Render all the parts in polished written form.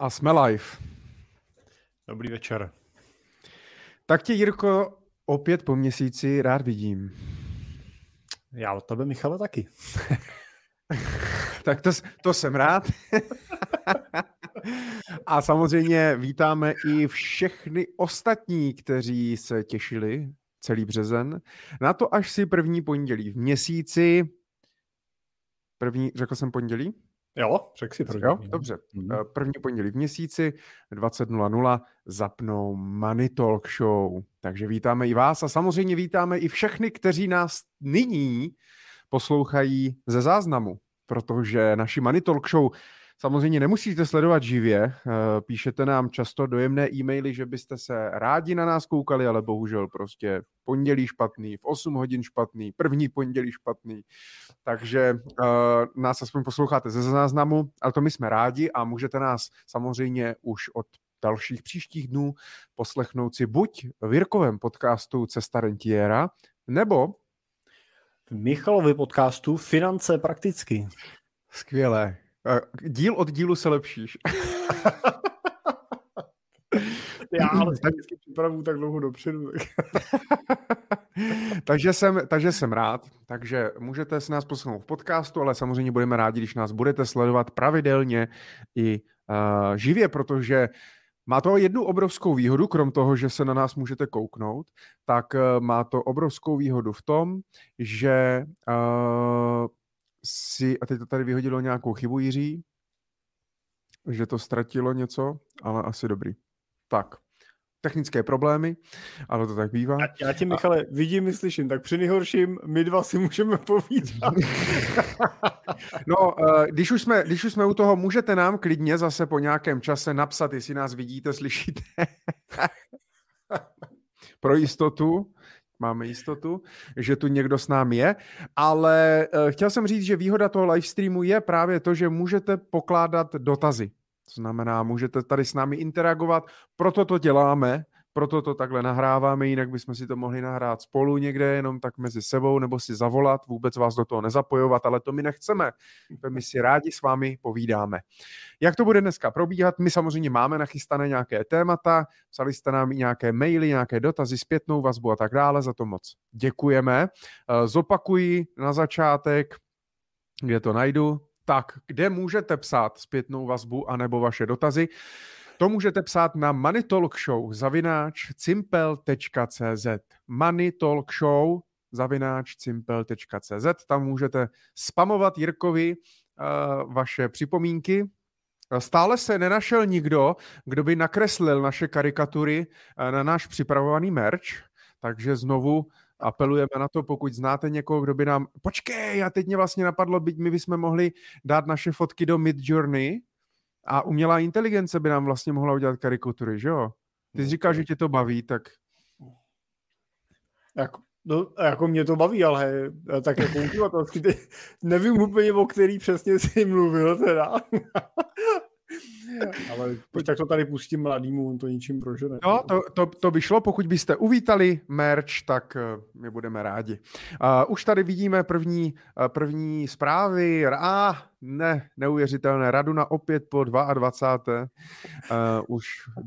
A jsme live. Dobrý večer. Tak tě, Jirko, opět po měsíci rád vidím. Já od tebe, Michale, taky. Tak to jsem rád. A samozřejmě vítáme i všechny ostatní, kteří se těšili celý březen na to, až si první pondělí v měsíci. Řekl jsem pondělí? Jo, řekl si první. Jo, dobře. První pondělí v měsíci 20:00 zapnou Money Talk Show. Takže vítáme i vás a samozřejmě vítáme i všechny, kteří nás nyní poslouchají ze záznamu, protože naši Money Talk Show samozřejmě nemusíte sledovat živě. Píšete nám často dojemné e-maily, že byste se rádi na nás koukali, ale bohužel prostě pondělí špatný, v 8 hodin špatný, první pondělí špatný. Takže nás aspoň posloucháte ze záznamu, ale to my jsme rádi a můžete nás samozřejmě už od dalších příštích dnů poslechnout si buď v Jirkovém podcastu Cesta rentiéra, nebo v Michalovi podcastu Finance prakticky. Skvělé. Díl od dílu se lepšíš. Já ale vždycky připravuju tak dlouho dopředu. takže jsem rád. Takže můžete si nás poslechnout v podcastu, ale samozřejmě budeme rádi, když nás budete sledovat pravidelně i živě, protože má to jednu obrovskou výhodu, krom toho, že se na nás můžete kouknout, tak má to obrovskou výhodu v tom, že a teď to tady vyhodilo nějakou chybu, Jiří, že to ztratilo něco, ale asi dobrý. Tak, technické problémy, ale to tak bývá. Já tě, Michale, vidím i slyším, tak při nejhorším my dva si můžeme povídat. No, když už jsme u toho, můžete nám klidně zase po nějakém čase napsat, jestli nás vidíte, slyšíte. Pro jistotu. Máme jistotu, že tu někdo s námi je, ale chtěl jsem říct, že výhoda toho livestreamu je právě to, že můžete pokládat dotazy. To znamená, můžete tady s námi interagovat, proto to děláme, proto to takhle nahráváme, jinak bychom si to mohli nahrát spolu někde, jenom tak mezi sebou, nebo si zavolat, vůbec vás do toho nezapojovat, ale to my nechceme. My si rádi s vámi povídáme. Jak to bude dneska probíhat? My samozřejmě máme nachystané nějaké témata, psali jste nám i nějaké maily, nějaké dotazy, zpětnou vazbu a tak dále, za to moc děkujeme. Zopakuji na začátek, kde to najdu. Tak, kde můžete psát zpětnou vazbu anebo vaše dotazy? To můžete psát na moneytalkshow@cimpel.cz moneytalkshow@cimpel.cz. Tam můžete spamovat Jirkovi vaše připomínky. Stále se nenašel nikdo, kdo by nakreslil naše karikatury na náš připravovaný merch, takže znovu apelujeme na to, pokud znáte někoho, kdo by nám... Počkej, a teď mě vlastně napadlo, byť my bychom mohli dát naše fotky do Midjourney a umělá inteligence by nám vlastně mohla udělat karikatury, že jo? Ty jsi říkal, že tě to baví, tak... Jako mě to baví, ale tak jako uživatelský, nevím úplně, o který přesně jsi mluvil teda. Ale tak to tady pustím mladýmu, on to ničím prožene. No, to by šlo, pokud byste uvítali merch, tak my budeme rádi. Už tady vidíme první zprávy. Neuvěřitelné. Raduna opět po 22. Už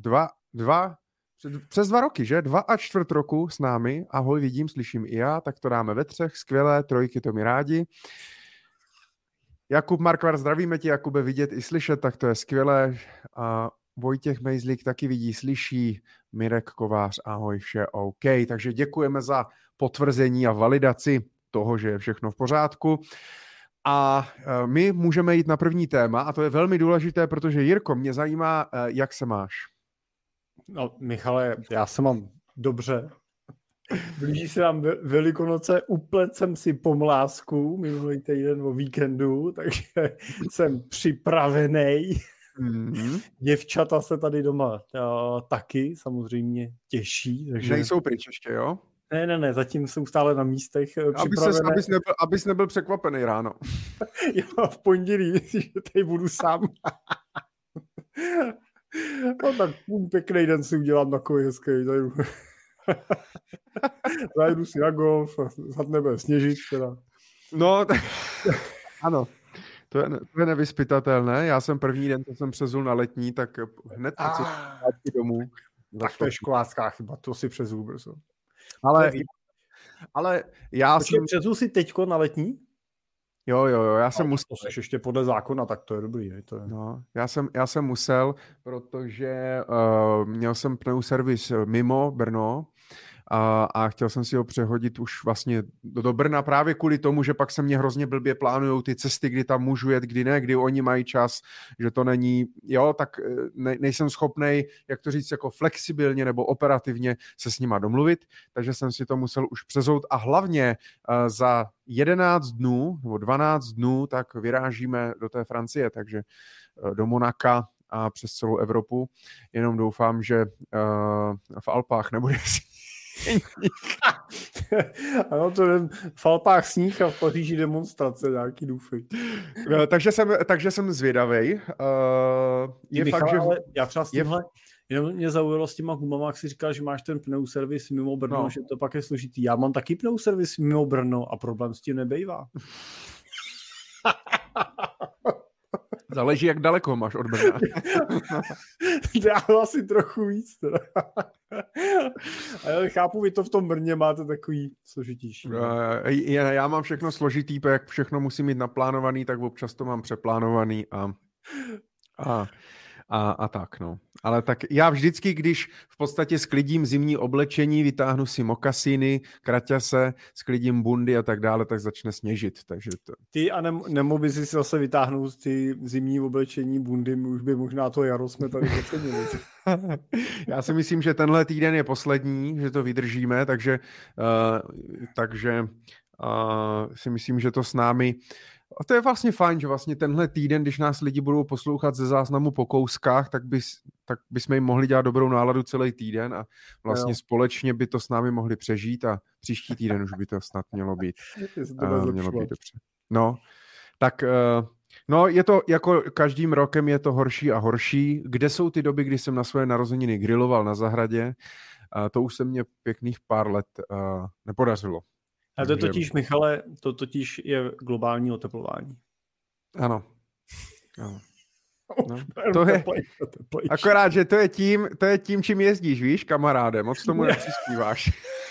přes 2 roky, že? 2,25 roku s námi. Ahoj, vidím, slyším i já, tak to dáme ve 3. Skvělé, 3, to mi rádi. Jakub Markvar, zdravíme tě, Jakube, vidět i slyšet, tak to je skvělé. A Vojtěch Mejzlík taky vidí, slyší. Mirek Kovář, ahoj, vše OK. Takže děkujeme za potvrzení a validaci toho, že je všechno v pořádku. A my můžeme jít na první téma a to je velmi důležité, protože Jirko, mě zajímá, jak se máš. No, Michale, já se mám dobře. Blíží se nám Velikonoce, uplet jsem si pomlásku minulý týden o víkendu, takže jsem připravený. Mm-hmm. Děvčata se tady doma taky samozřejmě těší. Takže... Nejsou pryč ještě, jo? Ne, zatím jsou stále na místech Abys nebyl překvapený ráno. Jo, v pondělí, že tady budu sám. No tak pěkný den si udělám takový hezký. Zajdu si na golf, snad nebude sněžit teda. No, ano. To je nevyspytatelné. Já jsem první den, co jsem přezul na letní, tak hned zpátky domů. Tak to je školácká chyba, to si přezul brzo. Ale já jsem... Přezul si teďko na letní? Jo, já jsem musel. To jsi ještě podle zákona, tak to je dobrý. To je... No, já jsem musel, protože měl jsem pneuservis mimo Brno a chtěl jsem si ho přehodit už vlastně do Brna právě kvůli tomu, že pak se mě hrozně blbě plánujou ty cesty, kdy tam můžu jet, kdy ne, kdy oni mají čas, že to není, tak nejsem schopnej, jak to říct, jako flexibilně nebo operativně se s nima domluvit, takže jsem si to musel už přezout a hlavně za 11 dnů nebo 12 dnů tak vyrážíme do té Francie, takže do Monaka a přes celou Evropu. Jenom doufám, že v Alpách nebude ano, to je v Alpách sníh a v Paříži demonstrace, nějaký doufej. Takže jsem zvědavej. Je Michal, fakt, že... Já třeba s tímhle, jenom mě zaujalo s těma gumama, jak jsi říkal, že máš ten pneuservis mimo Brno, že to pak je složitý. Já mám taky pneuservis mimo Brno a problém s tím nebejvá. Záleží, jak daleko máš od Brna. Já asi trochu víc. Teda. Ale chápu, vy to v tom Brně máte takový složitější. Já mám všechno složitý, jak všechno musím mít naplánovaný, tak občas to mám přeplánovaný a tak, no. Ale tak já vždycky, když v podstatě sklidím zimní oblečení, vytáhnu si mokasíny, kraťase, sklidím bundy a tak dále, tak začne sněžit. Takže to... Ty a nemohl by si zase vytáhnout ty zimní oblečení, bundy, už by možná to jaro jsme tady ocenili. Já si myslím, že tenhle týden je poslední, že to vydržíme, takže si myslím, že to s námi... A to je vlastně fajn, že vlastně tenhle týden, když nás lidi budou poslouchat ze záznamu po kouskách, tak bychom jim mohli dělat dobrou náladu celý týden a vlastně společně by to s námi mohli přežít a příští týden už by to snad mělo být dobře. No, tak je to jako každým rokem je to horší a horší. Kde jsou ty doby, kdy jsem na svoje narozeniny griloval na zahradě? To už se mně pěkných pár let nepodařilo. A to totiž, Michale, to totiž je globální oteplování. Ano. No, to je, akorát, že to je tím, čím jezdíš, víš, kamaráde, moc tomu nepřispíváš.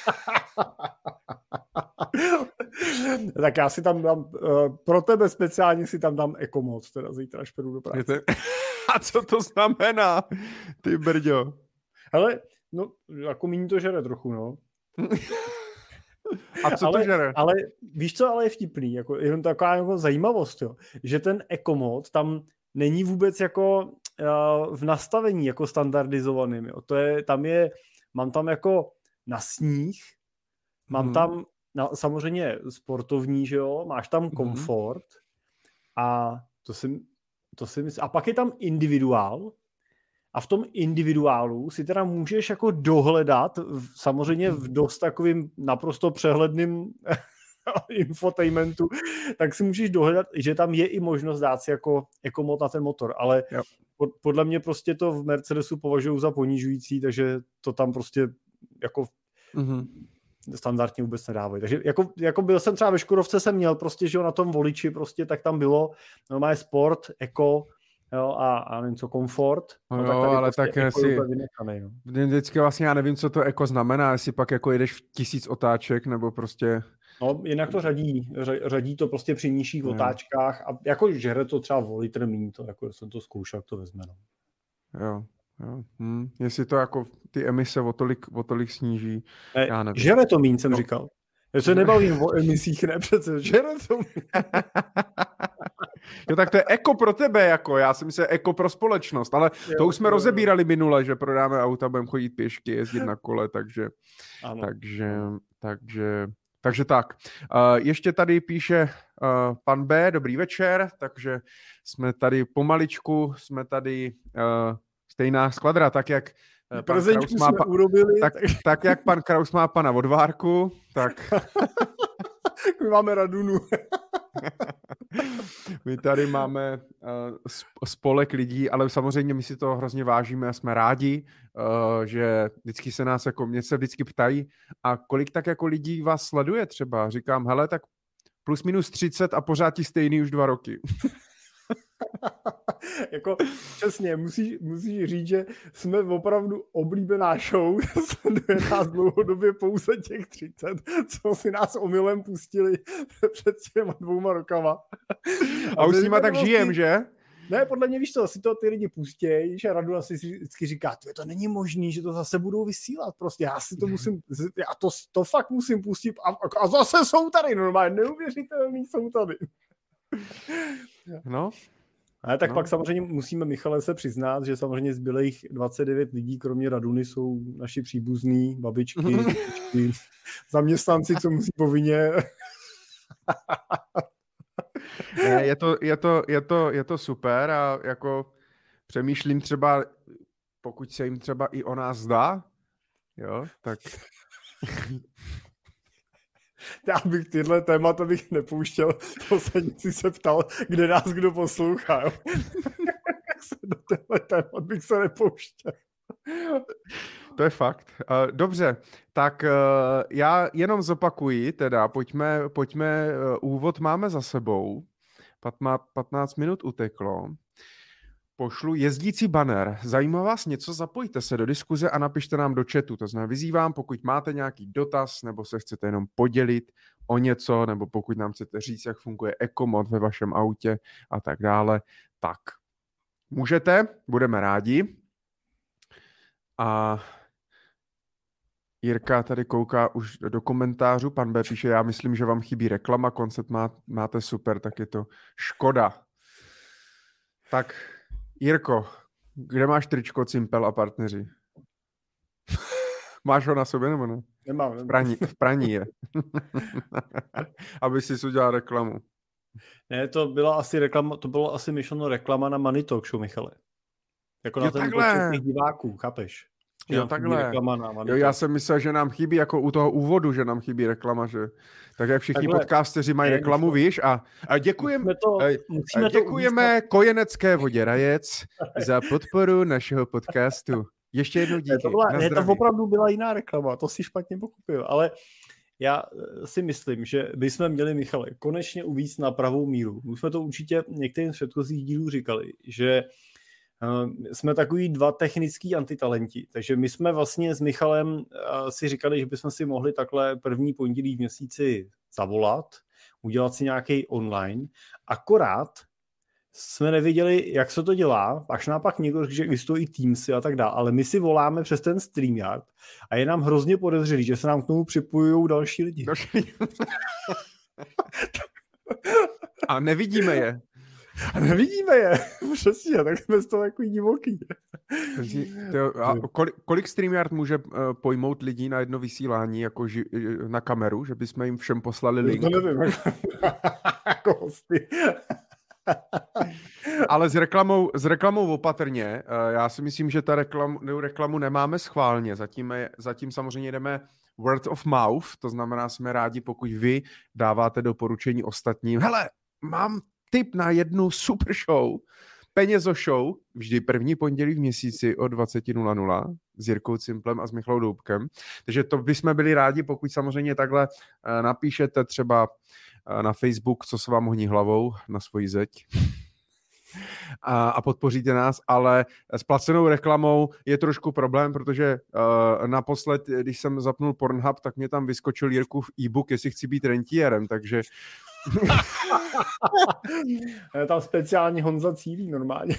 Tak já si tam dám, pro tebe speciálně si tam dám ekomod, teda zítra, až půjdu do práce. A co to znamená, ty brďo? Hele, no, jako míň to žere trochu, no. A co to žere? Ale víš, co ale je vtipný, jako, jenom taková jako zajímavost, jo, že ten ekomod tam není vůbec jako v nastavení jako standardizovaným, jo. Mám tam jako na sníh, mám tam samozřejmě sportovní, že jo, máš tam komfort a to si myslím, a pak je tam individuál. A v tom individuálu si teda můžeš jako dohledat, samozřejmě v dost takovým naprosto přehledným infotainmentu, tak si můžeš dohledat, že tam je i možnost dát si jako ekomod na ten motor, ale podle mě prostě to v Mercedesu považují za ponižující, takže to tam prostě jako standardně vůbec nedávají. Takže jako byl jsem třeba ve Škodovce, jsem měl prostě, že jo, na tom voliči prostě, tak tam bylo normálně sport, eko, jo, a nevím co, komfort. No jo, ale prostě tak si vždycky vlastně já nevím, co to eko znamená, jestli pak jako jedeš v 1000 otáček, nebo prostě... No, jinak to řadí to prostě při nižších otáčkách a jako žere to třeba o litr míň, to jako jsem to zkoušel, jak to vezme, no. Jo. Jestli to jako ty emise o tolik sníží, já nevím. Žere to míň, jsem říkal. Já se nebavím o emisích, ne přece, žere to míň. Jo, tak to je eko pro tebe, jako já jsem myslel eko pro společnost, ale to už jsme rozebírali minule, že prodáme auta, budeme chodit pěšky, jezdit na kole, takže tak. Ještě tady píše pan B, dobrý večer, takže jsme tady pomaličku, stejná skvadra, tak jak tak jak pan Kraus má pana Vodvárku, tak... My máme Radunu. My tady máme spolek lidí, ale samozřejmě my si to hrozně vážíme a jsme rádi, že vždycky se nás mě se vždycky ptají, a kolik tak jako lidí vás sleduje třeba. Říkám, hele, tak plus minus 30 a pořád ti stejný už 2 roky. Jako přesně, musíš říct, že jsme opravdu oblíbená show, sleduje nás dlouhodobě pouze těch 30, co si nás omylem pustili před těma 2 rokama. A už s nima tak žijem, že? Ne, podle mě, víš co, si to ty lidi pustějí, že Raduna si vždycky říká, to není možný, že to zase budou vysílat, prostě já si to musím, já to fakt musím pustit a zase jsou tady, normálně, neuvěřitelný jsou tady. No. Ale tak pak samozřejmě musíme Michale se přiznat, že samozřejmě zbylých 29 lidí, kromě Raduny, jsou naši příbuzní, babičky, zaměstnanci, co musí povinně. Ne, je to super a jako přemýšlím třeba, pokud se jim třeba i o nás zdá, jo, tak... Já bych tyhle témata bych nepouštěl, poslední si se ptal, kde nás kdo poslouchá. Do téhle témat bych se nepouštěl. To je fakt. Dobře, tak já jenom zopakuji, teda pojďme, úvod máme za sebou, 15 minut uteklo. Pošlu jezdící banner. Zajímá vás něco? Zapojte se do diskuze a napište nám do chatu. To znamená, vyzývám, pokud máte nějaký dotaz, nebo se chcete jenom podělit o něco, nebo pokud nám chcete říct, jak funguje ekomod ve vašem autě a tak dále, tak můžete, budeme rádi. A Jirka tady kouká už do komentářů. Pan B píše, já myslím, že vám chybí reklama, koncept máte super, tak je to škoda. Tak Jirko, kde máš tričko Cimpel a partneři? Máš ho na sobě nebo ne? Nemám. V praní je. Aby si udělal reklamu. Ne, to byla asi reklama, to bylo asi myšleno reklama na Money Talk Show, Michale. Jako na ten počet těch diváků, chápeš? Jo, takhle. Jo, já jsem myslel, že nám chybí jako u toho úvodu, že nám chybí reklama, že tak jak všichni podcasteři mají reklamu, víš, a děkujeme Kojenecké vodě Rajec za podporu našeho podcastu. Ještě jednou díky. To opravdu byla jiná reklama, to si špatně pochopil, ale já si myslím, že bychom měli, Michale, konečně uvést na pravou míru. My jsme to určitě některým z předchozích dílů říkali, že jsme takový 2 technický antitalenti, takže my jsme vlastně s Michalem si říkali, že bychom si mohli takhle první pondělí v měsíci zavolat, udělat si nějaký online, akorát jsme nevěděli, jak se to dělá, až nám pak někdo řekl, že existují Teamsy a tak dále, ale my si voláme přes ten StreamYard a je nám hrozně podezřelý, že se nám k tomu připojují další lidi. A nevidíme je. A nevidíme je, přesně, tak jsme z toho takový divoký. A kolik StreamYard může pojmout lidí na jedno vysílání jako na kameru, že bychom jim všem poslali link? To nevím, jako hosty. Ale s reklamou opatrně. Já si myslím, že reklamu nemáme schválně. Zatím samozřejmě jdeme word of mouth, to znamená, jsme rádi, pokud vy dáváte doporučení ostatním. Hele, mám tip na jednu super show, Penězo show, vždy první pondělí v měsíci o 20:00 s Jirkou Cimplem a s Michalou Doubkem. Takže to bychom byli rádi, pokud samozřejmě takhle napíšete třeba na Facebook, co se vám honí hlavou na svoji zeď a podpoříte nás, ale s placenou reklamou je trošku problém, protože naposled, když jsem zapnul Pornhub, tak mě tam vyskočil Jirkův e-book, jestli chci být rentiérem, takže je tam speciální Honza Cílí normálně.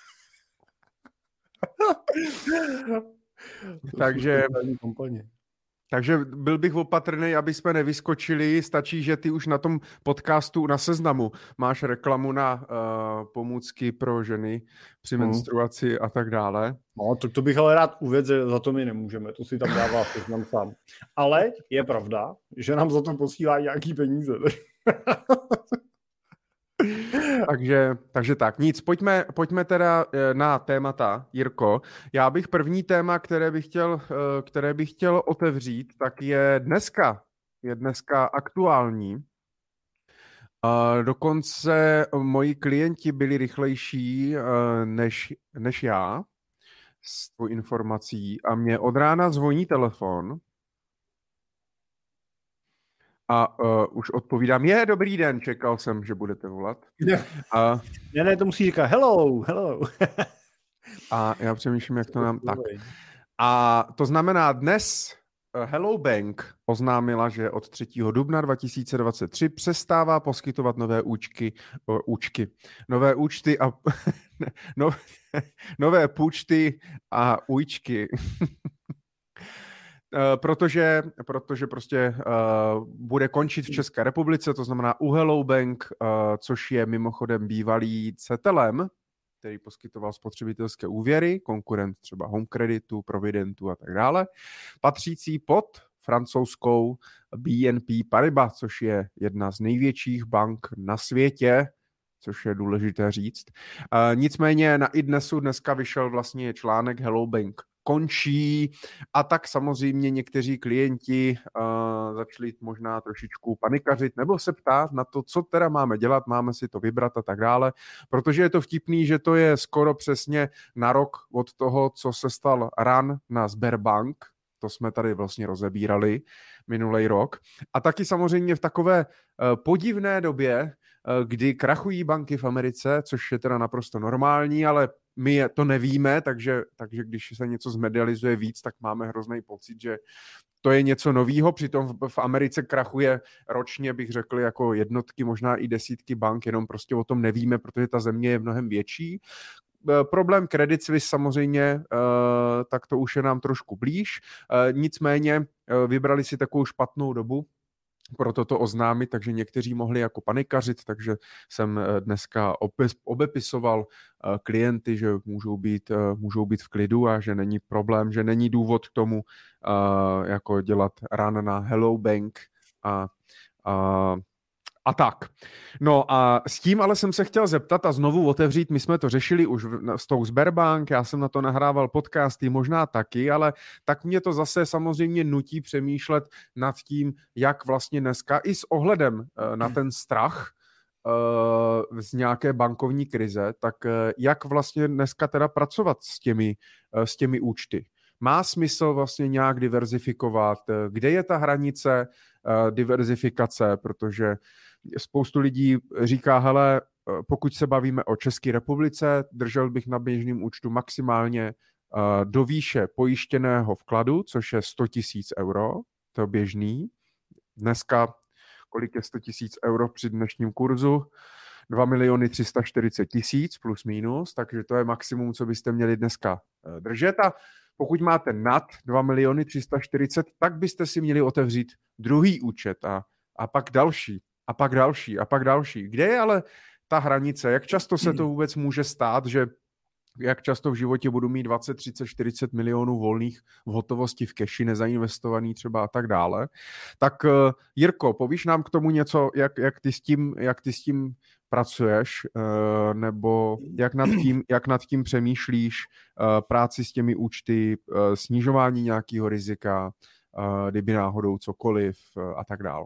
Takže byl bych opatrný, aby jsme nevyskočili. Stačí, že ty už na tom podcastu na Seznamu máš reklamu na pomůcky pro ženy při menstruaci a tak dále. No, to bych ale rád uvedl, že za to my nemůžeme. To si tam dává Seznam sám. Ale je pravda, že nám za to posílá nějaký peníze. takže tak, nic, pojďme teda na témata, Jirko. Já bych první téma, které bych chtěl otevřít, tak je dneska aktuální. Dokonce moji klienti byli rychlejší než já s tou informací a mě od rána zvoní telefon A už odpovídám, dobrý den, čekal jsem, že budete volat. Ne, to musí říkat hello. A já přemýšlím, jak to nám tak. A to znamená, dnes Hello Bank oznámila, že od 3. dubna 2023 přestává poskytovat nové nové účty a nové půjčty a újčky. Protože prostě bude končit v České republice, to znamená u Hello Bank, což je mimochodem bývalý Cetelem, který poskytoval spotřebitelské úvěry, konkurent třeba Home Creditu, Providentu a tak dále, patřící pod francouzskou BNP Paribas, což je jedna z největších bank na světě, což je důležité říct. Nicméně na iDnesu dneska vyšel vlastně článek Hello Bank končí a tak samozřejmě někteří klienti začali možná trošičku panikařit nebo se ptát na to, co teda máme dělat, máme si to vybrat a tak dále, protože je to vtipný, že to je skoro přesně na rok od toho, co se stal run na Sberbank, to jsme tady vlastně rozebírali minulý rok. A taky samozřejmě v takové podivné době, kdy krachují banky v Americe, což je teda naprosto normální, ale my to nevíme, takže když se něco zmedializuje víc, tak máme hrozný pocit, že to je něco novýho, přitom v Americe krachuje ročně, bych řekl, jako jednotky, možná i desítky bank, jenom prostě o tom nevíme, protože ta země je mnohem větší. Problém Credit Suisse samozřejmě, tak to už je nám trošku blíž, nicméně vybrali si takovou špatnou dobu pro toto oznámit, takže někteří mohli jako panikařit, takže jsem dneska obepisoval klienty, že můžou být v klidu a že není problém, že není důvod k tomu jako dělat run na Hello Bank a tak. No a s tím ale jsem se chtěl zeptat a znovu otevřít, my jsme to řešili už s tou Sberbank, já jsem na to nahrával podcasty, možná taky, ale tak mě to zase samozřejmě nutí přemýšlet nad tím, jak vlastně dneska i s ohledem na ten strach z nějaké bankovní krize, tak jak vlastně dneska teda pracovat s těmi účty. Má smysl vlastně nějak diverzifikovat, kde je ta hranice diverzifikace, protože spoustu lidí říká, hele, pokud se bavíme o České republice, držel bych na běžném účtu maximálně do výše pojištěného vkladu, což je 100 000 euro, to je běžný. Dneska, kolik je 100 000 euro při dnešním kurzu? 2 340 000 plus minus, takže to je maximum, co byste měli dneska držet. A pokud máte nad 2 340 000, tak byste si měli otevřít druhý účet a pak další, a pak další, a pak další. Kde je ale ta hranice? Jak často se to vůbec může stát, že jak často v životě budu mít 20, 30, 40 milionů volných v hotovosti v keši, nezainvestovaný třeba a tak dále. Tak Jirko, povíš nám k tomu něco, jak ty s tím pracuješ, nebo jak nad tím přemýšlíš, práci s těmi účty, snižování nějakého rizika, kdyby náhodou cokoliv a tak dále.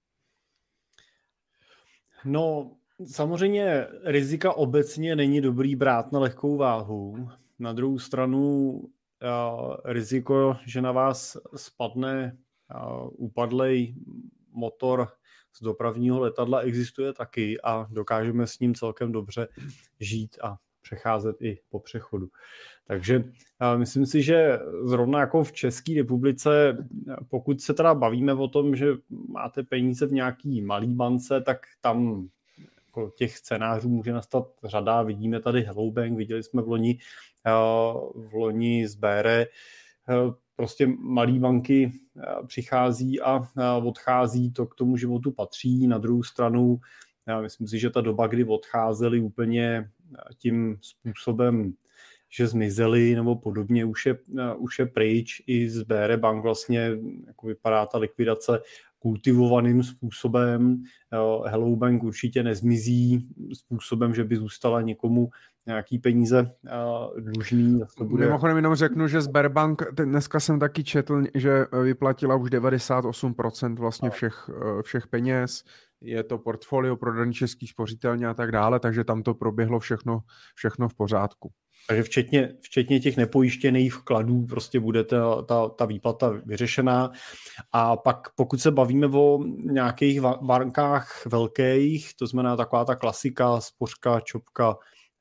No, samozřejmě rizika obecně není dobrý brát na lehkou váhu. Na druhou stranu riziko, že na vás spadne upadlej motor z dopravního letadla, existuje taky a dokážeme s ním celkem dobře žít a přecházet i po přechodu. Takže myslím si, že zrovna jako v České republice, pokud se teda bavíme o tom, že máte peníze v nějaký malý bance, tak tam jako těch scénářů může nastat řada. Vidíme tady Hello Bank, viděli jsme v loni z BR, prostě malý banky přichází a odchází, to k tomu životu patří. Na druhou stranu, myslím si, že ta doba, kdy odcházeli úplně tím způsobem, že zmizeli nebo podobně, už je pryč. I z BR Bank vlastně jako vypadá ta likvidace kultivovaným způsobem. Hello Bank určitě nezmizí způsobem, že by zůstala někomu nějaký peníze dlužný. Mimochodem jenom řeknu, že Sberbank, dneska jsem taky četl, že vyplatila už 98% vlastně všech peněz. Je to portfolio prodaný Český spořitelně a tak dále, takže tam to proběhlo všechno v pořádku. Takže včetně těch nepojištěných vkladů prostě bude ta výplata vyřešená. A pak pokud se bavíme o nějakých bankách velkých, to znamená taková ta klasika, Spořka, Čopka,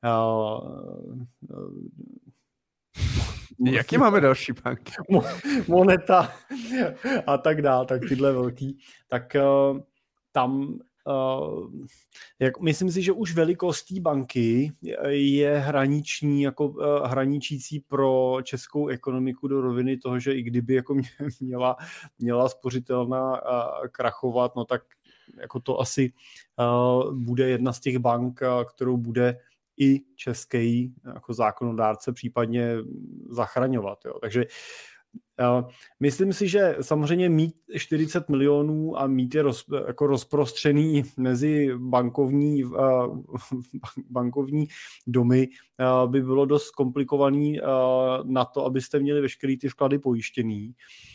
Jaký máme další banky? Moneta a tak dále, tak tyhle velký, tak tam myslím si, že už velikostí banky je hraničící pro českou ekonomiku do roviny toho, že i kdyby jako měla spořitelná krachovat, no tak jako to asi bude jedna z těch bank, kterou bude i český jako zákonodárce případně zachraňovat. Jo. Takže myslím si, že samozřejmě mít 40 milionů a mít je jako rozprostřený mezi bankovní domy by bylo dost komplikovaný na to, abyste měli veškerý ty vklady pojištěný.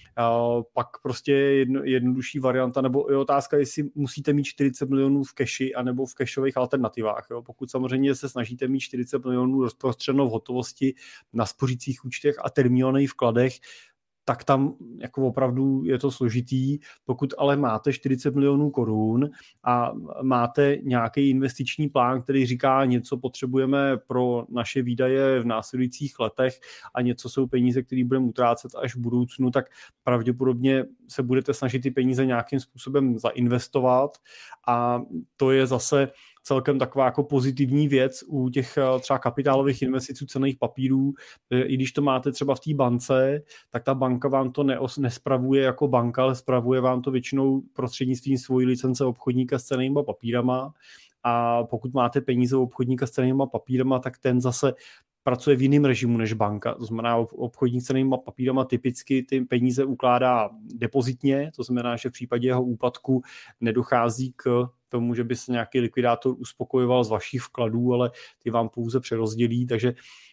Pak prostě jednodušší varianta, nebo je otázka, jestli musíte mít 40 milionů v keši anebo v kešových alternativách. Jo. Pokud samozřejmě se snažíte mít 40 milionů rozprostřeno v hotovosti na spořících účtech a termínovaných vkladech, tak tam jako opravdu je to složitý. Pokud ale máte 40 milionů korun a máte nějaký investiční plán, který říká, něco potřebujeme pro naše výdaje v následujících letech a něco jsou peníze, které budeme utrácet až v budoucnu, tak pravděpodobně se budete snažit ty peníze nějakým způsobem zainvestovat a to je zase celkem taková jako pozitivní věc u těch třeba kapitálových investic u cenných papírů. I když to máte třeba v té bance, tak ta banka vám to nespravuje jako banka, ale spravuje vám to většinou prostřednictvím svojí licence obchodníka s cennýma papírama. A pokud máte peníze u obchodníka s cennýma papírama, tak ten zase pracuje v jiném režimu než banka. To znamená, obchodník s cennýma papírama typicky ty peníze ukládá depozitně, to znamená, že v případě jeho úpadku nedochází k tomu, že by se nějaký likvidátor uspokojoval z vašich vkladů, ale ty vám pouze přerozdělí, takže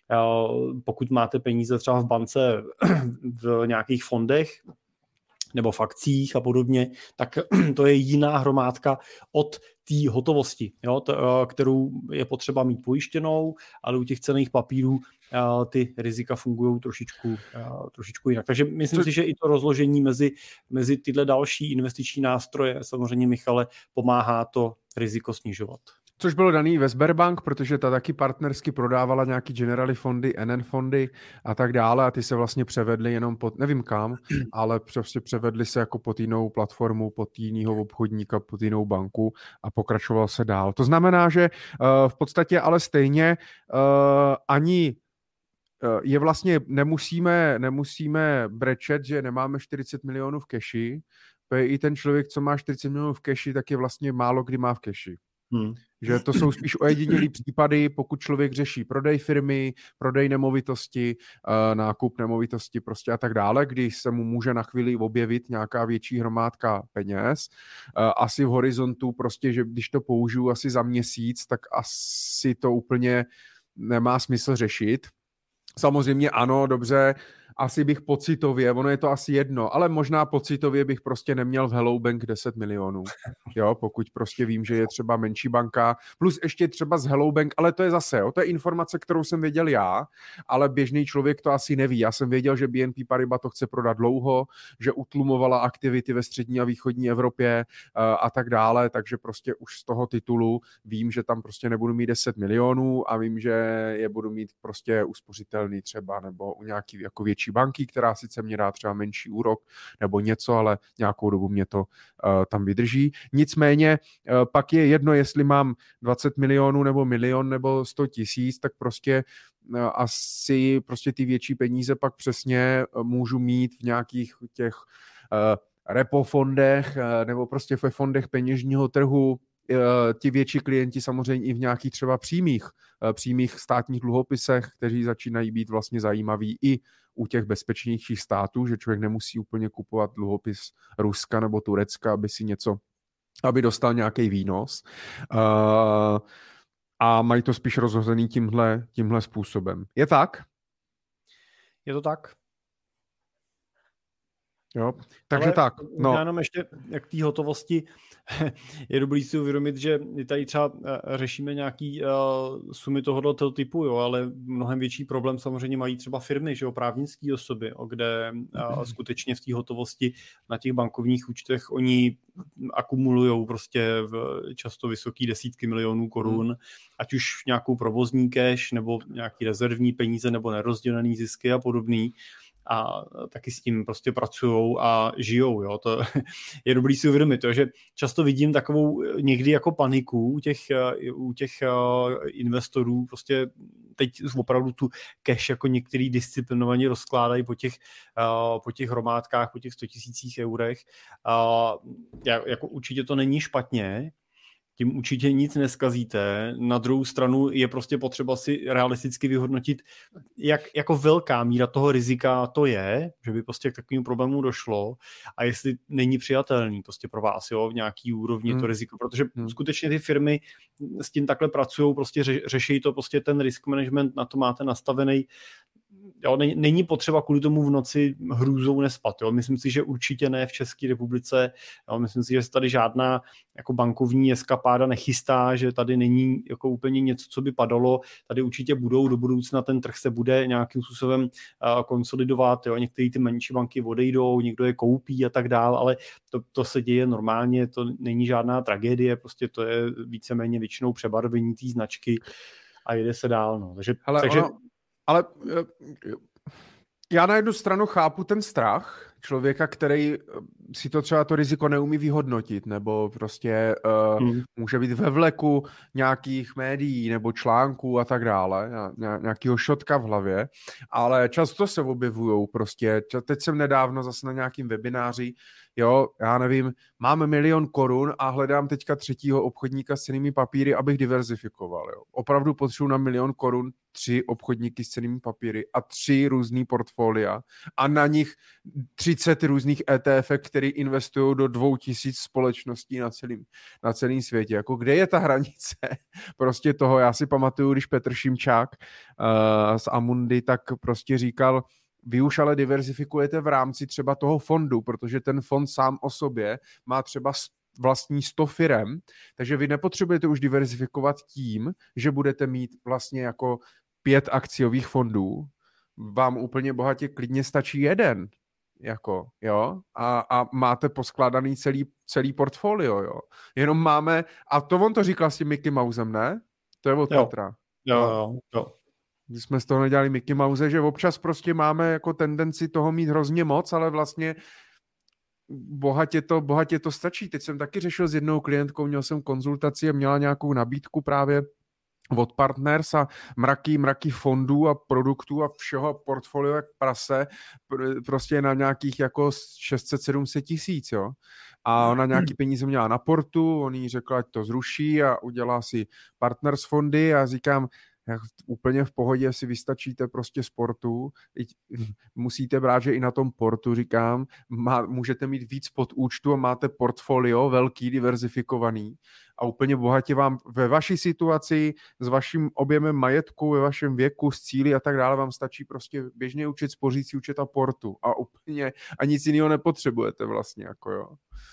pokud máte peníze třeba v bance v nějakých fondech nebo v akcích a podobně, tak to je jiná hromádka od té hotovosti, jo, kterou je potřeba mít pojištěnou, ale u těch cenných papírů ty rizika fungují trošičku jinak. Takže myslím si, že i to rozložení mezi tyhle další investiční nástroje samozřejmě, Michale, pomáhá to riziko snižovat. Což bylo daný ve Sberbank, protože ta taky partnersky prodávala nějaký Generali fondy, NN fondy a tak dále a ty se vlastně převedly jenom pod, nevím kam, ale prostě převedly se jako pod jinou platformu, pod jinýho obchodníka, pod jinou banku a pokračoval se dál. To znamená, že v podstatě ale stejně ani je vlastně nemusíme brečet, že nemáme 40 milionů v keši, protože i ten člověk, co má 40 milionů v keši, tak je vlastně málo kdy má v keši. Že to jsou spíš ojedinělý případy, pokud člověk řeší prodej firmy, prodej nemovitosti, nákup nemovitosti prostě a tak dále, když se mu může na chvíli objevit nějaká větší hromádka peněz. Asi v horizontu prostě, že když to použiju asi za měsíc, tak asi to úplně nemá smysl řešit. Samozřejmě ano, dobře, asi bych pocitově, ono je to asi jedno, ale možná pocitově bych prostě neměl v Hello Bank 10 milionů. Jo, pokud prostě vím, že je třeba menší banka, plus ještě třeba z Hello Bank, ale to je zase, jo, to je informace, kterou jsem věděl já, ale běžný člověk to asi neví. Já jsem věděl, že BNP Paribas to chce prodat dlouho, že utlumovala aktivity ve střední a východní Evropě a tak dále, takže prostě už z toho titulu vím, že tam prostě nebudu mít 10 milionů a vím, že je budu mít prostě uspořitelný třeba, nebo u nějaký jako větší banky, která sice mě dá třeba menší úrok nebo něco, ale nějakou dobu mě to tam vydrží. Nicméně pak je jedno, jestli mám 20 milionů nebo milion nebo 100 000, tak prostě asi prostě ty větší peníze pak přesně můžu mít v nějakých těch repo fondech nebo prostě ve fondech peněžního trhu. Ti větší klienti samozřejmě i v nějakých třeba přímých státních dluhopisech, kteří začínají být vlastně zajímaví i u těch bezpečnějších států, že člověk nemusí úplně kupovat dluhopis Ruska nebo Turecka, aby dostal nějaký výnos. A mají to spíš rozhozený tímhle způsobem. Je tak? Je to tak. Jo, takže ale tak. No. Já jenom ještě jak té hotovosti je dobrý si uvědomit, že tady třeba řešíme nějaký sumy tohoto typu, jo, ale mnohem větší problém samozřejmě mají třeba firmy, že jo, právnické osoby, kde skutečně v té hotovosti na těch bankovních účtech oni akumulujou prostě často vysoký desítky milionů korun, ať už nějakou provozní cash, nebo nějaký rezervní peníze, nebo nerozdělený zisky a podobný. A taky s tím prostě pracujou a žijou. Jo? To je dobrý si uvědomit, že často vidím takovou někdy jako paniku u těch investorů, prostě teď opravdu tu cash jako některý disciplinovaně rozkládají po těch hromádkách, po těch 100 000 eurech. Jako určitě to není špatně, tím určitě nic neskazíte. Na druhou stranu je prostě potřeba si realisticky vyhodnotit, jak jako velká míra toho rizika to je, že by prostě k takovému problému došlo a jestli není přijatelný prostě pro vás, jo, v nějaký úrovni to riziko, protože skutečně ty firmy s tím takhle pracují, prostě řeší to, prostě ten risk management, na to máte nastavený. Jo, není potřeba kvůli tomu v noci hrůzou nespat. Jo. Myslím si, že určitě ne v České republice. Jo. Myslím si, že se tady žádná jako bankovní eskapáda nechystá, že tady není jako úplně něco, co by padalo. Tady určitě budou do budoucna, ten trh se bude nějakým způsobem konsolidovat. Jo. Některé ty menší banky odejdou, někdo je koupí a tak dál, ale to se děje normálně, to není žádná tragédie, prostě to je víceméně většinou přebarvení té značky a jede se dál. No. Takže ale já na jednu stranu chápu ten strach člověka, který si to třeba to riziko neumí vyhodnotit, nebo prostě může být ve vleku nějakých médií nebo článků a tak dále, nějakýho šotka v hlavě, ale často se objevujou prostě, teď jsem nedávno zase na nějakým webináři, jo, já nevím, mám 1 000 000 korun a hledám teďka 3. obchodníka s cennými papíry, abych diverzifikoval, jo. Opravdu potřebuji na 1 000 000 korun 3 obchodníky s cennými papíry a 3 různý portfolia a na nich 30 různých ETF, které investují do 2000 společností na celém světě. Jako kde je ta hranice prostě toho? Já si pamatuju, když Petr Šimčák z Amundi tak prostě říkal, vy už ale diverzifikujete v rámci třeba toho fondu, protože ten fond sám o sobě má třeba vlastní 100 firem, takže vy nepotřebujete už diverzifikovat tím, že budete mít vlastně jako 5 akciových fondů. Vám úplně bohatě klidně stačí jeden. Jako, jo, a máte poskládaný celý portfolio, jo. Jenom máme, a to on to říkal s tím Mickey Mousem, ne? To je od Petra. Jo. Když jsme z toho nedělali Mickey Mouse, že občas prostě máme jako tendenci toho mít hrozně moc, ale vlastně bohatě to stačí. Teď jsem taky řešil s jednou klientkou, měl jsem konzultaci a měla nějakou nabídku právě od Partners a mraky fondů a produktů a všeho portfolio jak prase, prostě na nějakých jako 600-700 tisíc, jo. A ona nějaký peníze měla na portu, on jí řekl, ať to zruší a udělá si Partners fondy a říkám, úplně v pohodě si vystačíte prostě z portu, musíte brát, že i na tom portu, říkám, můžete mít víc podúčtu a máte portfolio velký, diverzifikovaný a úplně bohatě vám ve vaší situaci, s vaším objemem majetku, ve vašem věku, s cíli a tak dále vám stačí prostě běžně učit spořící účet a portu a úplně a nic jiného nepotřebujete vlastně, jako jo.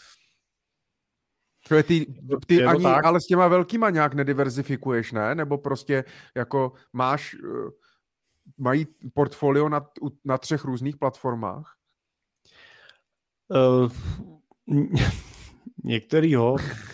Ty ani, ale s těma velkýma nějak nediverzifikuješ, ne? Nebo prostě jako mají portfolio na 3 různých platformách? Některýho.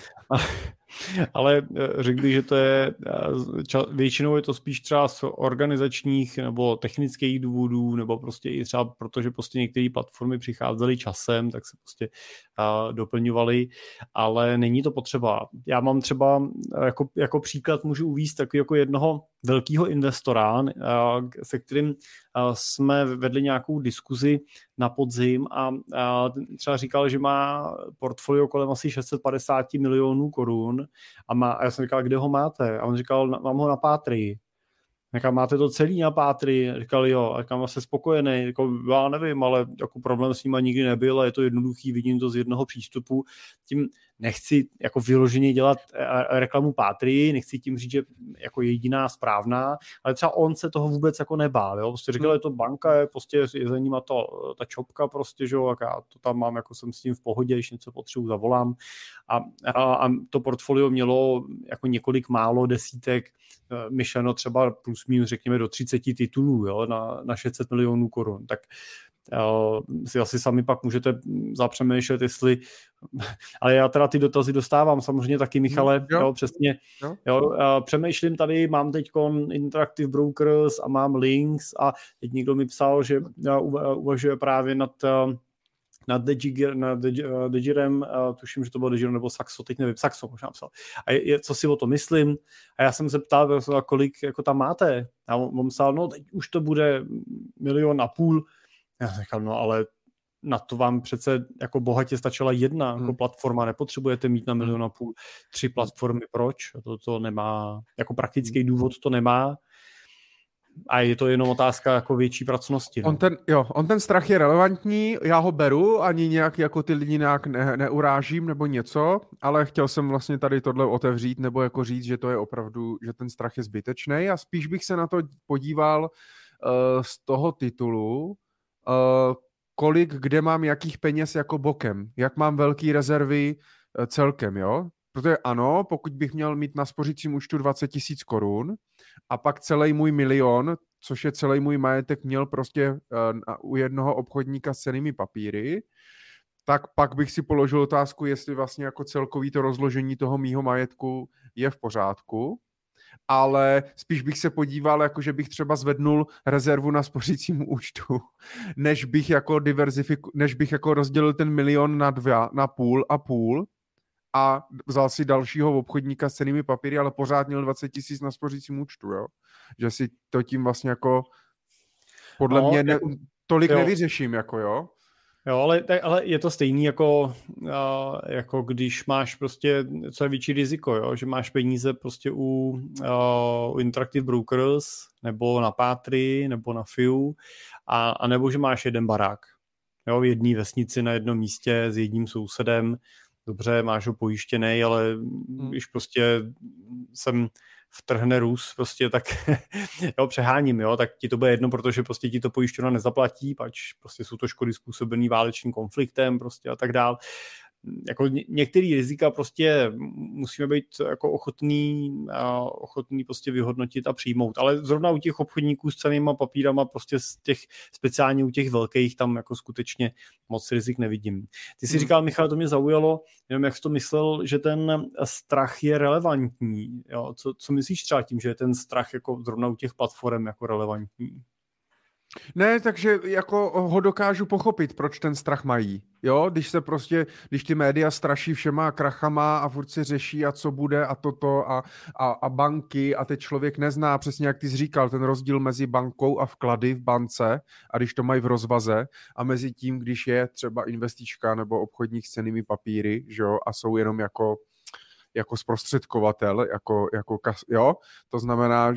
Ale řekl bych, že to je většinou je to spíš třeba z organizačních nebo technických důvodů, nebo prostě i třeba protože prostě některé platformy přicházely časem, tak se prostě doplňovaly, ale není to potřeba. Já mám třeba jako příklad můžu uvést takový jako jednoho velkého investora, se kterým jsme vedli nějakou diskuzi na podzim a třeba říkal, že má portfolio kolem asi 650 milionů korun a já jsem říkal, kde ho máte? A on říkal, mám ho na Patrii. Říkal, máte to celý na Patrii? Říkal, jo. A říkal, jsem spokojený. Říkal, já nevím, ale jako problém s ním nikdy nebyl a je to jednoduchý, vidím to z jednoho přístupu. Tím nechci jako vyloženě dělat reklamu Patrii, nechci tím říct, že jako jediná správná, ale třeba on se toho vůbec jako nebál, jo, prostě říkal, je to banka, je prostě je za ním ta čopka prostě, že jo, jak já to tam mám, jako jsem s tím v pohodě, když něco potřebuji, zavolám a to portfolio mělo jako několik málo desítek, myšleno třeba plus minus řekněme do 30 titulů, jo, na 600 milionů korun, tak si asi sami pak můžete zapřemýšlet, jestli, ale já teda ty dotazy dostávám samozřejmě taky, Michale, jo, přesně, jo, přemýšlím tady, mám teď Interactive Brokers a mám Links a teď někdo mi psal, že uvažuje právě nad Degirem, tuším, že to bylo Degir nebo Saxo, teď nevím, Saxo možná psal. A co si o to myslím? A já jsem se ptal, kolik jako tam máte? A on psal, no teď už to bude 1,5 milionu. Já říkal, no ale na to vám přece jako bohatě stačila jedna jako platforma, nepotřebujete mít na 1,5 milionu 3 platformy, proč? To nemá, jako praktický důvod to nemá. A je to jenom otázka jako větší pracnosti. No? On ten strach je relevantní, já ho beru, ani nějak jako ty lidi nějak neurážím nebo něco, ale chtěl jsem vlastně tady tohle otevřít nebo jako říct, že to je opravdu, že ten strach je zbytečný a spíš bych se na to podíval z toho titulu, kolik, kde mám jakých peněz jako bokem, jak mám velký rezervy celkem, jo? Protože ano, pokud bych měl mít na spořícím účtu 20 000 korun a pak celý můj 1 milion, což je celý můj majetek, měl prostě u jednoho obchodníka s cennými papíry, tak pak bych si položil otázku, jestli vlastně jako celkový to rozložení toho mýho majetku je v pořádku, ale spíš bych se podíval, jako že bych třeba zvednul rezervu na spořícím účtu, než bych jako rozdělil ten 1 milion na půl a půl a vzal si dalšího obchodníka s cennými papíry, ale pořád měl 20 000 na spořícím účtu, jo. Že si to tím vlastně jako podle mě tolik nevyřeším, jako jo. Jo, ale je to stejný jako když máš prostě, co je větší riziko, jo? Že máš peníze prostě u Interactive Brokers, nebo na Patrii, nebo na FIU, a nebo že máš jeden barák, jo? V jedné vesnici na jednom místě s jedním sousedem, dobře, máš ho pojištěnej, ale když prostě sem vtrhne Rus, prostě tak jo, přeháním, jo, tak ti to bude jedno, protože prostě ti to pojišťovna nezaplatí, pač prostě jsou to škody způsobený válečným konfliktem prostě a tak dál. Jako některý rizika prostě musíme být jako ochotný prostě vyhodnotit a přijmout, ale zrovna u těch obchodníků s cennýma papírama prostě speciálně u těch velkých tam jako skutečně moc rizik nevidím. Ty jsi říkal, Michal, to mě zaujalo, jenom jak jsi to myslel, že ten strach je relevantní. Jo? Co myslíš třeba tím, že je ten strach jako zrovna u těch platform jako relevantní? Ne, takže jako ho dokážu pochopit, proč ten strach mají. Jo, když ty média straší všema krachama a furt si řeší a co bude a toto a banky a teď člověk nezná, přesně jak ty jsi říkal, ten rozdíl mezi bankou a vklady v bance a když to mají v rozvaze a mezi tím, když je třeba investička nebo obchodník s cennými papíry, že jo, a jsou jenom jako zprostředkovatel, jo, to znamená,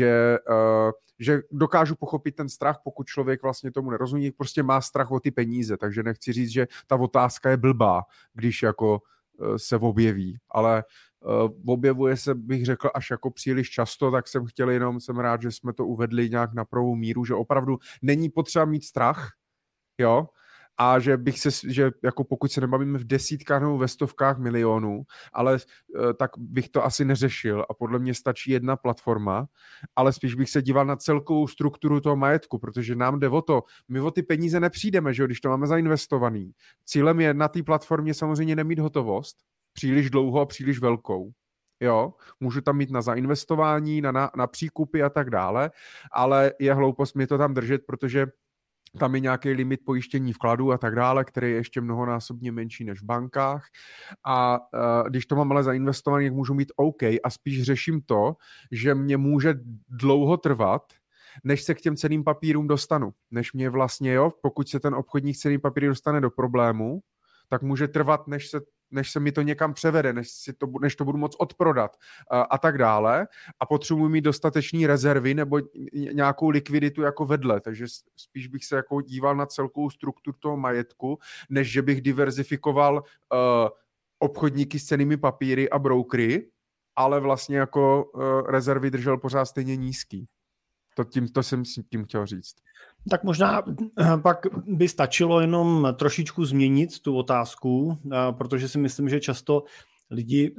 že dokážu pochopit ten strach, pokud člověk vlastně tomu nerozumí, prostě má strach o ty peníze, takže nechci říct, že ta otázka je blbá, když jako se objeví, ale objevuje se, bych řekl, až jako příliš často, tak jsem rád, že jsme to uvedli nějak na pravou míru, že opravdu není potřeba mít strach, jo, a že jako pokud se nebavíme v desítkách nebo ve stovkách milionů, ale tak bych to asi neřešil a podle mě stačí jedna platforma, ale spíš bych se díval na celkovou strukturu toho majetku, protože nám jde o to, my o ty peníze nepřijdeme, že jo, když to máme zainvestovaný. Cílem je na té platformě samozřejmě nemít hotovost příliš dlouho a příliš velkou. Jo, můžu tam mít na zainvestování, na příkupy a tak dále, ale je hloupost mi to tam držet, protože tam je nějaký limit pojištění vkladů a tak dále, který je ještě mnohonásobně menší než v bankách. A když to mám ale zainvestovaný, jak můžu mít OK a spíš řeším to, že mě může dlouho trvat, než se k těm cenným papírům dostanu. Než mě vlastně, jo, pokud se ten obchodník s cenným papíry dostane do problému, tak může trvat, než se mi to někam převede, než to budu moct odprodat a tak dále. A potřebuji mít dostatečný rezervy nebo nějakou likviditu jako vedle. Takže spíš bych se jako díval na celkovou strukturu toho majetku, než že bych diverzifikoval obchodníky s cennými papíry a brokery, ale vlastně jako rezervy držel pořád stejně nízký. To jsem tím chtěl říct. Tak možná pak by stačilo jenom trošičku změnit tu otázku, protože si myslím, že často lidi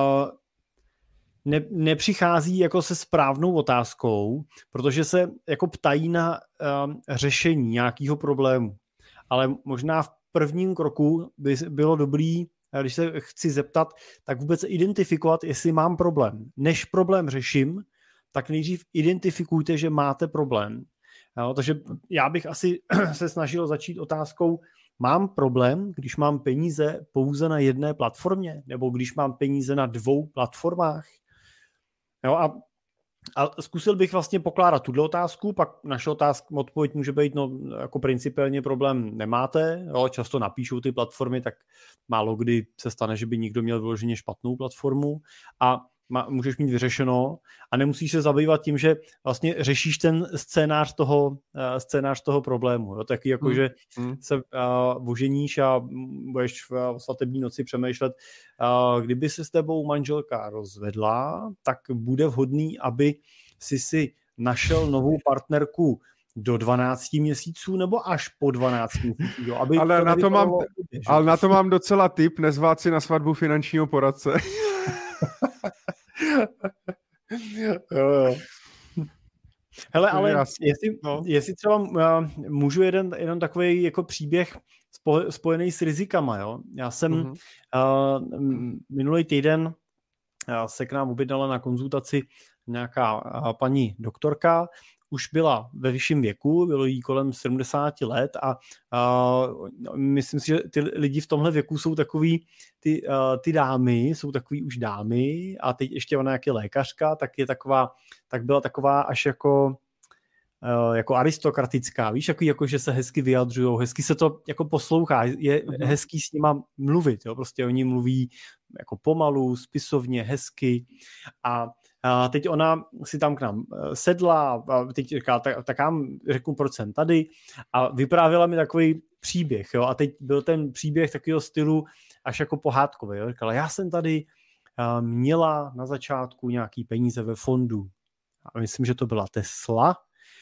nepřichází jako se správnou otázkou, protože se jako ptají na řešení nějakého problému. Ale možná v prvním kroku by bylo dobrý, když se chci zeptat, tak vůbec identifikovat, jestli mám problém. Než problém řeším, tak nejdřív identifikujte, že máte problém. Jo, takže já bych asi se snažil začít otázkou, mám problém, když mám peníze pouze na jedné platformě, nebo když mám peníze na 2 platformách. Jo, a zkusil bych vlastně pokládat tuhle otázku, pak naše odpověď může být, no jako principiálně problém nemáte, jo, často napíšou ty platformy, tak málo kdy se stane, že by někdo měl vyloženě špatnou platformu a můžeš mít vyřešeno a nemusíš se zabývat tím, že vlastně řešíš ten scénář toho problému. Jo? Taky jako, že se oženíš a budeš v svatební noci přemýšlet, kdyby se s tebou manželka rozvedla, tak bude vhodný, aby si našel novou partnerku do 12 měsíců nebo až po 12 měsíců. Aby ale na to mám docela tip, nezvát si na svatbu finančního poradce. Jo. Hele, ale jestli třeba můžu jeden takový jako příběh spojený s rizikama, jo. Já jsem minulý týden se k nám objednala na konzultaci nějaká paní doktorka, už byla ve vyšším věku, bylo jí kolem 70 let a myslím si, že ty lidi v tomhle věku jsou takový, ty dámy jsou takový už dámy a teď ještě ona jak je lékařka, tak byla taková až jako aristokratická, víš, jako že se hezky vyjadřujou, hezky se to jako poslouchá, je hezký s nima mluvit, jo, prostě oni mluví jako pomalu, spisovně, hezky a teď ona si tam k nám sedla a teď říká, tak já řeknu, proč jsem tady a vyprávěla mi takový příběh, jo, a teď byl ten příběh takového stylu až jako pohádkový, jo, říkala, já jsem tady měla na začátku nějaký peníze ve fondu a myslím, že to byla Tesla,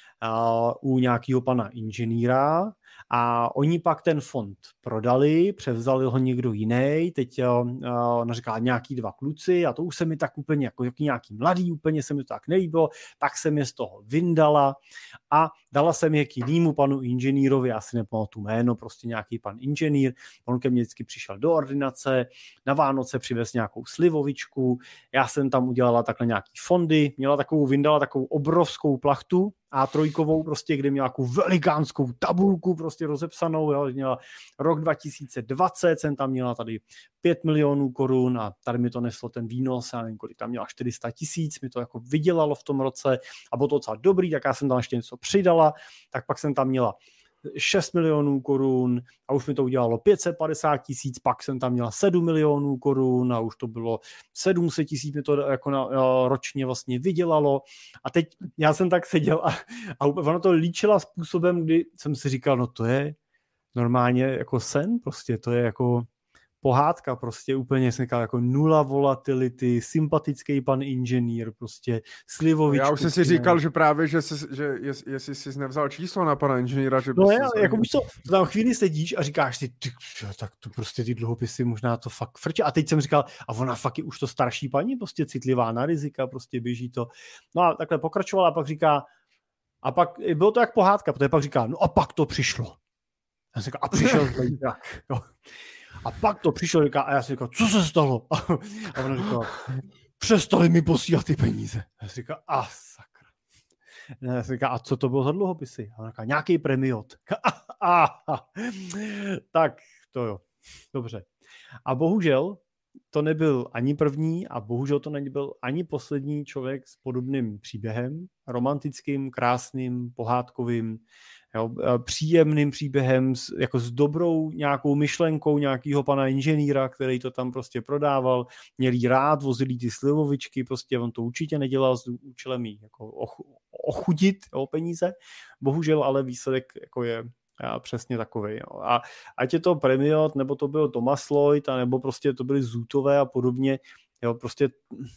u nějakého pana inženýra a oni pak ten fond prodali, převzali ho někdo jiný, teď ona říkala nějaký 2 kluci a to už se mi tak úplně jako nějaký mladý, úplně se mi to tak nelíbilo, tak jsem je z toho vyndala a dala jsem je k jinému panu inženýrovi, já si nepamatuju jméno, prostě nějaký pan inženýr, on ke mně vždycky přišel do ordinace, na Vánoce přivez nějakou slivovičku, já jsem tam udělala takhle nějaký fondy, vyndala takovou obrovskou plachtu, A3, prostě, kde měla nějakou velikánskou tabulku prostě rozepsanou, jo, měla rok 2020, jsem tam měla tady 5 milionů korun a tady mi to neslo ten výnos, já nevím, kolik tam měla 400 000, mi to jako vydělalo v tom roce a bylo to docela dobrý, tak já jsem tam ještě něco přidala, tak pak jsem tam měla 6 milionů korun a už mi to udělalo 550 000, pak jsem tam měla 7 milionů korun a už to bylo 700 000, mi to jako ročně vlastně vydělalo a teď já jsem tak seděl a ona to líčila způsobem, kdy jsem si říkal, no to je normálně jako sen, prostě to je jako pohádka, prostě úplně jsem říkal jako nula volatility, sympatický pan inženýr, prostě slivovičku. Já už jsem si říkal, že právě, že jestli jsi nevzal číslo na pana inženýra, že no já, jako víš co, tam chvíli sedíš a říkáš si, tak to prostě ty dluhopisy možná to fakt frče. A teď jsem říkal, a ona fakt je už to starší paní, prostě citlivá na rizika, prostě běží to. No a takhle pokračovala a pak říká, a pak bylo to jak pohádka, protože pak říká, no a pak to přišlo. Já jsem říkal, a přišel zlejďák. A pak to přišlo a já si říkal, co se stalo? A ona říkala, přestali mi posílat ty peníze. A já si říkal, sakra. A já si říkal, a co to bylo za dluhopisy? A ona říkala, nějaký premiot. Tak to jo, dobře. A bohužel to nebyl ani první a bohužel to nebyl ani poslední člověk s podobným příběhem, romantickým, krásným, pohádkovým, jo, příjemným příběhem, jako s dobrou nějakou myšlenkou nějakého pana inženýra, který to tam prostě prodával, měl jí rád, vozil jí ty slivovičky, prostě on to určitě nedělal s účelem jí jako ochudit o peníze, bohužel ale výsledek jako je Přesně takovej. Jo. A ať je to Premiot, nebo to byl Thomas Lloyd, nebo prostě to byly Zootové a podobně, jo, prostě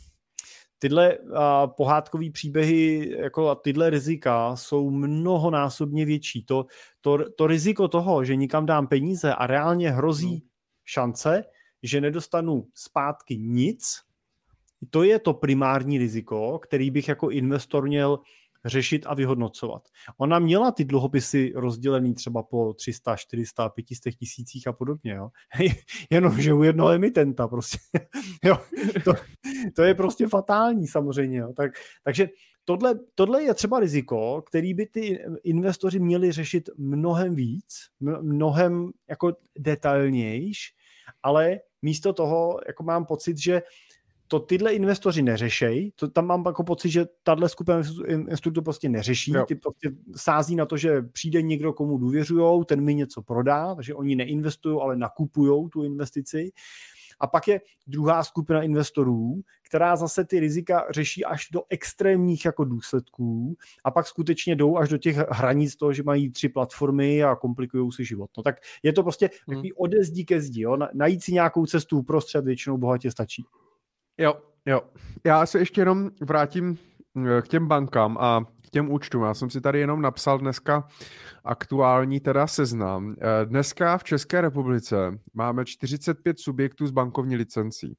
tyhle pohádkové příběhy jako a tyhle rizika jsou mnohonásobně větší. To riziko toho, že nikam dám peníze a reálně hrozí šance, že nedostanu zpátky nic, to je to primární riziko, který bych jako investor měl řešit a vyhodnocovat. Ona měla ty dluhopisy rozdělený třeba po 300, 400, 500 tisících a podobně. Jo? Jenomže u jednoho emitenta prostě. Jo? To je prostě fatální samozřejmě. Jo? Takže tohle je třeba riziko, který by ty investoři měli řešit mnohem víc, mnohem jako detailnějš, ale místo toho jako mám pocit, že to tyhle investoři neřešejí, tam mám jako pocit, že tahle skupina investorů to prostě neřeší, ty prostě sází na to, že přijde někdo, komu důvěřujou, ten mi něco prodá, takže oni neinvestují, ale nakupujou tu investici. A pak je druhá skupina investorů, která zase ty rizika řeší až do extrémních jako důsledků a pak skutečně jdou až do těch hranic toho, že mají 3 platformy a komplikují si život. No tak je to prostě takový ode zdi ke zdi, jo? Najít si nějakou cestu uprostřed většinou bohatě stačí. Jo. Já se ještě jenom vrátím k těm bankám a k těm účtům. Já jsem si tady jenom napsal dneska aktuální teda seznam. Dneska v České republice máme 45 subjektů s bankovní licencí.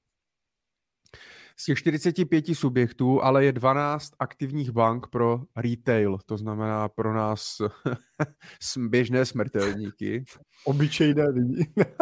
Z těch 45 subjektů ale je 12 aktivních bank pro retail, to znamená pro nás běžné smrtelníky. Obyčejné lidi.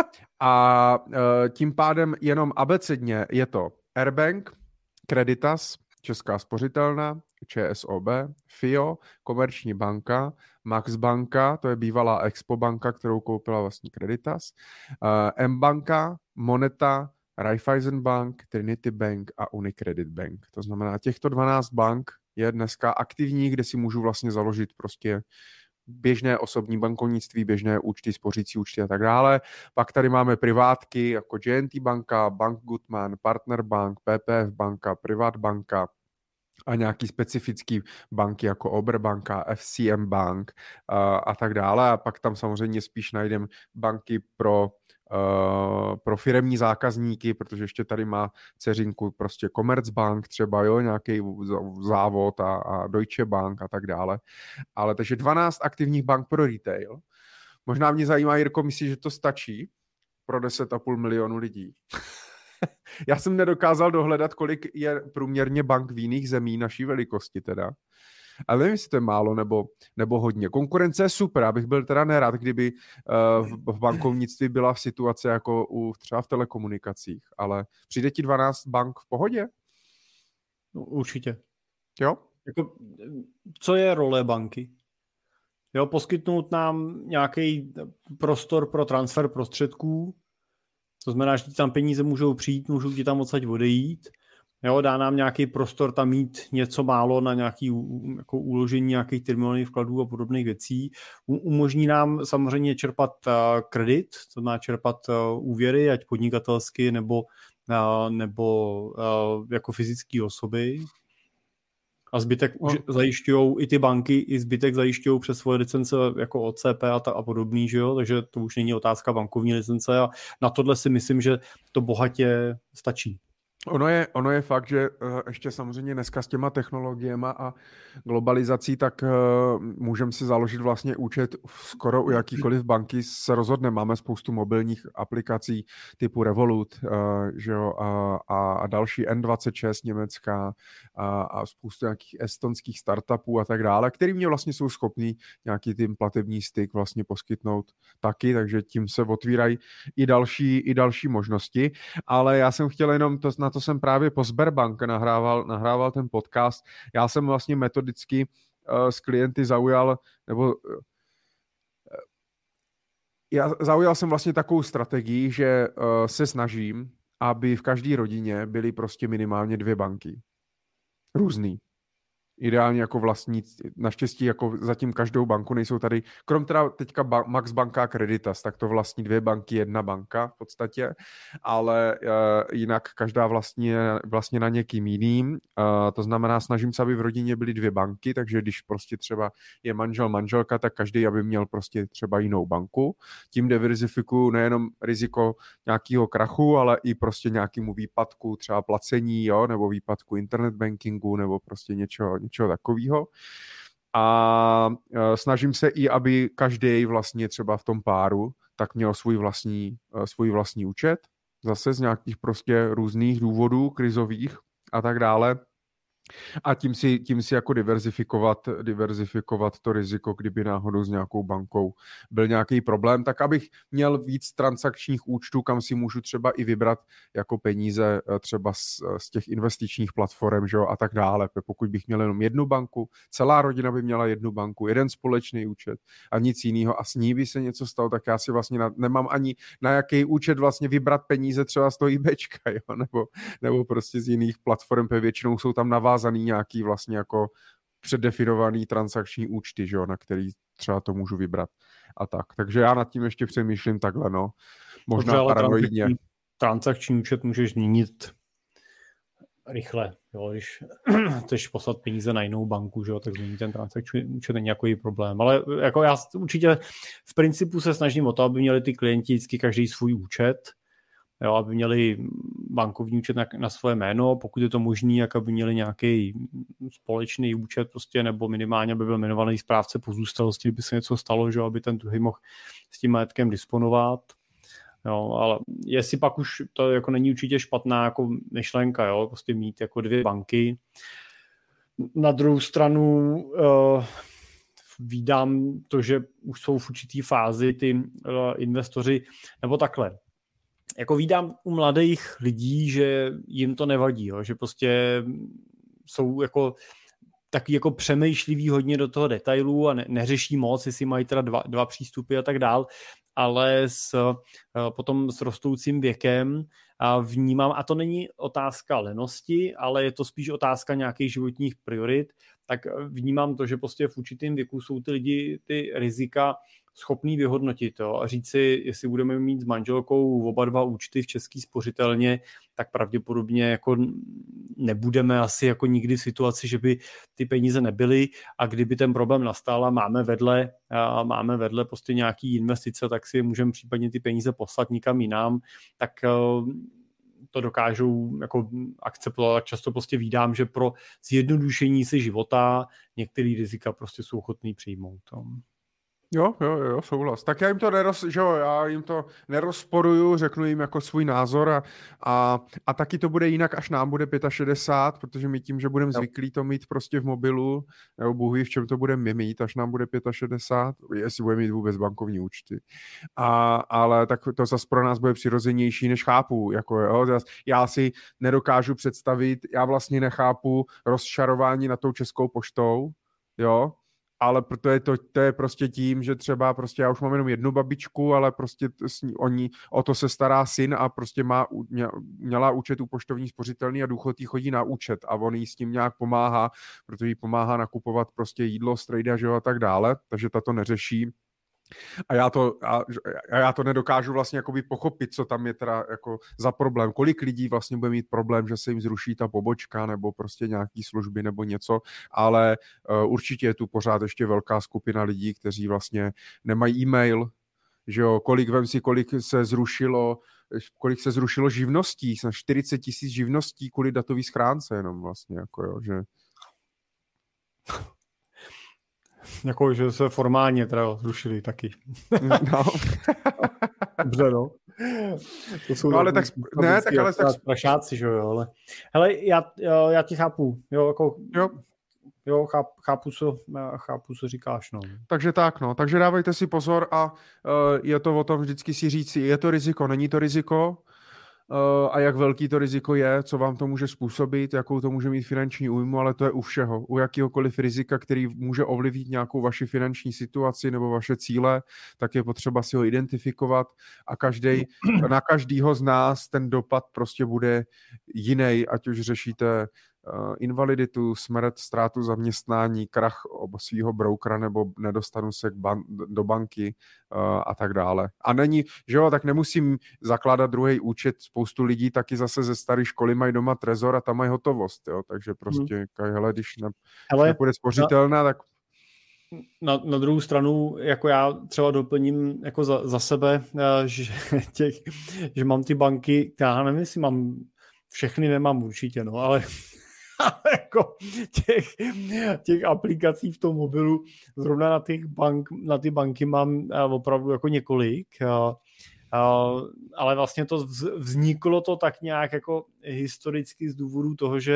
A tím pádem jenom abecedně je to Airbank, Creditas, Česká spořitelna, ČSOB, FIO, Komerční banka, Max banka, to je bývalá Expo banka, kterou koupila vlastně Creditas, M-banka, Moneta, Raiffeisen Bank, Trinity Bank a Unicredit Bank. To znamená, těchto 12 bank je dneska aktivní, kde si můžu vlastně založit prostě běžné osobní bankovnictví, běžné účty, spořící účty a tak dále. Pak tady máme privátky jako J&T banka, Bank Goodman, Partner Bank, PPF banka, Privat banka a nějaký specifický banky jako Oberbanka, FCM Bank a tak dále. A pak tam samozřejmě spíš najdeme banky pro firemní zákazníky, protože ještě tady má dceřinku prostě Commerzbank třeba, jo, nějaký závod a Deutsche Bank a tak dále. Ale takže 12 aktivních bank pro retail. Možná mě zajímá, Jirko, myslíš, že to stačí pro 10,5 milionu lidí? Já jsem nedokázal dohledat, kolik je průměrně bank v jiných zemí naší velikosti teda. Ale nevím, jestli to je málo nebo hodně. Konkurence je super, abych byl teda nerad, kdyby v bankovnictví byla v situaci jako třeba v telekomunikacích, ale přijde ti 12 bank v pohodě? No, určitě. Jo? Jako, co je role banky? Jo, poskytnout nám nějaký prostor pro transfer prostředků, to znamená, že ti tam peníze můžou přijít, můžou ti tam odsaď odejít. Jo, dá nám nějaký prostor tam mít něco málo na nějaké jako uložení nějakých terminálních vkladů a podobných věcí. Umožní nám samozřejmě čerpat kredit, to znamená čerpat úvěry, ať podnikatelsky nebo jako fyzické osoby. A zbytek už zajišťují i ty banky, i zbytek zajišťují přes svoje licence jako OCP a podobný, že jo? Takže to už není otázka bankovní licence a na tohle si myslím, že to bohatě stačí. Ono je fakt, že ještě samozřejmě dneska s těma technologiemi a globalizací, tak můžeme si založit vlastně účet skoro u jakýkoliv banky se rozhodne. Máme spoustu mobilních aplikací typu Revolut, že jo, a další N26 německá a spoustu nějakých estonských startupů a tak dále, který mě vlastně jsou schopní nějaký tím platební styk vlastně poskytnout taky, takže tím se otvírají i další možnosti. Ale já jsem chtěl jenom na to jsem právě po Sberbank nahrával ten podcast. Já jsem vlastně metodicky s klienty zaujal jsem vlastně takovou strategii, že se snažím, aby v každé rodině byly prostě minimálně 2 banky. Různý. Ideálně jako vlastní, naštěstí jako zatím každou banku nejsou tady, krom teda teďka Max Banka a Creditas, tak to vlastní 2 banky, 1 banka v podstatě, ale jinak každá vlastně na někým jiným. To znamená, snažím se, aby v rodině byly 2 banky, takže když prostě třeba je manžel, manželka, tak každý, aby měl prostě třeba jinou banku. Tím diverzifikuju nejenom riziko nějakého krachu, ale i prostě nějakému výpadku, třeba placení, jo, nebo výpadku internet bankingu, nebo prostě něčeho takového. A snažím se i, aby každý vlastně třeba v tom páru tak měl svůj vlastní účet, zase z nějakých prostě různých důvodů, krizových a tak dále. A tím si jako diverzifikovat to riziko, kdyby náhodou s nějakou bankou byl nějaký problém, tak abych měl víc transakčních účtů, kam si můžu třeba i vybrat jako peníze třeba z těch investičních platform, že jo, a tak dále. Pokud bych měl jenom 1 banku, celá rodina by měla 1 banku, 1 společný účet a nic jiného a s ní by se něco stalo, tak já si vlastně nemám ani na jaký účet vlastně vybrat peníze třeba z toho eBayčka, jo, nebo prostě z jiných platform, většinou jsou tam navázaný nějaký vlastně jako předdefinovaný transakční účty, že jo, na který třeba to můžu vybrat a tak. Takže já nad tím ještě přemýšlím takhle, no. Možná paranoidně. Transakční účet můžeš změnit rychle, jo, když chceš poslat peníze na jinou banku, že jo, tak změnit ten transakční účet není nějaký problém. Ale jako já určitě v principu se snažím o to, aby měli ty klienti vždycky každý svůj účet, jo, aby měli bankovní účet na své jméno, pokud je to možný, jak aby měli nějaký společný účet prostě, nebo minimálně by byl jmenovaný správce pozůstalosti, kdyby se něco stalo, že aby ten druhý mohl s tím majetkem disponovat. Jo, ale jestli pak už to jako není určitě špatná jako myšlenka, jo, prostě mít jako 2 banky. Na druhou stranu vídám to, že už jsou v určitý fázi ty investoři, nebo takhle. Jako vídám u mladých lidí, že jim to nevadí, jo? Že prostě jsou jako taky jako přemýšliví hodně do toho detailu a neřeší moc, jestli mají teda dva přístupy a tak dál, ale potom s rostoucím věkem vnímám, a to není otázka lenosti, ale je to spíš otázka nějakých životních priorit, tak vnímám to, že prostě v určitém věku jsou ty lidi ty rizika schopný vyhodnotit, jo, a říct si, jestli budeme mít s manželkou oba 2 účty v České spořitelně, tak pravděpodobně jako nebudeme asi jako nikdy v situaci, že by ty peníze nebyly, a kdyby ten problém nastal a máme vedle prostě nějaký investice, tak si můžeme případně ty peníze poslat nikam jinam, tak to dokážou jako akceptovat. Tak často prostě vídám, že pro zjednodušení si života některé rizika prostě jsou ochotný přijmout. Jo, souhlas. Tak já jim to nerozporuju, řeknu jim jako svůj názor a taky to bude jinak, až nám bude 65, protože my tím, že budeme zvyklí to mít prostě v mobilu, nebo Bůh ví, v čem to budeme mít, až nám bude 65, jestli budeme mít vůbec bankovní účty. Ale tak to zase pro nás bude přirozenější, než chápu. Jako, jo, já si nedokážu představit, já vlastně nechápu rozčarování nad tou Českou poštou, jo, ale to je prostě tím, že třeba prostě já už mám jenom 1 babičku, ale prostě o to se stará syn a prostě měla účet u poštovní spořitelny a důchod jí chodí na účet a on jí s tím nějak pomáhá, protože jí pomáhá nakupovat prostě jídlo, strejda, že jo, a tak dále, takže ta to neřeší. A já to nedokážu vlastně jakoby pochopit, co tam je teda jako za problém. Kolik lidí vlastně bude mít problém, že se jim zruší ta pobočka nebo prostě nějaký služby nebo něco, ale určitě je tu pořád ještě velká skupina lidí, kteří vlastně nemají e-mail, že jo, kolik se zrušilo živností, 40 000 živností kvůli datový schránce jenom vlastně, jako jo, že... Jako, že se formálně teda zrušili taky. No. Dobře, no. To jsou no ale tak, ne, tak ale tak... Prašáci, že jo, ale... Hele, já ti chápu, jo, jako... Jo, chápu, co říkáš, no. Takže tak, no. Takže dávejte si pozor a je to o tom vždycky si říct, je to riziko, není to riziko, a jak velký to riziko je, co vám to může způsobit, jakou to může mít finanční újmu, ale to je u všeho. U jakéhokoliv rizika, který může ovlivnit nějakou vaši finanční situaci nebo vaše cíle, tak je potřeba si ho identifikovat a na každýho z nás ten dopad prostě bude jiný, ať už řešíte invaliditu, smrt, ztrátu zaměstnání, krach svého broukera nebo nedostanu se do banky a tak dále. A není, že jo, tak nemusím zakládat druhý účet. Spoustu lidí taky zase ze staré školy mají doma trezor a tam mají hotovost, jo, takže prostě, hele, když nepůjde spořitelná, tak na druhou stranu, jako já třeba doplním jako za sebe, že mám ty banky, já nevím, jestli mám, všechny nemám určitě, no, ale jako těch aplikací v tom mobilu, zrovna na ty banky mám opravdu jako několik, ale vlastně to vzniklo to tak nějak jako historicky z důvodu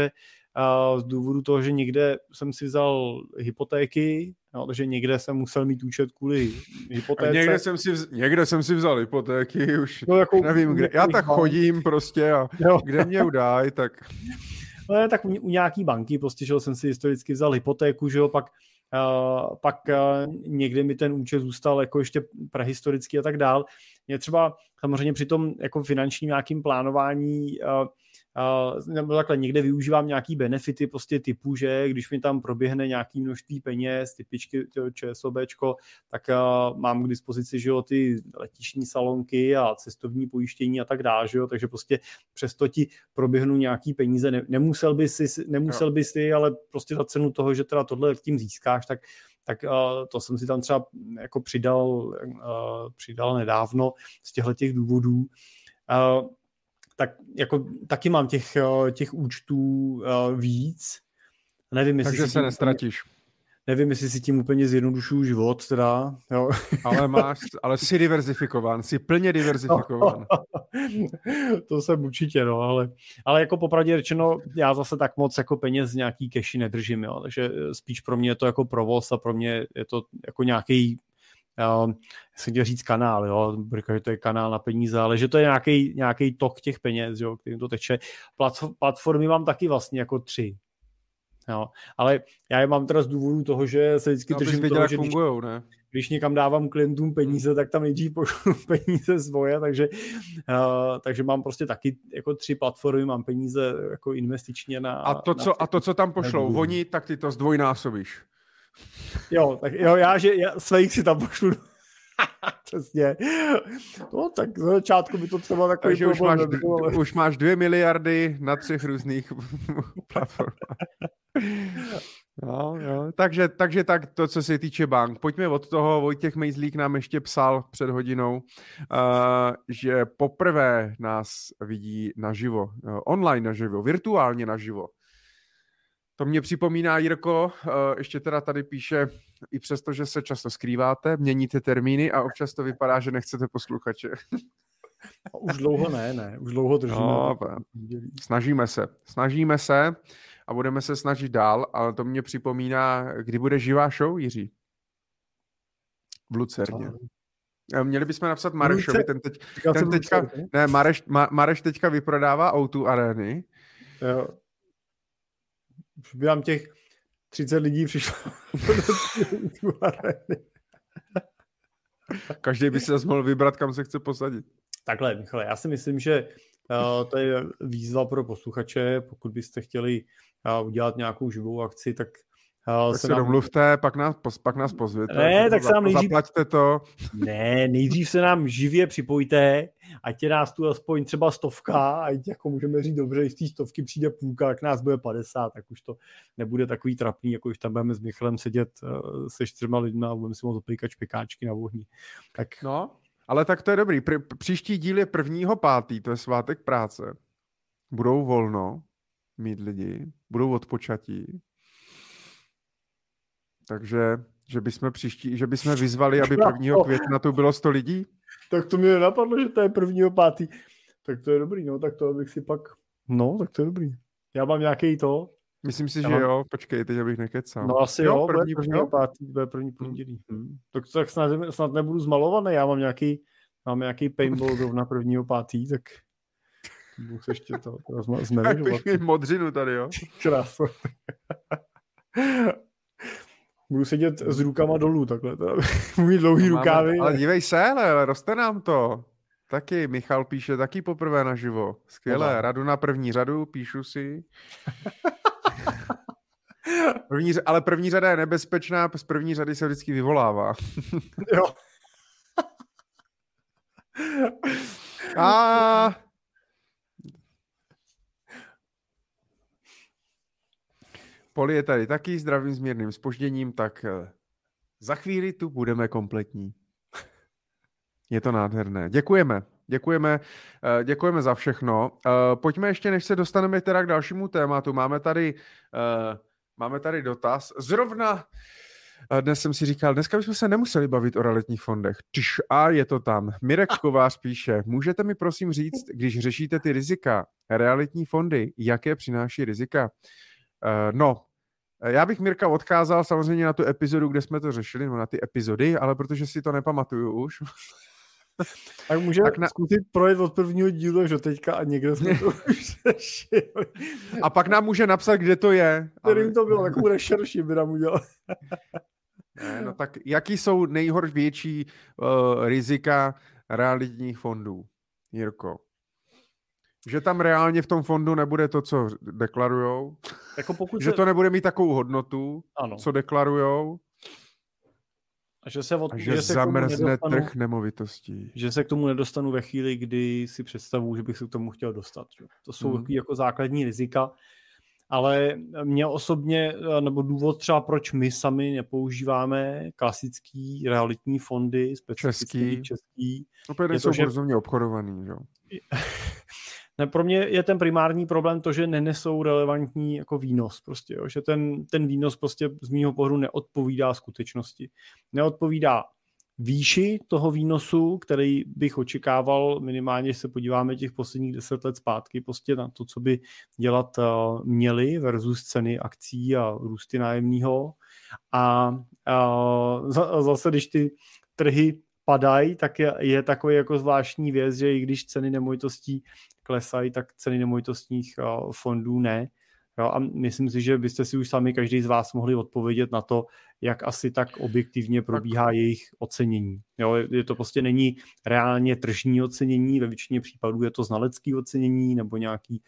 toho, že někde jsem si vzal hypotéky, no, takže někde jsem musel mít účet kvůli hypotéce. Někde jsem si vzal hypotéky, už no, jako, nevím, kde. Já tak chodím prostě a kde mě udají, tak... No, tak u nějaký banky, prostě, že jsem si historicky vzal hypotéku, že jo, pak někde mi ten účet zůstal jako ještě prehistorický a tak dál. Mě třeba samozřejmě při tom jako finančním nějakým plánování nebo takhle někde využívám nějaký benefity prostě typu, že když mi tam proběhne nějaký množství peněz, typičky ČSOBčko, tak mám k dispozici, že jo, ty letišní salonky a cestovní pojištění a tak dále, že jo, takže prostě přesto ti proběhnou nějaký peníze, nemusel by si, ale prostě za cenu toho, že teda tohle tím získáš, tak to jsem si tam třeba jako přidal nedávno z těch důvodů. Tak jako taky mám těch účtů víc. Nevím, jestli takže se nestratíš. Nevím, jestli si tím úplně zjednodušuju život, teda. Jo. Ale jsi diverzifikován, jsi plně diverzifikován. To jsem určitě, no, ale jako popravdě řečeno, já zase tak moc jako peněz nějaký cashi nedržím, jo, takže spíš pro mě je to jako provoz a pro mě je to jako nějaký jsem chtěl říct kanál, jo, protože to je kanál na peníze, ale že to je nějaký tok těch peněz, jo, kterým to teče. Platformy mám taky vlastně jako 3. Jo, ale já je mám teda z důvodu toho, že se vždycky držím toho, že když někam dávám klientům peníze, tak tam nejdřív pošlu peníze svoje, takže mám prostě taky jako 3 platformy, mám peníze jako investičně na... A to, co tam pošlou oni, tak ty to zdvojnásobíš. Jo, tak jo, já svých si tam pošlu. Přesně. No, tak za začátku by to třeba takový takže už máš 2 miliardy na 3 různých platformách. No, jo. Takže tak to, co se týče bank. Pojďme od toho, Vojtěch Mejzlík nám ještě psal před hodinou, že poprvé nás vidí naživo, online naživo, virtuálně naživo. To mě připomíná, Jirko, ještě teda tady píše, i přesto, že se často skrýváte, měníte termíny a občas to vypadá, že nechcete posluchače. Už dlouho ne, už dlouho držíme. No, snažíme se a budeme se snažit dál, ale to mě připomíná, kdy bude živá show, Jiří? V Lucerně. Měli bychom napsat Marešovi, Mareš teďka vyprodává O2 Areny. Jo. Už by nám těch 30 lidí přišlo. Každý by se zase mohl vybrat, kam se chce posadit. Takhle, Michale, já si myslím, že to je výzva pro posluchače. Pokud byste chtěli udělat nějakou živou akci, tak se domluvte, pak nás pozvěte. Ne, tak se nám nejdřív... Zaplaťte to. Ne, nejdřív se nám živě připojte, ať je nás tu aspoň třeba 100, ať jako můžeme říct dobře, když z té 100 přijde půlka, tak nás bude 50, tak už to nebude takový trapný, jako když tam budeme s Michalem sedět se 4 lidmi a budeme si moct opejkat špekáčky na ohni. Tak... No, ale tak to je dobrý. Příští díl je 1.5., to je svátek práce. Budou volno mít lidi, budou odpočatí. Takže, že bychom vyzvali, aby 1. května tu bylo 100 lidí? Tak to mi nenapadlo, že to je 1.5. Tak to je dobrý, no, tak to bych si pak... No, tak to je dobrý. Já mám nějaký to... Myslím si, že jo, počkej, teď abych nekecal. No asi jo, bude první pondělí. Tak snad nebudu zmalovaný, já mám nějaký paintball zrovna 1.5., tak budu se ještě to znevěřovat. Tak modřinu tady, jo. Krásno. Budu sedět s rukama dolů, takhle. Můj dlouhý rukávy. Ale dívej se, ale roste nám to. Taky Michal píše taky poprvé naživo. Skvělé, radu na první řadu, píšu si. Ale první řada je nebezpečná, z první řady se vždycky vyvolává. Jo. Poli je tady taky, zdravím s mírným zpožděním, tak za chvíli tu budeme kompletní. Je to nádherné. Děkujeme za všechno. Pojďme ještě, než se dostaneme teda k dalšímu tématu. Máme tady dotaz. Zrovna dnes jsem si říkal, dneska bychom se nemuseli bavit o realitních fondech. A je to tam. Mirek Kovář píše, můžete mi prosím říct, když řešíte ty rizika, realitní fondy, jaké přináší rizika? Já bych Mirka odkázal samozřejmě na tu epizodu, kde jsme to řešili, no na ty epizody, ale protože si to nepamatuju už. Tak může zkusit projet od prvního dílu až do teďka a někde jsme to už řešili. A pak nám může napsat, kde to je. Kterým to bylo, takovou rešerši by nám udělal. No tak jaký jsou největší rizika realitních fondů, Jirko? Že tam reálně v tom fondu nebude to, co deklarujou. Jako že to nebude mít takovou hodnotu, ano, co deklarujou. A že se zamrzne trh nemovitostí. Že se k tomu nedostanu ve chvíli, kdy si představuji, že bych se k tomu chtěl dostat. Že? To jsou takový jako základní rizika. Ale mě osobně, nebo důvod třeba, proč my sami nepoužíváme klasický realitní fondy, specificky český. Opět jsou burzovně obchodovaný, jo? Ne, pro mě je ten primární problém to, že nenesou relevantní jako výnos prostě, jo? Že ten výnos prostě z mýho pohledu neodpovídá skutečnosti. Neodpovídá výši toho výnosu, který bych očekával minimálně, když se podíváme těch posledních 10 let zpátky prostě na to, co by dělat měli versus ceny akcí a růsty nájemního. A zase, když ty trhy padají, tak je takový jako zvláštní věc, že i když ceny nemovitostí klesají, tak ceny nemovitostních fondů ne. Jo, a myslím si, že byste si už sami každý z vás mohli odpovědět na to, jak asi tak objektivně probíhá jejich ocenění. Jo, je to prostě není reálně tržní ocenění, ve většině případů je to znalecké ocenění nebo nějaký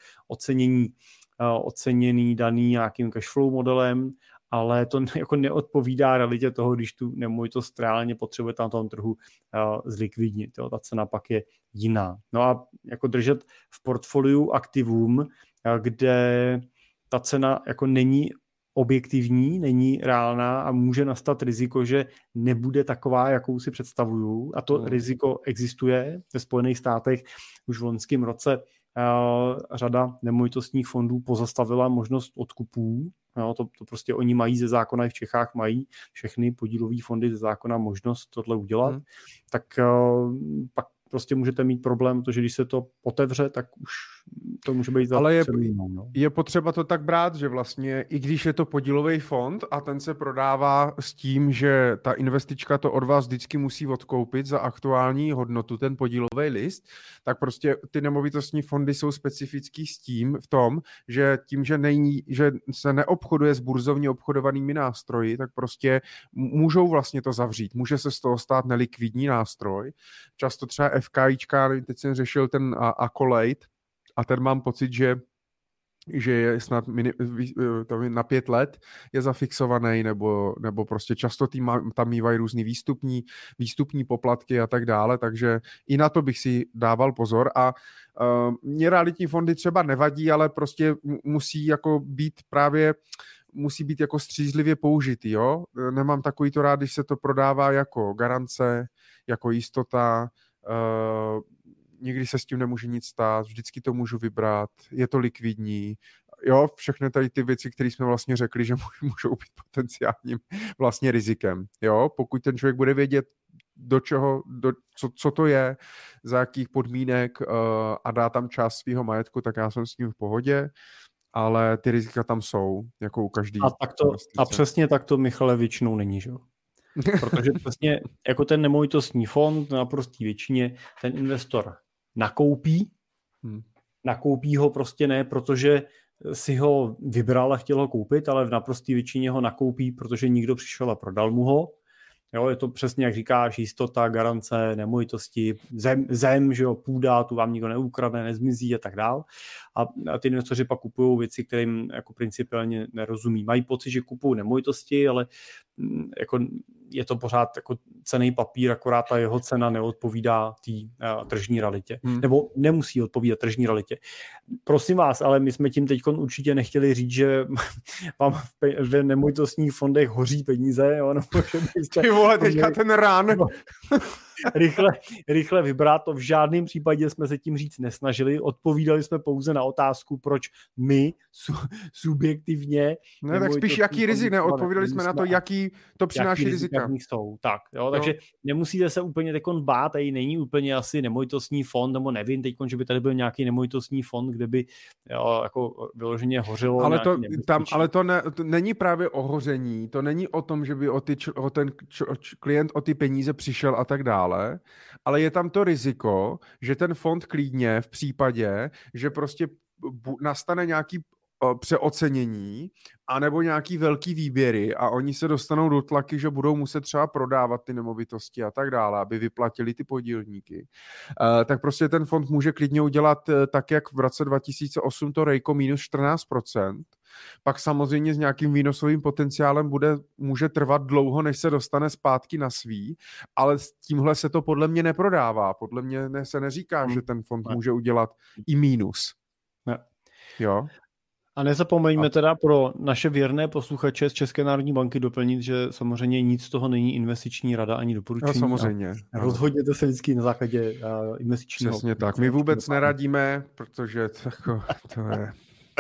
oceněný daný nějakým cashflow modelem, ale to jako neodpovídá realitě toho, když tu nemovitost reálně potřebujete na tom trhu zlikvidnit. Jo, ta cena pak je jiná. No a jako držet v portfoliu aktivum, kde ta cena jako není objektivní, není reálná a může nastat riziko, že nebude taková, jakou si představuju. A to riziko existuje. Ve Spojených státech už v loňském roce řada nemovitostních fondů pozastavila možnost odkupů. No, to prostě oni mají ze zákona, i v Čechách mají všechny podílové fondy ze zákona možnost tohle udělat. Tak pak prostě můžete mít problém, protože když se to otevře, tak už to může být za jinou. No. Je potřeba to tak brát, že vlastně i když je to podílový fond a ten se prodává s tím, že ta investička to od vás vždycky musí odkoupit za aktuální hodnotu, ten podílový list, tak prostě ty nemovitostní fondy jsou specifický v tom, že tím, že se neobchoduje s burzovně obchodovanými nástroji, tak prostě můžou vlastně to zavřít. Může se z toho stát nelikvidní nástroj. Často třeba FKIčka, teď jsem řešil ten Accolade a ten mám pocit, že je snad na 5 let je zafixovaný, nebo prostě často tam mývají různý výstupní poplatky a tak dále, takže i na to bych si dával pozor a mě realitní fondy třeba nevadí, ale prostě musí být jako střízlivě použitý, jo? Nemám takový to rád, když se to prodává jako garance, jako jistota, nikdy se s tím nemůže nic stát, vždycky to můžu vybrat, je to likvidní, jo, všechny tady ty věci, které jsme vlastně řekli, že můžou být potenciálním vlastně rizikem, jo, pokud ten člověk bude vědět, co to je, za jakých podmínek a dá tam část svého majetku, tak já jsem s tím v pohodě, ale ty rizika tam jsou, jako u každý. A přesně tak to, Michale, většinou není, že jo? Protože přesně jako ten nemovitostní fond na prostý většině ten investor nakoupí ho prostě ne, protože si ho vybral a chtěl ho koupit, ale v naprosté většině ho nakoupí, protože někdo přišel a prodal mu ho. Jo, je to přesně, jak říkáš, jistota, garance, nemovitosti, zem, že jo, půda, tu vám nikdo neukradne, nezmizí a tak dál. A ty investoři pak kupují věci, kterým jako principiálně nerozumí. Mají pocit, že kupují nemovitosti, ale jako je to pořád jako cenný papír, akorát ta jeho cena neodpovídá té tržní realitě. Nebo nemusí odpovídat tržní realitě. Prosím vás, ale my jsme tím teď určitě nechtěli říct, že vám v nemovitostních fondech hoří peníze. Jo? Ty vole, teďka ten rán. Rychle vybrat, to v žádném případě jsme se tím říct nesnažili. Odpovídali jsme pouze na otázku, proč my subjektivně... Ne, tak spíš jaký rizik, neodpovídali jsme na to, jaký to přináší rizika. Jsou. Tak, jo, takže nemusíte se úplně teďkon bát, tady není úplně asi nemovitostní fond, nebo nevím teďkon, že by tady byl nějaký nemovitostní fond, kde by jako vyloženě hořelo. Ale to není právě o hoření, to není o tom, že by ten klient o ty peníze přišel a tak dále, ale je tam to riziko, že ten fond klidně v případě, že prostě nastane nějaký přeocenění anebo nějaký velký výběry a oni se dostanou do tlaky, že budou muset třeba prodávat ty nemovitosti a tak dále, aby vyplatili ty podílníky. Tak prostě ten fond může klidně udělat tak, jak v roce 2008 to Rejko minus 14%. Pak samozřejmě s nějakým výnosovým potenciálem může trvat dlouho, než se dostane zpátky na svý, ale s tímhle se to podle mě neprodává. Podle mě se neříká, že ten fond může udělat i mínus. Ne. Jo? A nezapomeňme teda pro naše věrné posluchače z České národní banky doplnit, že samozřejmě nic z toho není investiční rada ani doporučení. No, samozřejmě. Rozhodněte se vždycky na základě investičního. Přesně tak. My vůbec neradíme, protože to je...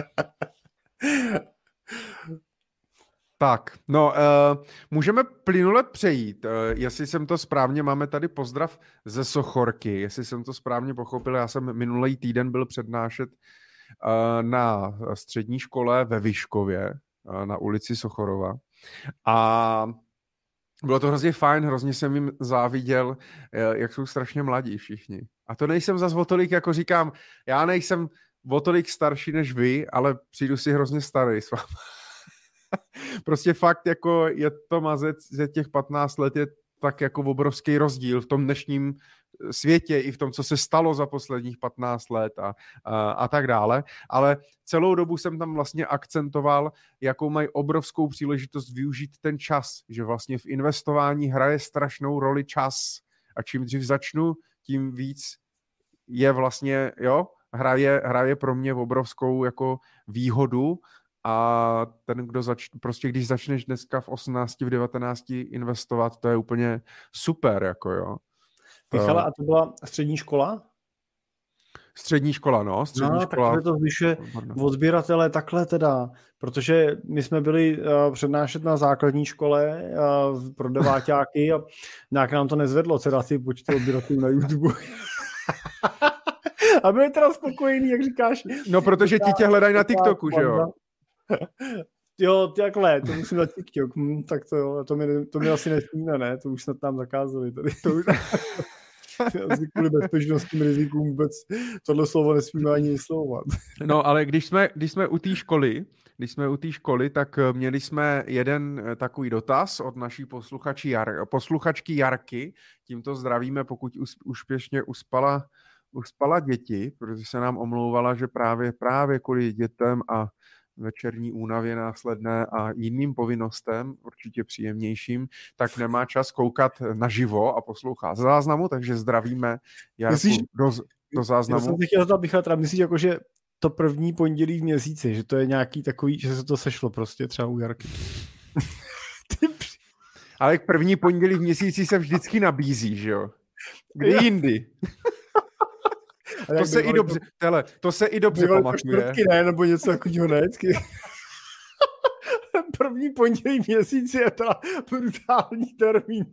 Tak, no, můžeme plynule přejít. Jestli jsem to správně, máme tady pozdrav ze Sochorky, jestli jsem to správně pochopil, já jsem minulý týden byl přednášet na střední škole ve Vyškově, na ulici Sochorova. A bylo to hrozně fajn, hrozně jsem jim záviděl, jak jsou strašně mladí všichni. A to nejsem zas o tolik, jako říkám, já nejsem o tolik starší než vy, ale přijdu si hrozně starý s vámi. Prostě fakt, jako je to mazec ze těch 15 let, je tak jako obrovský rozdíl v tom dnešním světě i v tom, co se stalo za posledních 15 let a tak dále. Ale celou dobu jsem tam vlastně akcentoval, jakou mají obrovskou příležitost využít ten čas, že vlastně v investování hraje strašnou roli čas. A čím dřív začnu, tím víc je vlastně, hraje pro mě obrovskou jako výhodu. A ten, kdo prostě když začneš dneska v 18, v 19 investovat, to je úplně super, jako jo. Michala, a to byla střední škola? Střední škola, no. Střední škola. Tak to zvyšuje odběratele takhle teda, protože my jsme byli přednášet na základní škole pro deváťáky a nějak nám to nezvedlo, teda si počty odběratelů na YouTube. A byli teda spokojení, jak říkáš. No, protože ti tě hledají na TikToku, že jo? Jo, takhle, to musím na TikTok. Tak to jo, to mi asi nesmíme, ne? To už snad tam zakázali tady. To už... Asi kvůli bezpečnostním rizikům vůbec tohle slovo nesmíme ani vyslovovat. No, ale když jsme u té školy, tak měli jsme jeden takový dotaz od naší posluchačky Jarky. Tímto zdravíme, pokud úspěšně uspala děti, protože se nám omlouvala, že právě kvůli dětem a večerní únavě následné a jiným povinnostem, určitě příjemnějším, tak nemá čas koukat naživo a poslouchá z záznamu, takže zdravíme Jarku do záznamu. Já jsem si chtěl zeptat, Michal, myslíš jako, že to první pondělí v měsíci, že to je nějaký takový, že se to sešlo prostě třeba u Jarky. Ale k první pondělí v měsíci se vždycky nabízí, že jo? Kdy jindy? To se i dobře pamatuje. Čtvrtky, ne, nebo něco takového, ne? První pondělí měsíc je to brutální termín.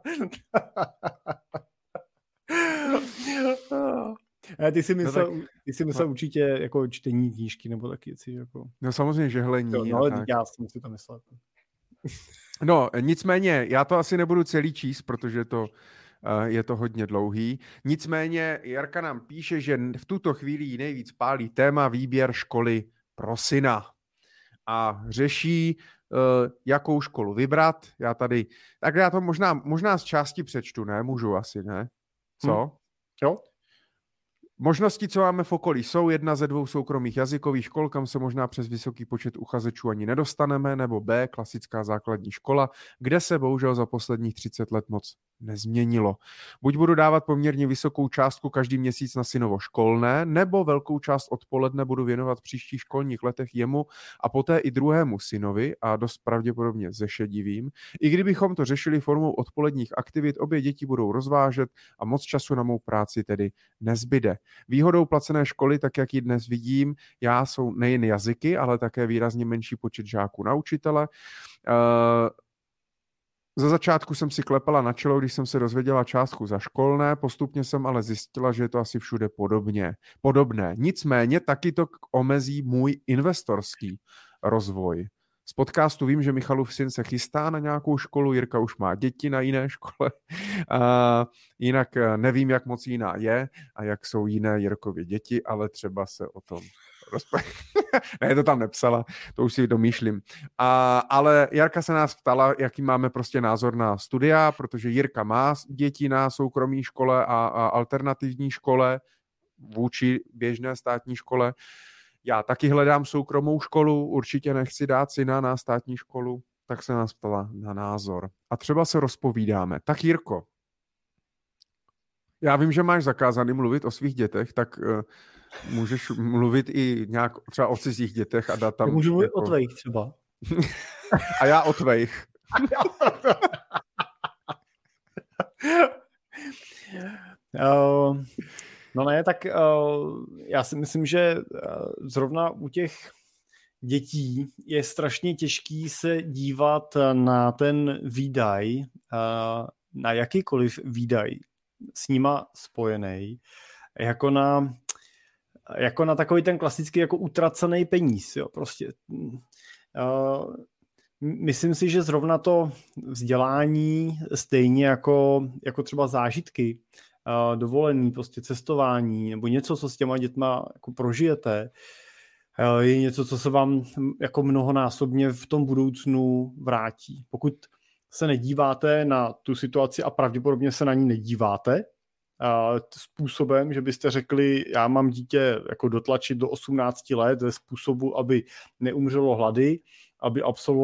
Ty si myslel určitě jako čtení knížky nebo taky věci. Jako... No samozřejmě žehlení. No, ale já jsem si to myslel. No, nicméně, já to asi nebudu celý číst, protože je to hodně dlouhý. Nicméně Jarka nám píše, že v tuto chvíli nejvíc pálí téma výběr školy pro syna. A řeší jakou školu vybrat. Tak já to možná z části přečtu, ne? Můžu asi, ne? Co? Jo. Možnosti, co máme v okolí, jsou 1 ze 2 soukromých jazykových škol, kam se možná přes vysoký počet uchazečů ani nedostaneme, nebo B, klasická základní škola, kde se bohužel za posledních 30 let moc nezměnilo. Buď budu dávat poměrně vysokou částku každý měsíc na synovo školné, nebo velkou část odpoledne budu věnovat v příštích školních letech jemu a poté i druhému synovi a dost pravděpodobně zešedivým. I kdybychom to řešili formou odpoledních aktivit, obě děti budou rozvážet a moc času na mou práci tedy nezbyde. Výhodou placené školy, tak jak ji dnes vidím, jsou nejen jazyky, ale také výrazně menší počet žáků na učitele. Za začátku jsem si klepala na čelo, když jsem se dozvěděla částku za školné, postupně jsem ale zjistila, že je to asi všude podobné. Nicméně taky to omezí můj investorský rozvoj. Z podcastu vím, že Michalův syn se chystá na nějakou školu, Jirka už má děti na jiné škole, jinak nevím, jak moc jiná je a jak jsou jiné Jirkovy děti, ale třeba se o tom ne, to tam nepsala, to už si domýšlím. Ale Jarka se nás ptala, jaký máme prostě názor na studia, protože Jirka má děti na soukromé škole a alternativní škole vůči běžné státní škole. Já taky hledám soukromou školu, určitě nechci dát syna na státní školu, tak se nás ptala na názor. A třeba se rozpovídáme. Tak Jirko, já vím, že máš zakázaný mluvit o svých dětech, tak můžeš mluvit i nějak třeba o cizích dětech a dát tam... Můžu mluvit o tvých třeba. A já o tvých. No ne, tak já si myslím, že zrovna u těch dětí je strašně těžký se dívat na ten výdaj, na jakýkoliv výdaj s nima spojený, jako na takový ten klasický jako utracený peníz. Jo, prostě. Myslím si, že zrovna to vzdělání stejně jako třeba zážitky, dovolený, prostě cestování nebo něco, co s těma dětma jako prožijete, je něco, co se vám jako mnohonásobně v tom budoucnu vrátí. Pokud se nedíváte na tu situaci a pravděpodobně se na ní nedíváte způsobem, že byste řekli, já mám dítě jako dotlačit do 18 let ze způsobu, aby neumřelo hlady, aby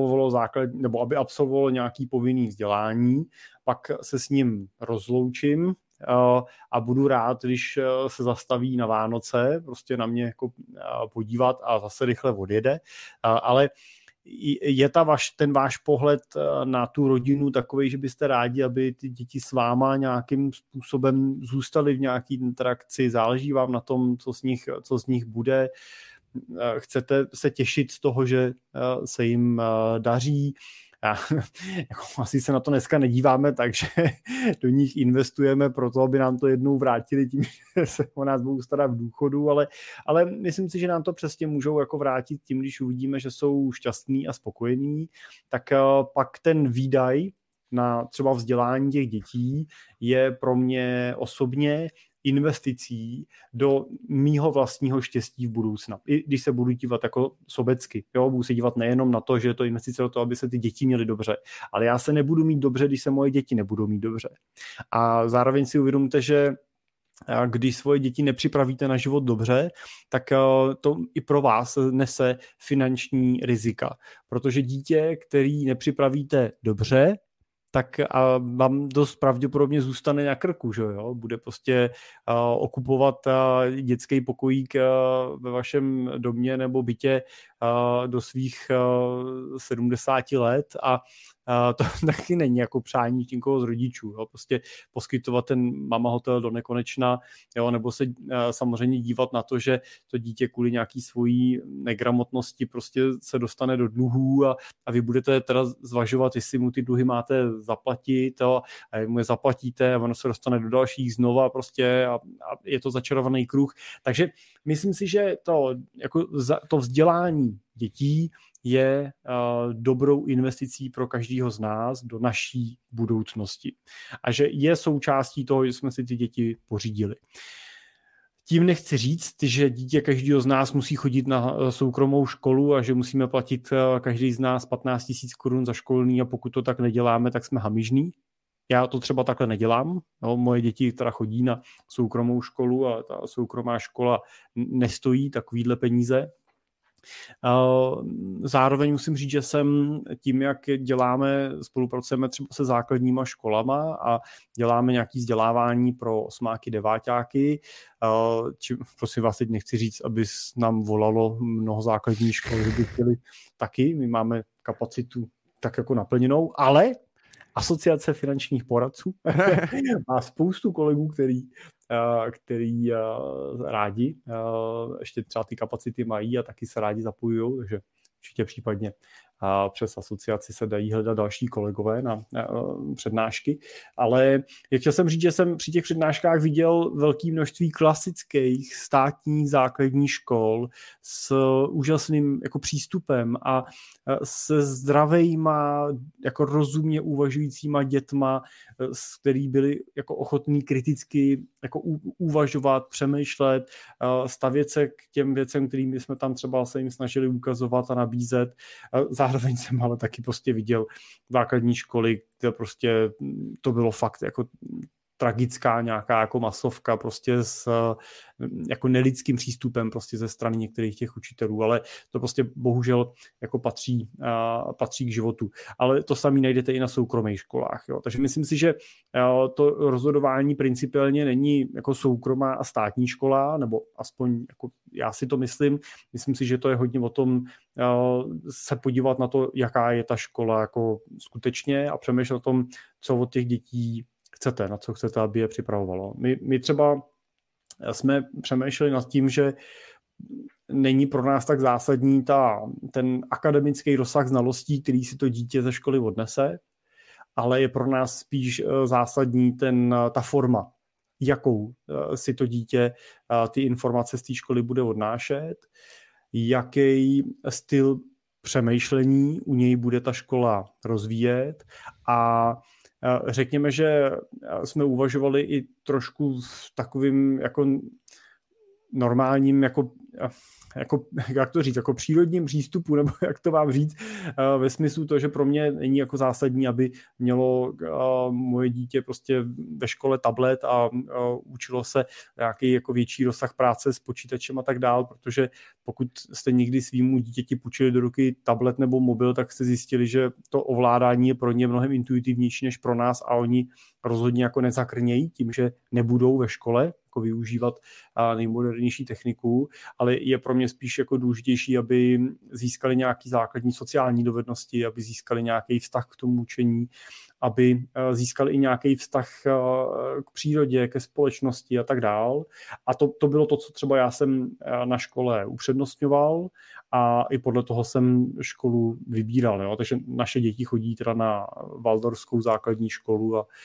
absolvovalo nějaký povinný vzdělání, pak se s ním rozloučím a budu rád, když se zastaví na Vánoce, prostě na mě jako podívat a zase rychle odjede, ale je ten váš pohled na tu rodinu takový, že byste rádi, aby ty děti s váma nějakým způsobem zůstaly v nějaký interakci, záleží vám na tom, co z nich bude, chcete se těšit z toho, že se jim daří. Jako asi se na to dneska nedíváme, takže do nich investujeme proto, aby nám to jednou vrátili tím, že se o nás budou starat v důchodu, ale myslím si, že nám to přesně můžou jako vrátit tím, když uvidíme, že jsou šťastní a spokojení, tak pak ten výdaj na třeba vzdělání těch dětí je pro mě osobně investicí do mýho vlastního štěstí v budoucna. I když se budu dívat jako sobecky, jo, budu se dívat nejenom na to, že je to investice do toho, aby se ty děti měly dobře, ale já se nebudu mít dobře, když se moje děti nebudou mít dobře. A zároveň si uvědomte, že když svoje děti nepřipravíte na život dobře, tak to i pro vás nese finanční rizika. Protože dítě, který nepřipravíte dobře, tak vám dost pravděpodobně zůstane na krku, že jo? Bude prostě okupovat dětský pokojík ve vašem domě nebo bytě do svých 70 let a to taky není jako přání nikoho z rodičů. Jo? Prostě poskytovat ten mama hotel do nekonečna, jo? Nebo se samozřejmě dívat na to, že to dítě kvůli nějaký svojí negramotnosti prostě se dostane do dluhů a vy budete teda zvažovat, jestli mu ty dluhy máte zaplatit a mu je zaplatíte a ono se dostane do dalších znova prostě a je to začarovaný kruh. Takže myslím si, že to vzdělání dětí je dobrou investicí pro každého z nás do naší budoucnosti. A že je součástí toho, že jsme si ty děti pořídili. Tím nechci říct, že dítě každého z nás musí chodit na soukromou školu a že musíme platit každý z nás 15 000 korun za školní a pokud to tak neděláme, tak jsme hamižní. Já to třeba takhle nedělám. No, moje děti teda chodí na soukromou školu a ta soukromá škola nestojí takovýhle peníze. Zároveň musím říct, že jsem tím, jak spolupracujeme třeba se základníma školama a děláme nějaké vzdělávání pro osmáky, deváťáky. Prosím vás, teď nechci říct, aby nám volalo mnoho základních škol, že by chtěli taky. My máme kapacitu tak jako naplněnou, ale Asociace finančních poradců má spoustu kolegů, který rádi ještě třeba ty kapacity mají a taky se rádi zapojují, takže určitě případně přes asociaci se dají hledat další kolegové na přednášky. Ale chtěl jsem říct, že jsem při těch přednáškách viděl velké množství klasických státních základních škol s úžasným jako přístupem a se zdravejma, jako rozumně uvažujícíma dětma, který byli jako ochotní kriticky jako uvažovat, přemýšlet, stavět se k těm věcem, kterými jsme tam třeba se jim snažili ukazovat a nabízet. Zároveň jsem ale taky prostě viděl základní školy, kde prostě to bylo fakt jako tragická nějaká jako masovka prostě s jako nelidským přístupem prostě ze strany některých těch učitelů, ale to prostě bohužel jako patří k životu. Ale to samé najdete i na soukromých školách. Jo. Takže myslím si, že to rozhodování principiálně není jako soukromá a státní škola, nebo aspoň jako já si to myslím. Myslím si, že to je hodně o tom se podívat na to, jaká je ta škola jako skutečně a přemýšlet o tom, co od těch dětí chcete, na co chcete, aby je připravovalo. My třeba jsme přemýšleli nad tím, že není pro nás tak zásadní ten akademický rozsah znalostí, který si to dítě ze školy odnese, ale je pro nás spíš zásadní ta forma, jakou si to dítě ty informace z té školy bude odnášet, jaký styl přemýšlení u něj bude ta škola rozvíjet a řekněme, že jsme uvažovali i trošku v takovým jako normálním, jako jak to říct, jako přírodním přístupu, nebo jak to mám říct, ve smyslu to, že pro mě není jako zásadní, aby mělo moje dítě prostě ve škole tablet a učilo se nějaký jako větší rozsah práce s počítačem a tak dál, protože pokud jste někdy svýmu dítěti půjčili do ruky tablet nebo mobil, tak jste zjistili, že to ovládání je pro ně mnohem intuitivnější než pro nás a oni rozhodně jako nezakrnějí tím, že nebudou ve škole jako využívat nejmodernější techniku, ale je pro mě spíš jako důležitější, aby získali nějaký základní sociální dovednosti, aby získali nějaký vztah k tomu učení, aby získali i nějaký vztah k přírodě, ke společnosti a tak dál. A to bylo to, co třeba já jsem na škole upřednostňoval a i podle toho jsem školu vybíral. Jo? Takže naše děti chodí teda na Waldorskou základní školu a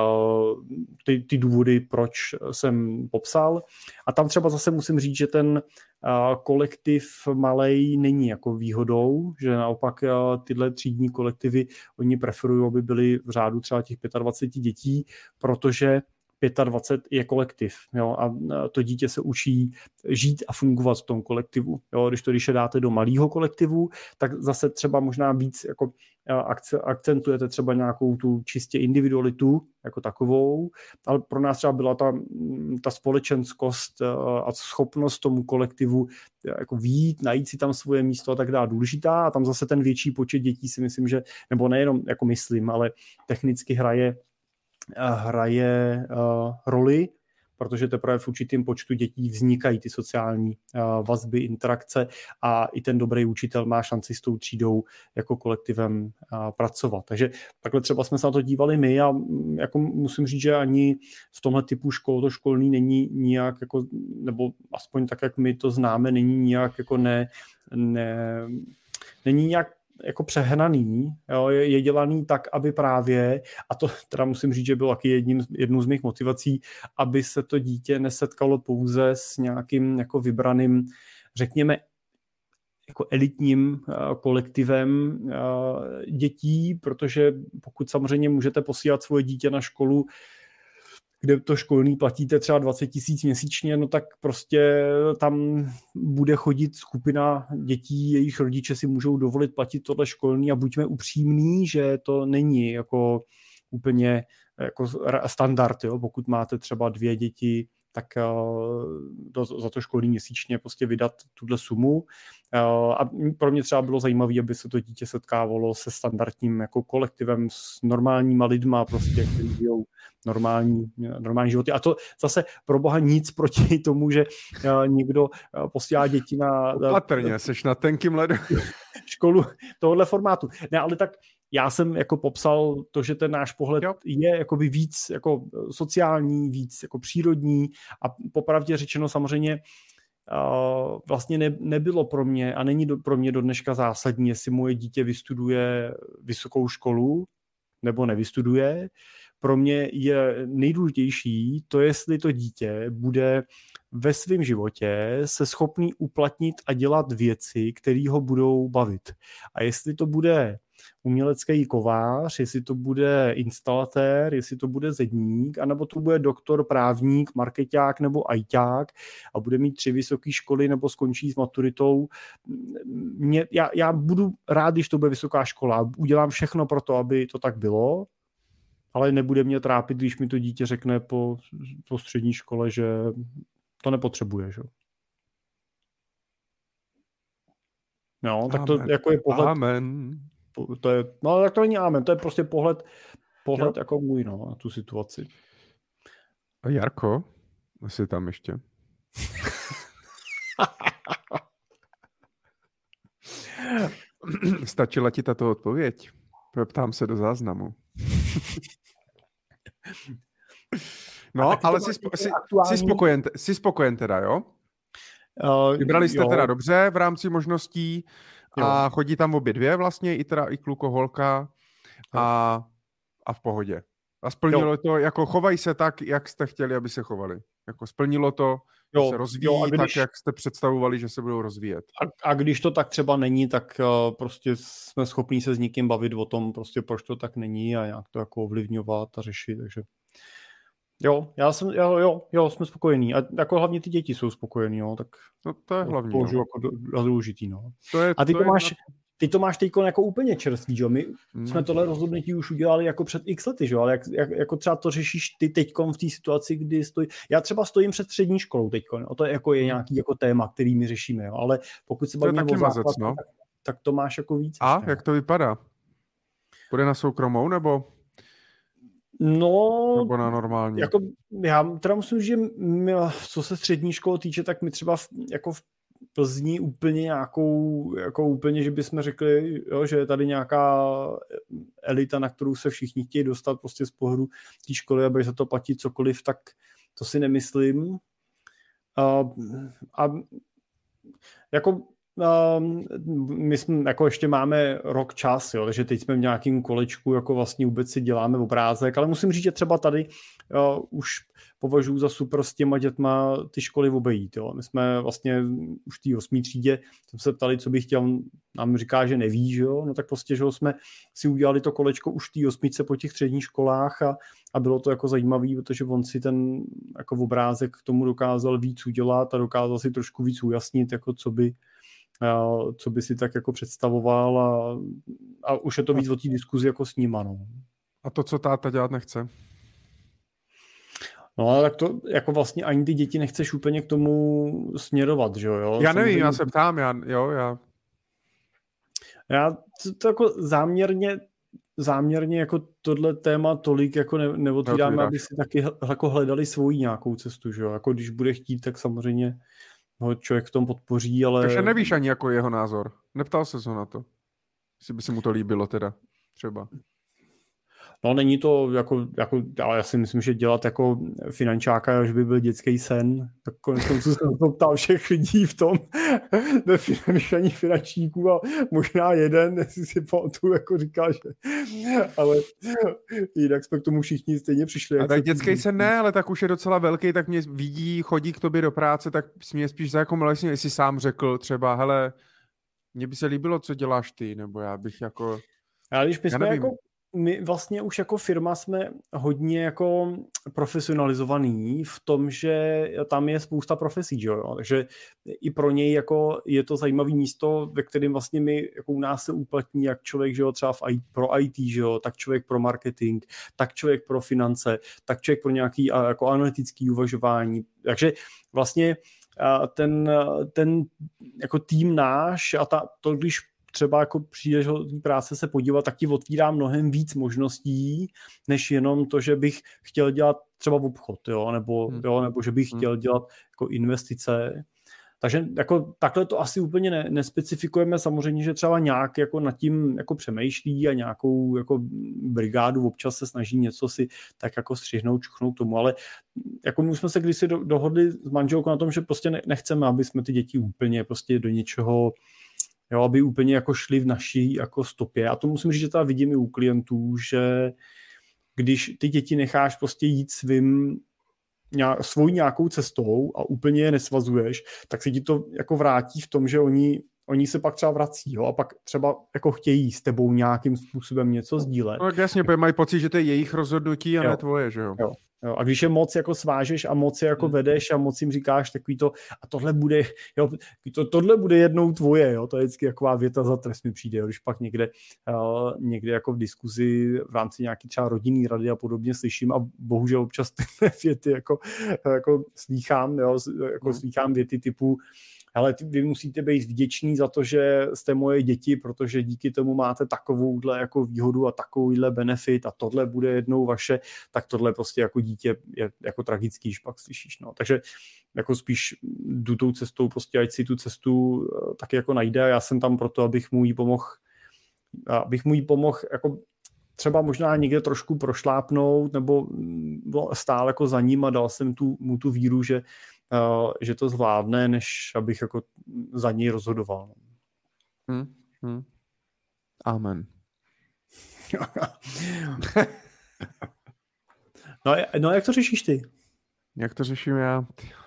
ty důvody, proč jsem popsal. A tam třeba zase musím říct, že ten kolektiv malej není jako výhodou, že naopak tyhle třídní kolektivy oni preferují, aby byly v řádu třeba těch 25 dětí, protože 25 je kolektiv, jo, a to dítě se učí žít a fungovat v tom kolektivu. Jo. Když je dáte do malého kolektivu, tak zase třeba možná víc jako akcentujete třeba nějakou tu čistě individualitu jako takovou, ale pro nás třeba byla ta společenskost a schopnost tomu kolektivu jako vyjít, najít si tam svoje místo a tak dále důležitá a tam zase ten větší počet dětí si myslím, že, nebo nejenom jako myslím, ale technicky hraje roli, protože teprve v určitém počtu dětí vznikají ty sociální vazby, interakce a i ten dobrý učitel má šanci s tou třídou jako kolektivem pracovat. Takže takhle třeba jsme se na to dívali my a jako musím říct, že ani v tomhle typu škol to školní není nijak, jako, nebo aspoň tak, jak my to známe, není nijak jako není nějak jako přehnaný, jo, je dělaný tak, aby právě, a to teda musím říct, že bylo taky jednou z mých motivací, aby se to dítě nesetkalo pouze s nějakým jako vybraným, řekněme, jako elitním kolektivem dětí, protože pokud samozřejmě můžete posílat svoje dítě na školu kde to školní platíte třeba 20 000 měsíčně, no tak prostě tam bude chodit skupina dětí, jejich rodiče si můžou dovolit platit tohle školní a buďme upřímní, že to není jako úplně jako standard, jo? Pokud máte třeba 2 děti, tak za to školní měsíčně prostě vydat tuhle sumu. A pro mě třeba bylo zajímavé, aby se to dítě setkávalo se standardním jako kolektivem, s normálníma lidma, prostě, kteří žijou normální životy. A to zase pro boha nic proti tomu, že někdo posílá děti na... Opatrně, seš na tenkým ledu. Školu tohohle formátu. Ne, ale tak já jsem jako popsal to, že ten náš pohled je jakoby víc jako sociální, víc jako přírodní a popravdě řečeno samozřejmě vlastně nebylo pro mě a není pro mě do dneška zásadní, jestli moje dítě vystuduje vysokou školu nebo nevystuduje. Pro mě je nejdůležitější to, jestli to dítě bude ve svém životě se schopný uplatnit a dělat věci, které ho budou bavit. A jestli to bude umělecký kovář, jestli to bude instalatér, jestli to bude zedník, anebo to bude doktor, právník, markeťák nebo ajťák a bude mít 3 vysoké školy nebo skončí s maturitou. Já budu rád, když to bude vysoká škola. Udělám všechno pro to, aby to tak bylo, ale nebude mě trápit, když mi to dítě řekne po střední škole, že to nepotřebuje. Že? No, tak to jako je pohled... Amen. To je, no tak to není amen, to je prostě pohled jako můj, no, na tu situaci. A Jarko, jsi tam ještě? Stačila ti tato odpověď? Ptám se do záznamu. No, ale jsi spokojen teda, jo? Vybrali jste teda dobře v rámci možností a chodí tam obě dvě vlastně, i kluko, holka a v pohodě. A splnilo to, jako chovají se tak, jak jste chtěli, aby se chovali. Jako splnilo to, že se rozvíjí tak, jak jste představovali, že se budou rozvíjet. A když to tak třeba není, tak prostě jsme schopní se s někým bavit o tom, prostě proč to tak není a nějak to jako ovlivňovat a řešit, takže jsme spokojení. A jako hlavně ty děti jsou spokojení, jo, tak no, to je hlavní. To jako důležitý, no. A ty to máš teď jako úplně čerstvý, jo? My jsme tohle rozhodnutí už udělali jako před x lety, jo? Ale jak jako třeba to řešíš ty teďkom v té situaci, kdy já třeba stojím před střední školou teďkon, to je nějaký jako téma, který my řešíme, jo? Ale pokud se bavíme o základ, no? tak to máš jako víc. A ještě, jak to vypadá? Bude na soukromou, nebo na normální? Jako, já teda musím říct, že co se střední školy týče, tak my třeba jako v Plzni úplně nějakou, jako úplně, že bychom řekli, jo, že je tady nějaká elita, na kterou se všichni chtějí dostat prostě z pohledu té školy, aby se to platí cokoliv, tak to si nemyslím. A jako my jsme, jako ještě máme rok čas, jo, takže teď jsme v nějakém kolečku, jako vlastně vůbec si děláme obrázek, ale musím říct, že třeba tady už považuji za super s těma dětma ty školy obejít. Jo. My jsme vlastně už v té 8. třídě, jsme se ptali, co bych chtěl, nám říká, že neví, že jo, no tak prostě, že jsme si udělali to kolečko už v té 8. po těch středních školách a bylo to jako zajímavý, protože on si ten jako obrázek k tomu dokázal víc udělat a dokázal si trošku víc ujasnit, jako co by si tak jako představoval a už je to víc o té diskuzi jako s nima. No. A to, co táta dělat nechce? No ale tak to jako vlastně ani ty děti nechceš úplně k tomu směrovat, že jo? Já nevím, já se ptám, Já to jako záměrně jako tohle téma tolik jako neotvíráme, aby si taky jako hledali svoji nějakou cestu, že jo? Jako když bude chtít, tak samozřejmě ho člověk v tom podpoří, ale... Takže nevíš ani jako jeho názor. Neptal ses ho na to. Jestli by se mu to líbilo teda, třeba. No není to jako, ale já si myslím, že dělat jako finančáka, až by byl dětský sen, tak konec konců jsem to ptal všech lidí v tom ve finančníků a možná jeden, jestli si pamatuju, jako říkal, že ale jinak jsme k tomu všichni stejně přišli. A tak dětský sen ne, ale tak už je docela velký, tak mě vidí, chodí k tobě do práce, tak mě spíš za jako malesně, jestli sám řekl třeba, hele, mně by se líbilo, co děláš ty, nebo já bych jako... Ale když my jsme jako my vlastně už jako firma jsme hodně jako profesionalizovaný v tom, že tam je spousta profesí, že jo? Takže i pro něj jako je to zajímavé místo, ve kterém vlastně my, jako u nás se uplatní jak člověk, že jo, třeba pro IT, že jo, tak člověk pro marketing, tak člověk pro finance, tak člověk pro nějaký jako analytický uvažování. Takže vlastně ten jako tým náš a to, když třeba jako přijdeš do práce se podívat, tak ti otvírá mnohem víc možností, než jenom to, že bych chtěl dělat třeba obchod, jo, nebo že bych chtěl dělat jako investice. Takže jako takhle to asi úplně nespecifikujeme, samozřejmě, že třeba nějak jako nad tím jako přemýšlí a nějakou jako brigádu občas se snaží něco si tak jako střihnout, čuchnout tomu, ale jako my jsme se kdysi dohodli s manželkou na tom, že prostě nechceme, aby jsme ty děti úplně prostě do něčeho, jo, aby úplně jako šli v naší jako stopě. A to musím říct, že teda vidím i u klientů, že když ty děti necháš prostě jít svou nějakou cestou a úplně je nesvazuješ, tak se ti to jako vrátí v tom, že oni se pak třeba vrací, jo, a pak třeba jako chtějí s tebou nějakým způsobem něco sdílet. No tak jasně, mají pocit, že to je jejich rozhodnutí a ne tvoje, že jo? Jo. A když je moc jako svážeš a moc je jako vedeš a moc jim říkáš takový to, a tohle bude jednou tvoje, jo, to je vždycky taková věta za trest mi přijde, jo, když pak někde jako v diskuzi v rámci nějaký třeba rodinný rady a podobně slyším a bohužel občas ty věty jako slýchám, jo, jako slýchám věty typu, ale vy musíte být vděční za to, že jste moje děti, protože díky tomu máte takovouhle jako výhodu a takovýhle benefit a tohle bude jednou vaše, tak tohle prostě jako dítě je jako tragický, když pak slyšíš. No. Takže jako spíš jdu tou cestou, prostě ať si tu cestu taky jako najde a já jsem tam proto, abych mu jí pomohl jako třeba možná někde trošku prošlápnout nebo stál jako za ním a dal jsem mu tu víru, že to zvládne, než abych jako za něj rozhodoval. Amen. No jak to řešíš ty? Jak to řeším já?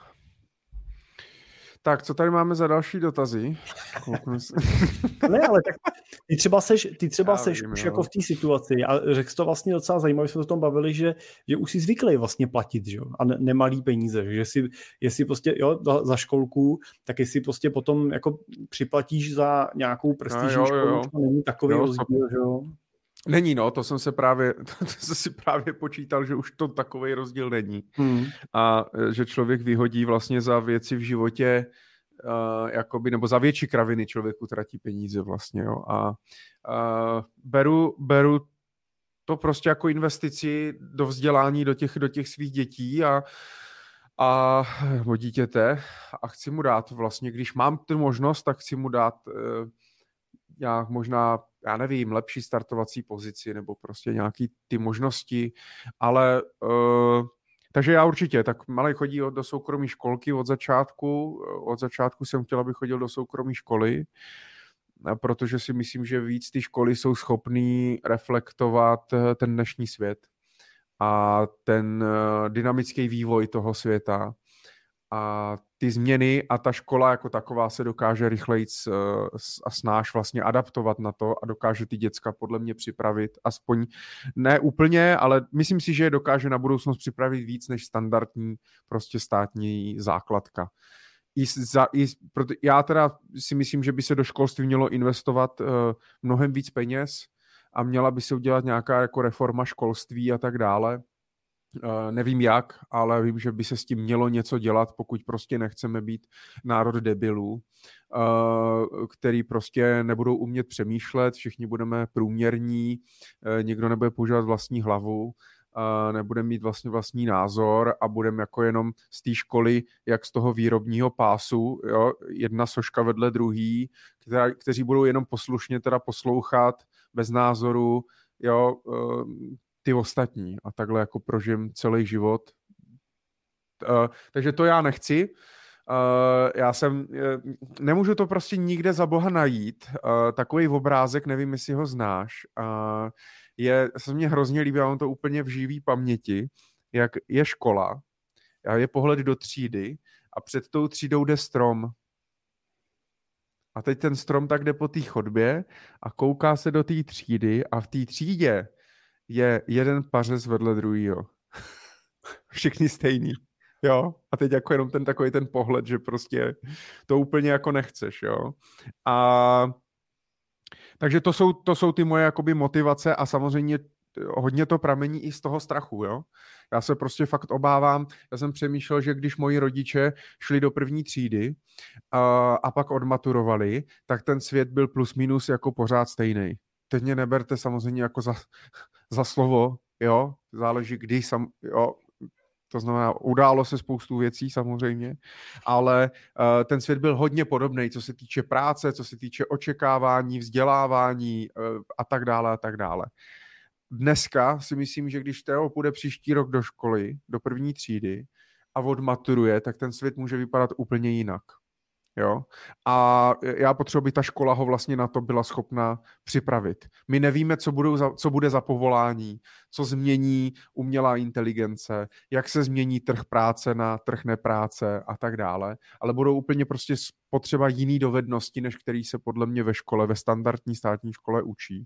Tak, co tady máme za další dotazy? Ne, ale tak ty třeba seš už jako v té situaci a řekl to vlastně docela zajímavé, jsme se o tom bavili, že už jsi zvyklý vlastně platit, že jo, a nemalý peníze, že jestli prostě, jo, za školku, tak jestli prostě potom jako připlatíš za nějakou prestižní školu, to není takový rozdíl, že jo. Není, no, to jsem si právě počítal, že už to takovej rozdíl není. A že člověk vyhodí vlastně za věci v životě, jakoby, nebo za větší kraviny člověk utratí peníze vlastně, jo. A beru to prostě jako investici do vzdělání do těch svých dětí a dítěte a chci mu dát vlastně, když mám tu možnost, tak chci mu dát nějak možná, já nevím, lepší startovací pozici nebo prostě nějaký ty možnosti, ale takže já určitě, tak malej chodí do soukromé školky od začátku jsem chtěl, aby chodil do soukromé školy, protože si myslím, že víc ty školy jsou schopný reflektovat ten dnešní svět a ten dynamický vývoj toho světa a ty změny a ta škola jako taková se dokáže rychleji a snáš vlastně adaptovat na to a dokáže ty děcka podle mě připravit, aspoň ne úplně, ale myslím si, že je dokáže na budoucnost připravit víc než standardní prostě státní základka. Já teda si myslím, že by se do školství mělo investovat mnohem víc peněz a měla by se udělat nějaká jako reforma školství a tak dále. Nevím jak, ale vím, že by se s tím mělo něco dělat, pokud prostě nechceme být národ debilů, který prostě nebudou umět přemýšlet, všichni budeme průměrní, nikdo nebude používat vlastní hlavu, nebude mít vlastně vlastní názor a budeme jako jenom z té školy, jak z toho výrobního pásu, jo, jedna soška vedle druhý, kteří budou jenom poslušně teda poslouchat, bez názoru, jo, ty ostatní a takhle jako prožijem celý život. Takže to já nechci. Nemůžu to prostě nikde za boha najít. Takový obrázek, nevím, jestli ho znáš, se mně hrozně líbí, já mám to úplně v živý paměti, jak je škola, a je pohled do třídy a před tou třídou jde strom. A teď ten strom tak jde po té chodbě a kouká se do té třídy a v té třídě je jeden pařez vedle druhýho. Všichni stejný. Jo, a teď jako jenom ten takový ten pohled, že prostě to úplně jako nechceš, jo. A takže to jsou ty moje jakoby motivace a samozřejmě hodně to pramení i z toho strachu, jo. Já se prostě fakt obávám, já jsem přemýšlel, že když moji rodiče šli do první třídy a pak odmaturovali, tak ten svět byl plus minus jako pořád stejný. Teď mě neberte samozřejmě jako za slovo, jo, záleží kdy, jo, to znamená, událo se spoustu věcí samozřejmě, ale ten svět byl hodně podobný, co se týče práce, co se týče očekávání, vzdělávání a tak dále a tak dále. Dneska si myslím, že když Teo půjde příští rok do školy, do první třídy a odmaturuje, tak ten svět může vypadat úplně jinak. Jo? A já potřebuji, aby ta škola ho vlastně na to byla schopna připravit. My nevíme, co bude za povolání, co změní umělá inteligence, jak se změní trh práce na trh nepráce a tak dále, ale budou úplně prostě potřeba jiný dovednosti, než který se podle mě ve škole, ve standardní státní škole učí.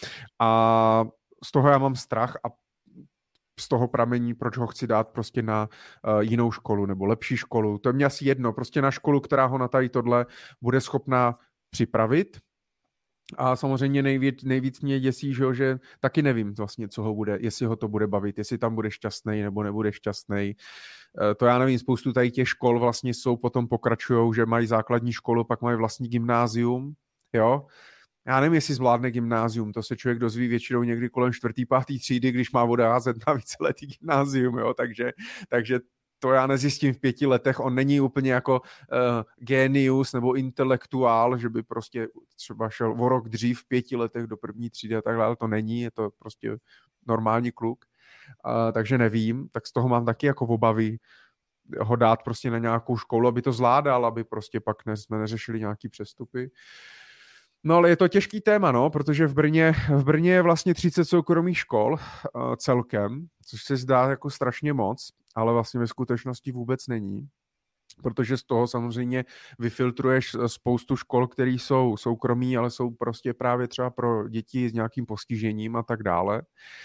A z toho já mám strach a z toho pramení, proč ho chci dát prostě na jinou školu nebo lepší školu. To je mě asi jedno, prostě na školu, která ho na tady tohle bude schopná připravit. A samozřejmě nejvíc mě děsí, že taky nevím vlastně, co ho bude, jestli ho to bude bavit, jestli tam bude šťastný nebo nebude šťastný. To já nevím, spoustu tady těch škol vlastně jsou, potom pokračujou, že mají základní školu, pak mají vlastní gymnázium, jo. Já nevím, jestli zvládne gymnázium, to se člověk dozví většinou někdy kolem 4., 5. třídy, když má odházet na víceletý gymnázium, jo, takže to já nezjistím v 5 letech, on není úplně jako génius nebo intelektuál, že by prostě třeba šel o rok dřív v 5 letech do první třídy a takhle, ale to není, je to prostě normální kluk, takže nevím, tak z toho mám taky jako obavy ho dát prostě na nějakou školu, aby to zvládal, aby prostě pak jsme neřešili nějaký přestupy. No ale je to těžký téma, no, protože v Brně je vlastně 30 soukromých škol celkem, což se zdá jako strašně moc, ale vlastně ve skutečnosti vůbec není, protože z toho samozřejmě vyfiltruješ spoustu škol, které jsou soukromí, ale jsou prostě právě třeba pro děti s nějakým postižením a tak dále.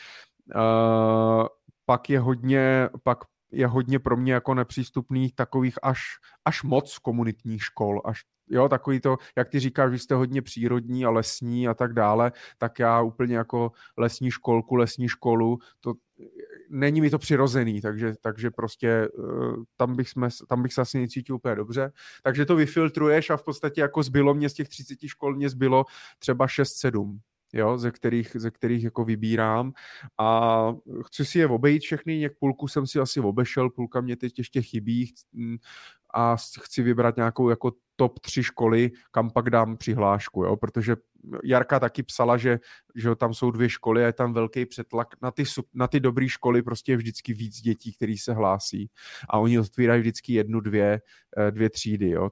Pak je hodně pro mě jako nepřístupných takových až moc komunitních škol, jo, takový to, jak ty říkáš, že jste hodně přírodní a lesní a tak dále, tak já úplně jako lesní školu, to není mi to přirozený, takže prostě tam bych se asi necítil úplně dobře. Takže to vyfiltruješ a v podstatě jako zbylo mě z těch 30 škol, mě zbylo třeba 6-7. Jo, ze kterých jako vybírám a chci si je obejít všechny, půlku jsem si asi obešel, půlka mě teď ještě chybí a chci vybrat nějakou jako top 3 školy, kam pak dám přihlášku, jo, protože Jarka taky psala, že tam jsou 2 školy a je tam velký přetlak na ty dobré školy, prostě je vždycky víc dětí, který se hlásí a oni otvírají vždycky 1, 2 třídy, jo,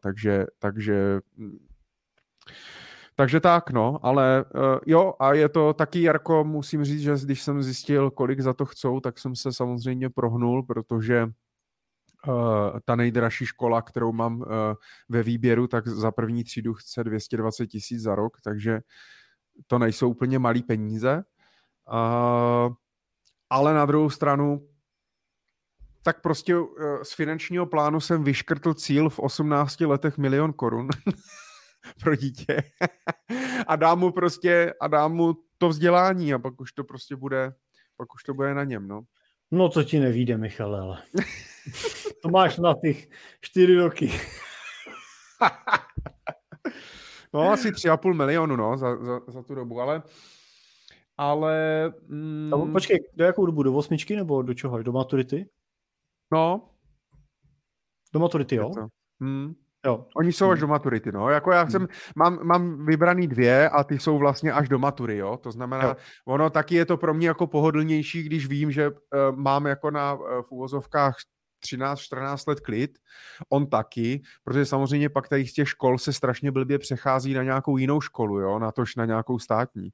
takže tak, no, ale jo, a je to taky, Jarko, musím říct, že když jsem zjistil, kolik za to chcou, tak jsem se samozřejmě prohnul, protože ta nejdražší škola, kterou mám ve výběru, tak za první třídu chce 220 000 za rok, takže to nejsou úplně malý peníze. Ale na druhou stranu, tak prostě z finančního plánu jsem vyškrtl cíl v 18 letech 1 000 000 korun. Pro dítě a dám mu to vzdělání a pak už to prostě bude na něm, no. No to ti nevíde, Michale, ale to máš na těch 4 roky. No asi 3,5 milionu, no, za tu dobu, ale Počkej, do jakou dobu? Do 8 nebo do čeho? Do maturity? No. Do maturity, jo? Jo. Oni jsou až do maturity, no. Jako já mám vybraný 2 a ty jsou vlastně až do matury, jo. To znamená, ono taky je to pro mě jako pohodlnější, když vím, že mám jako v uvozovkách 13-14 let klid, on taky, protože samozřejmě pak tady z těch škol se strašně blbě přechází na nějakou jinou školu, jo, natož na nějakou státní.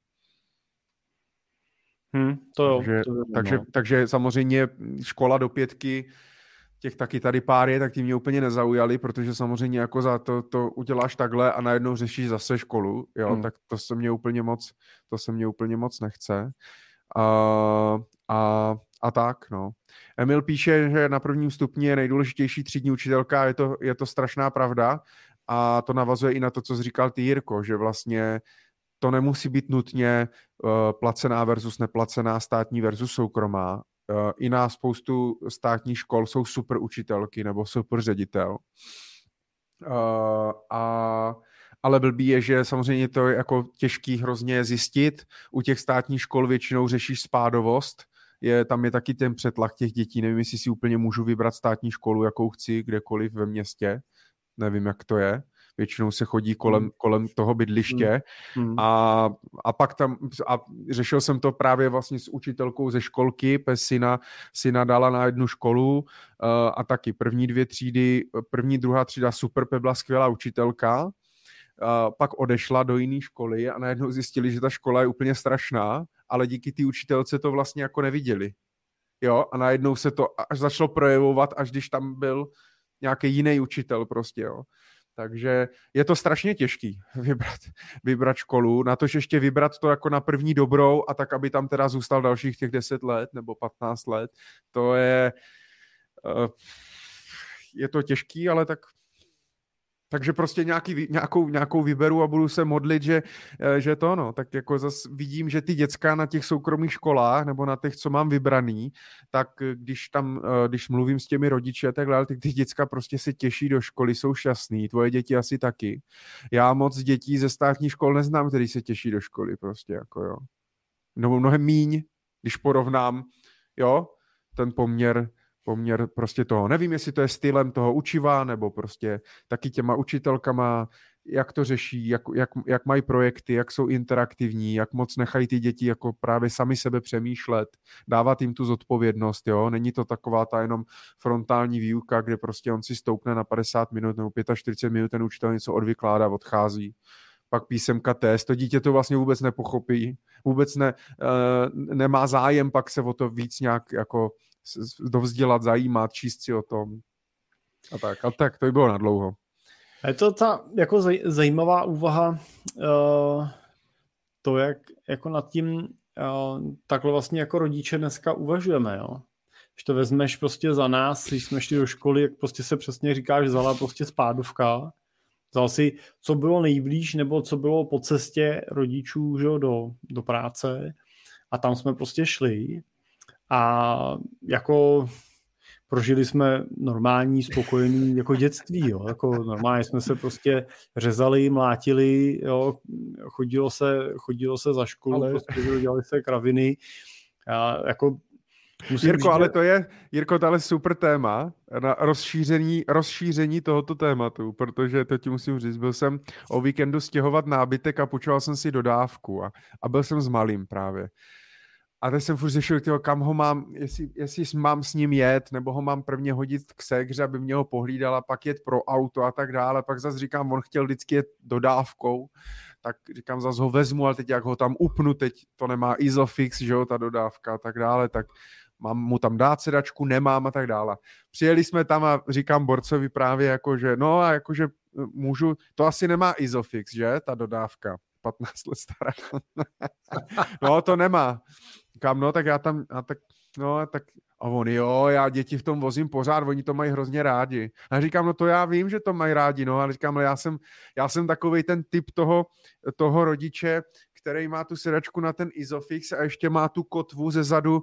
Takže samozřejmě škola do 5, těch taky tady pár je, tak ty mě úplně nezaujaly, protože samozřejmě jako za to uděláš takhle a najednou řešíš zase školu, jo, tak to se mě úplně moc nechce. A tak, no. Emil píše, že na prvním stupni je nejdůležitější třídní učitelka, je to strašná pravda a to navazuje i na to, co jsi říkal ty, Jirko, že vlastně to nemusí být nutně placená versus neplacená, státní versus soukromá. I na spoustu státních škol jsou super učitelky nebo super ředitel. Ale blbý je, že samozřejmě to je jako těžký hrozně zjistit. U těch státních škol většinou řešíš spádovost. Tam je taky ten přetlak těch dětí. Nevím, jestli si úplně můžu vybrat státní školu, jakou chci, kdekoliv ve městě. Nevím, jak to je. Většinou se chodí kolem toho bydliště. A pak tam, a řešil jsem to právě vlastně s učitelkou ze školky, syna dala na jednu školu a taky první, druhá třída super, byla skvělá učitelka, pak odešla do jiné školy a najednou zjistili, že ta škola je úplně strašná, ale díky té učitelce to vlastně jako neviděli. Jo, a najednou se to až začalo projevovat, až když tam byl nějaký jiný učitel prostě, jo. Takže je to strašně těžký vybrat školu, na to, že ještě vybrat to jako na první dobrou a tak, aby tam teda zůstal dalších těch 10 let nebo 15 let, to je to těžký, ale takže prostě nějakou vyberu a budu se modlit, že to no, tak jako zase vidím, že ty děcka na těch soukromých školách nebo na těch, co mám vybraný, tak když mluvím s těmi rodiči a takhle, tak ty děcka prostě se těší do školy, jsou šťastný, tvoje děti asi taky. Já moc dětí ze státní škol neznám, který se těší do školy prostě, jako jo. Nebo mnohem míň, když porovnám, jo, ten poměr prostě toho. Nevím, jestli to je stylem toho učiva, nebo prostě taky těma učitelkama, jak to řeší, jak mají projekty, jak jsou interaktivní, jak moc nechají ty děti jako právě sami sebe přemýšlet, dávat jim tu zodpovědnost, jo. Není to taková ta jenom frontální výuka, kde prostě on si stoupne na 50 minut nebo 45 minut, ten učitel něco odvykládá, odchází. Pak písemka test, to dítě to vlastně vůbec nepochopí, vůbec nemá zájem pak se o to víc nějak jako dovzdělat, zajímat, číst si o tom. A tak, to by bylo nadlouho. Je to ta jako zajímavá úvaha, to, jak jako nad tím takhle vlastně jako rodiče dneska uvažujeme, jo. Když to vezmeš prostě za nás, když jsme šli do školy, jak prostě se přesně říkáš, vzala prostě spádovka, vzal si, co bylo nejblíž, nebo co bylo po cestě rodičů, že, do práce a tam jsme prostě šli a jako prožili jsme normální, spokojený jako dětství, jo. Jako normálně jsme se prostě řezali, mlátili, jo. Chodilo se za školu, prostě dělali se kraviny. A jako Jirko, to je super téma na rozšíření tohoto tématu, protože to ti musím říct, byl jsem o víkendu stěhovat nábytek a počíval jsem si dodávku a byl jsem s malým právě. A teď jsem furt řešil, kam ho mám, jestli mám s ním jet, nebo ho mám prvně hodit k ségře, aby mě ho pohlídala, pak jet pro auto a tak dále. Pak zase říkám, on chtěl vždycky jet dodávkou, tak říkám, zase ho vezmu, ale teď jak ho tam upnu, teď to nemá Isofix, že jo, ta dodávka a tak dále, tak mám mu tam dát sedačku, nemám a tak dále. Přijeli jsme tam a říkám Borcovi právě jakože, no a jakože můžu, to asi nemá Isofix, že, ta dodávka. 15 let stará. No, to nemá. Kam, no, tak já tam, a on, jo, já děti v tom vozím pořád, oni to mají hrozně rádi. A říkám, no to já vím, že to mají rádi, no, ale říkám, ale já jsem takovej ten typ toho rodiče, který má tu sedačku na ten Isofix a ještě má tu kotvu ze zadu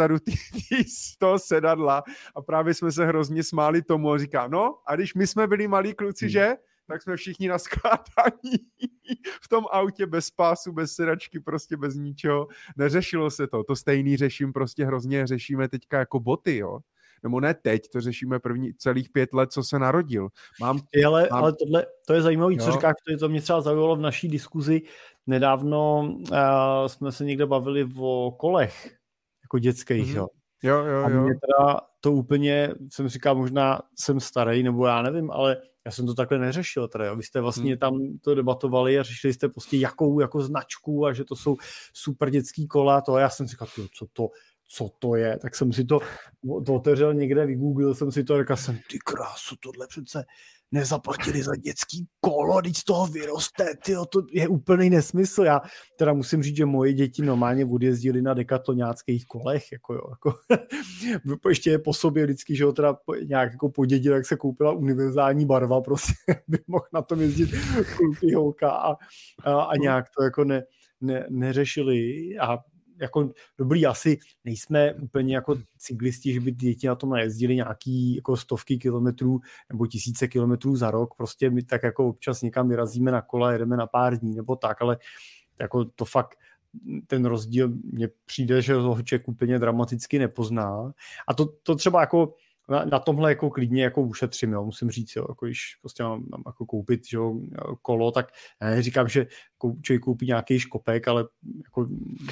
z toho sedadla a právě jsme se hrozně smáli tomu a říkám, no, a když my jsme byli malí kluci, že? Tak jsme všichni naskládaní v tom autě bez pásu, bez sedačky, prostě bez ničeho. Neřešilo se to. To stejný řešíme teďka jako boty, jo. Nebo ne teď, to řešíme celých 5 let, co se narodil. Ale tohle, to je zajímavé, co říkáš, to mě třeba zaujalo v naší diskuzi. Nedávno jsme se někde bavili o kolech, jako dětských, jo. Jo. A mě teda to úplně, jsem říkal, možná jsem starý, nebo já nevím, ale já jsem to takhle neřešil teda, jo. Vy jste vlastně tam to debatovali a řešili jste prostě jakou jako značku a že to jsou super dětský kola, to a já jsem říkal, co to je, tak jsem si to otevřel někde, vygooglil jsem si to a říkal jsem, ty krásu, tohle přece nezaplatili za dětský kolo, teď z toho vyroste, tyjo, to je úplný nesmysl. Já teda musím říct, že moje děti normálně odjezdili na dekatloňáckých kolech, ještě je po sobě vždycky, že ho teda nějak jako podědil, jak se koupila univerzální barva, prostě by mohl na tom jezdit kluky, holka a nějak to jako neřešili a jako dobrý, asi nejsme úplně jako cyklisti, že by děti na tom najezdili nějaký jako stovky kilometrů nebo tisíce kilometrů za rok, prostě my tak jako občas někam vyrazíme na kola, jedeme na pár dní nebo tak, ale jako to fakt ten rozdíl mně přijde, že ho člověk úplně dramaticky nepozná a to třeba jako na tomhle jako klidně jako ušetřím, jo, musím říct, jo, jako když prostě mám jako koupit, že jo, kolo, tak já neříkám, že člověk koupí nějaký škopek, ale jako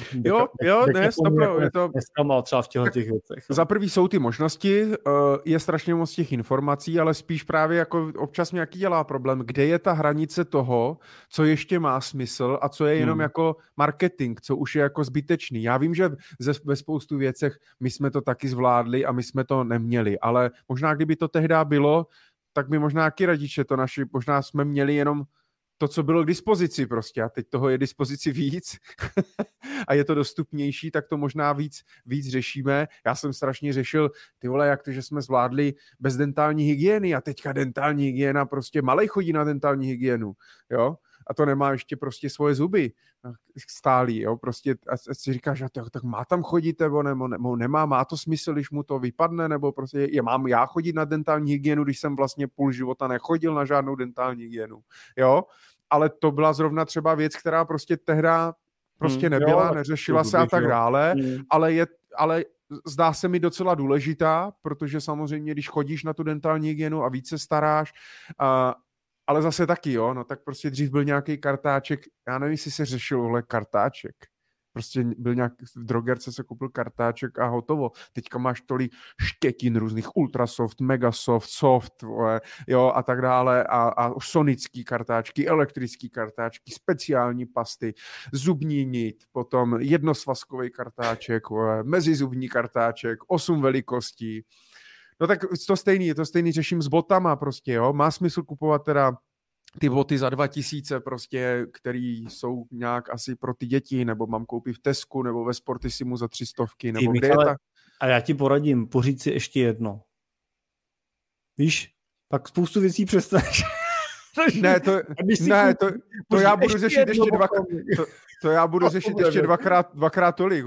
je to nesklamal třeba v těch věcech. Za prvý jsou ty možnosti, je strašně moc těch informací, ale spíš právě jako občas mě jaký dělá problém, kde je ta hranice toho, co ještě má smysl a co je jenom jako marketing, co už je jako zbytečný. Já vím, že ve spoustu věcech my jsme to taky zvládli a my jsme to neměli, ale možná kdyby to tehdy bylo, tak by možná taky rodiče to naši, možná jsme měli jenom to, co bylo k dispozici prostě a teď toho je dispozici víc a je to dostupnější, tak to možná víc řešíme. Já jsem strašně řešil, ty vole, jak to, že jsme zvládli bez dentální hygieny a teďka dentální hygiena, prostě malej chodí na dentální hygienu, jo? A to nemá ještě prostě svoje zuby stálý, jo, prostě a si říkáš, že tak má tam chodit, nebo nemá, má to smysl, když mu to vypadne, nebo prostě mám já chodit na dentální hygienu, když jsem vlastně půl života nechodil na žádnou dentální hygienu, jo, ale to byla zrovna třeba věc, která prostě tehda prostě nebyla, neřešila se a tak dále, ale zdá se mi docela důležitá, protože samozřejmě, když chodíš na tu dentální hygienu a více staráš, ale zase taky, jo, no tak prostě dřív byl nějaký kartáček, já nevím, jestli se řešil kartáček, prostě byl nějak, v drogerce se koupil kartáček a hotovo. Teďka máš tolik štětin různých ultrasoft, megasoft, soft, jo, a tak dále a sonický kartáčky, elektrický kartáčky, speciální pasty, zubní nit, potom jednosvazkový kartáček, mezizubní kartáček, 8 velikostí. No tak to stejný řeším s botama prostě, jo. Má smysl kupovat teda ty boty za 2000 prostě, který jsou nějak asi pro ty děti, nebo mám koupit v Tesku, nebo ve Sportissimu za 300, nebo kde Michale, je ta... A já ti poradím, poříď si ještě jedno. Víš, pak spoustu věcí přestaneš. To já budu řešit ještě dvakrát. To já budu řešit ještě dvakrát tolik.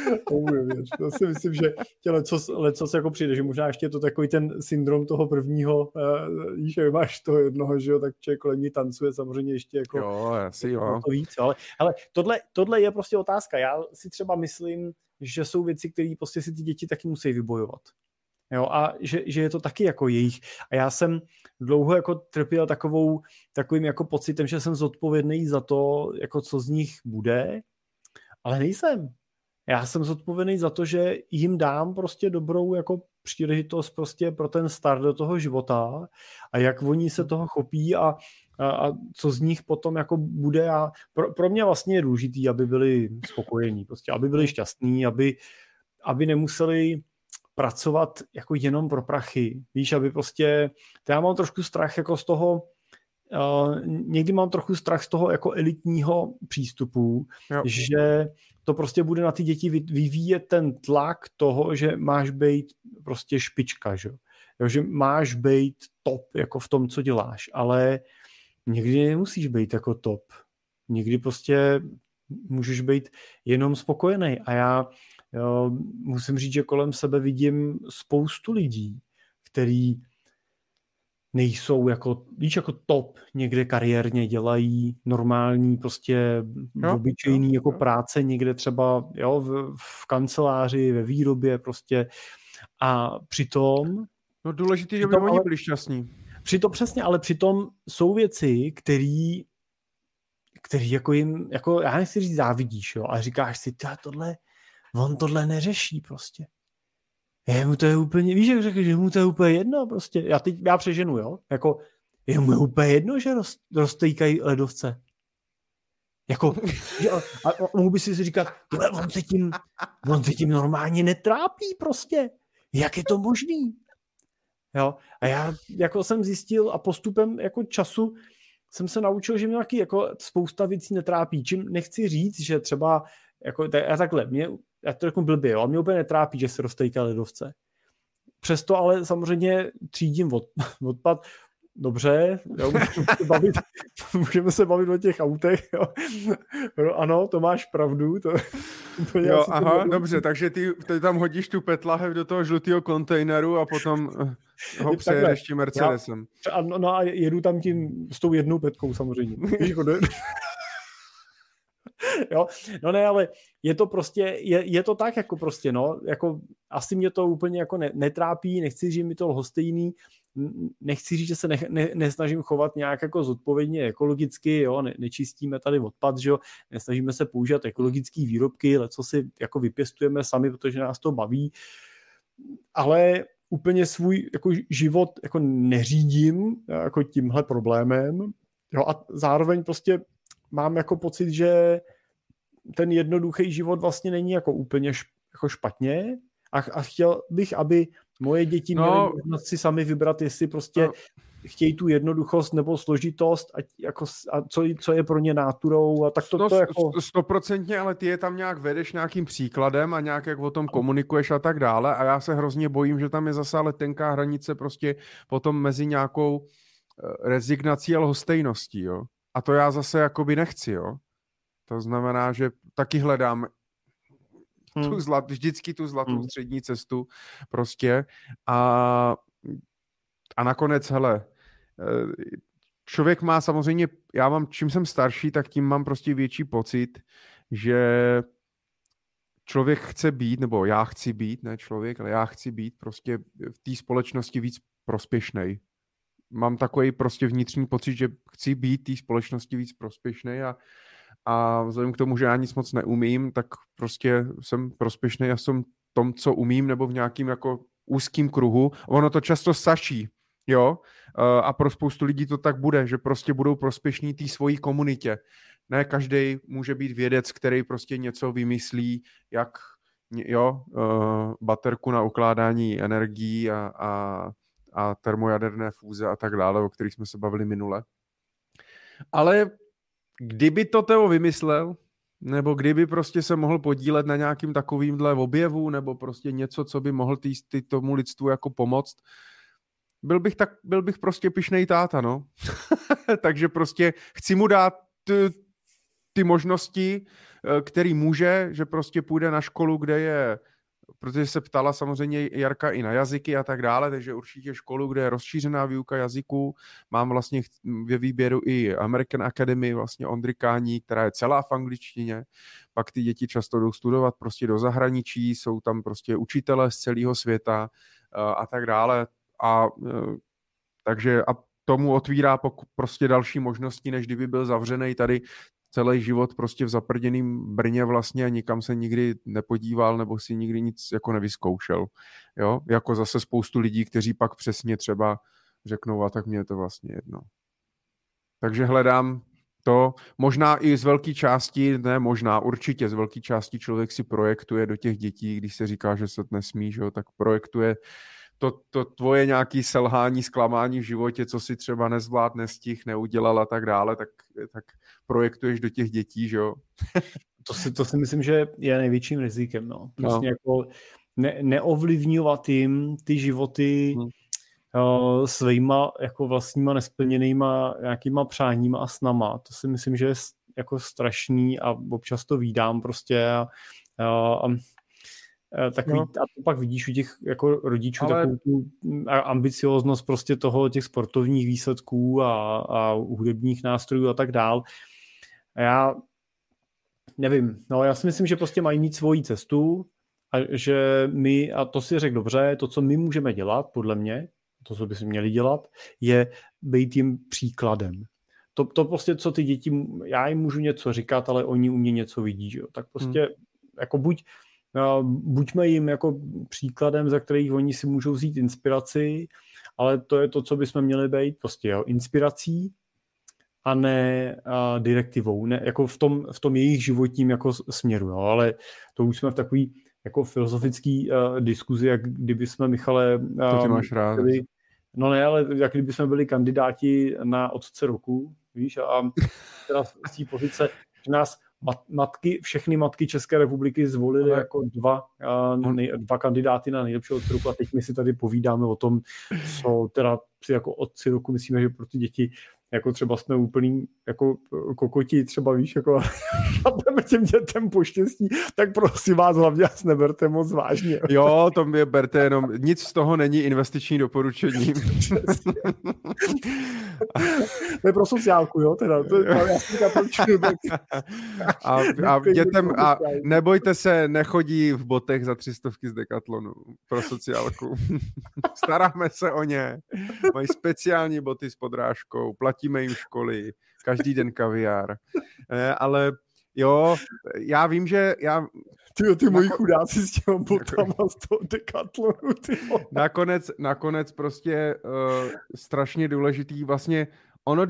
To si myslím, že tě lecos jako přijde, že možná ještě je to takový ten syndrom toho prvního, že máš toho jednoho, že jo, tak člověk kolem ní tancuje samozřejmě ještě jako to víc, ale tohle je prostě otázka. Já si třeba myslím, že jsou věci, které prostě si ty děti taky musí vybojovat. Jo, a že je to taky jako jejich. A já jsem dlouho jako trpěl takovým jako pocitem, že jsem zodpovědný za to, jako co z nich bude, ale nejsem. Já jsem zodpovědný za to, že jim dám prostě dobrou jako příležitost prostě pro ten start do toho života a jak oni se toho chopí a co z nich potom jako bude. A pro mě vlastně je důležitý, aby byli spokojení, prostě, aby byli šťastní, aby nemuseli pracovat jako jenom pro prachy. Víš, aby prostě, já mám trošku strach jako z toho, někdy mám trochu strach z toho jako elitního přístupu, že to prostě bude na ty děti vyvíjet ten tlak toho, že máš být prostě špička, že máš být top jako v tom, co děláš, ale někdy nemusíš být jako top. Někdy prostě můžeš být jenom spokojený a já musím říct, že kolem sebe vidím spoustu lidí, který nejsou jako, víš, jako top někde kariérně, dělají normální prostě obyčejný jako práce někde třeba v kanceláři, ve výrobě prostě a přitom... No důležitý, že by oni byli šťastní. Přitom přesně, ale přitom jsou věci, který jako jim, jako já nechci říct závidíš, jo, a říkáš si, on tohle neřeší prostě. Jemu to je úplně, víš, jak řekl, že mu to je úplně jedno prostě. Já přeženu, jo, jako jemu je úplně jedno, že roztýkají ledovce. Jako, a mohl by si říkat, on se tím normálně netrápí prostě. Jak je to možný? Jo? A já jako jsem zjistil a postupem jako času jsem se naučil, že mě nějaký jako spousta věcí netrápí. Čím nechci říct, že třeba jako, já to řeknu blbě, jo, a mě úplně netrápí, že se roztejká ledovce. Přesto ale samozřejmě třídím odpad. Dobře, jo, můžeme se bavit o těch autech. Jo. Ano, to máš pravdu. Jo, aha, dobře, takže ty tam hodíš tu petlahev do toho žlutého kontejneru a potom ho přejedeš tím Mercedesem. A jedu tam s tou jednou petkou samozřejmě. Jo, no ne, ale je to prostě, je to tak jako prostě, no, jako asi mě to úplně jako netrápí, nechci říct, že mi to lhostejný, nechci říct, že se nesnažím chovat nějak jako zodpovědně ekologicky, jo, nečistíme tady odpad, že jo, nesnažíme se používat ekologické výrobky, ale co si jako vypěstujeme sami, protože nás to baví, ale úplně svůj jako život jako neřídím jako tímhle problémem, jo, a zároveň prostě mám jako pocit, že ten jednoduchý život vlastně není jako úplně jako špatně a chtěl bych, aby moje děti měly možnost si sami vybrat, jestli prostě chtějí tu jednoduchost nebo složitost a co je pro ně náturou a tak to jako... 100%, ale ty je tam nějak vedeš nějakým příkladem a nějak jak o tom komunikuješ a tak dále a já se hrozně bojím, že tam je zase ale tenká hranice prostě potom mezi nějakou rezignací a lhostejností, jo. A to já zase jakoby nechci, jo. To znamená, že taky hledám vždycky tu zlatou střední cestu prostě a nakonec, hele, člověk má samozřejmě, čím jsem starší, tak tím mám prostě větší pocit, že člověk chce být, nebo já chci být, ne člověk, ale já chci být prostě v té společnosti víc prospěšnej. Mám takový prostě vnitřní pocit, že chci být té společnosti víc prospěšnej a vzhledem k tomu, že já nic moc neumím, tak prostě jsem prospěšnej a jsem tom, co umím, nebo v nějakým jako úzkým kruhu. Ono to často saší, jo? A pro spoustu lidí to tak bude, že prostě budou prospěšní té svojí komunitě. Ne každý může být vědec, který prostě něco vymyslí, jak baterku na ukládání energií a termojaderné fúze a tak dále, o kterých jsme se bavili minule. Ale kdyby to Teo vymyslel, nebo kdyby prostě se mohl podílet na nějakým takovýmhle objevu, nebo prostě něco, co by mohl tomu lidstvu jako pomoct, byl bych prostě pyšnej táta, no. Takže prostě chci mu dát ty možnosti, který může, že prostě půjde na školu, kde je, protože se ptala samozřejmě Jarka i na jazyky a tak dále, takže určitě školu, kde je rozšířená výuka jazyků. Mám vlastně ve výběru i American Academy, vlastně Ondrykání, která je celá v angličtině. Pak ty děti často jdou studovat prostě do zahraničí, jsou tam prostě učitelé z celého světa a tak dále. Takže tomu otvírá prostě další možnosti, než kdyby byl zavřený tady celý život prostě v zaprděným Brně vlastně a nikam se nikdy nepodíval nebo si nikdy nic jako nevyzkoušel. Jo? Jako zase spoustu lidí, kteří pak přesně třeba řeknou, a tak mě je to vlastně jedno. Takže hledám to, možná i z velké části, určitě z velké části člověk si projektuje do těch dětí, když se říká, že se nesmí, že jo, tak projektuje to tvoje nějaké selhání, zklamání v životě, co si třeba nezvlád, nestih, neudělal a tak dále, tak projektuješ do těch dětí, že jo? To si myslím, že je největším rizikem, no. Prostě jako neovlivňovat jim ty životy svýma jako vlastníma nesplněnýma nějakýma přáníma a snama. To si myslím, že je jako strašný a občas to vídám prostě a takový, a to pak vidíš u těch jako rodičů takovou tu ambicioznost prostě těch sportovních výsledků a hudebních nástrojů a tak dál. A já nevím, já si myslím, že prostě mají mít svoji cestu a že my, a to si řekl dobře, to, co my můžeme dělat, podle mě, to, co bychom měli dělat, je být jim příkladem. To prostě, co ty děti, já jim můžu něco říkat, ale oni u mě něco vidí, že jo? Tak prostě jako buďme jim jako příkladem, za kterých oni si můžou vzít inspiraci, ale to je to, co bychom měli být, prostě inspirací a ne direktivou, ne, jako v tom jejich životním jako směru, jo, ale to už jsme v takový jako filozofický diskuzi, jak kdyby jsme, Michale, to ty máš rád. No ne, ale jak kdyby jsme byli kandidáti na otce roku, víš, a teda z té pozice, že nás všechny matky České republiky zvolily jako dva kandidáty na nejlepšího otce roku a teď my si tady povídáme o tom, co teda si jako otci roku myslíme, že pro ty děti jako třeba jsme úplný jako kokoti, třeba víš, jako šlapeme těm dětem poštěstí, tak prosím vás hlavně nás neberte moc vážně. Jo, to mě berte jenom, nic z toho není investiční doporučení. To je pro sociálku, jo, teda. To je a dětem, a nebojte se, nechodí v botech za 300 z Decathlonu pro sociálku. Staráme se o ně. Mají speciální boty s podrážkou, platíme jim školy, každý den kaviár. Ale jo, já vím, že Ty moji chudáci s těma botama z toho Decathlonu, ty. Nakonec prostě strašně důležitý vlastně ono,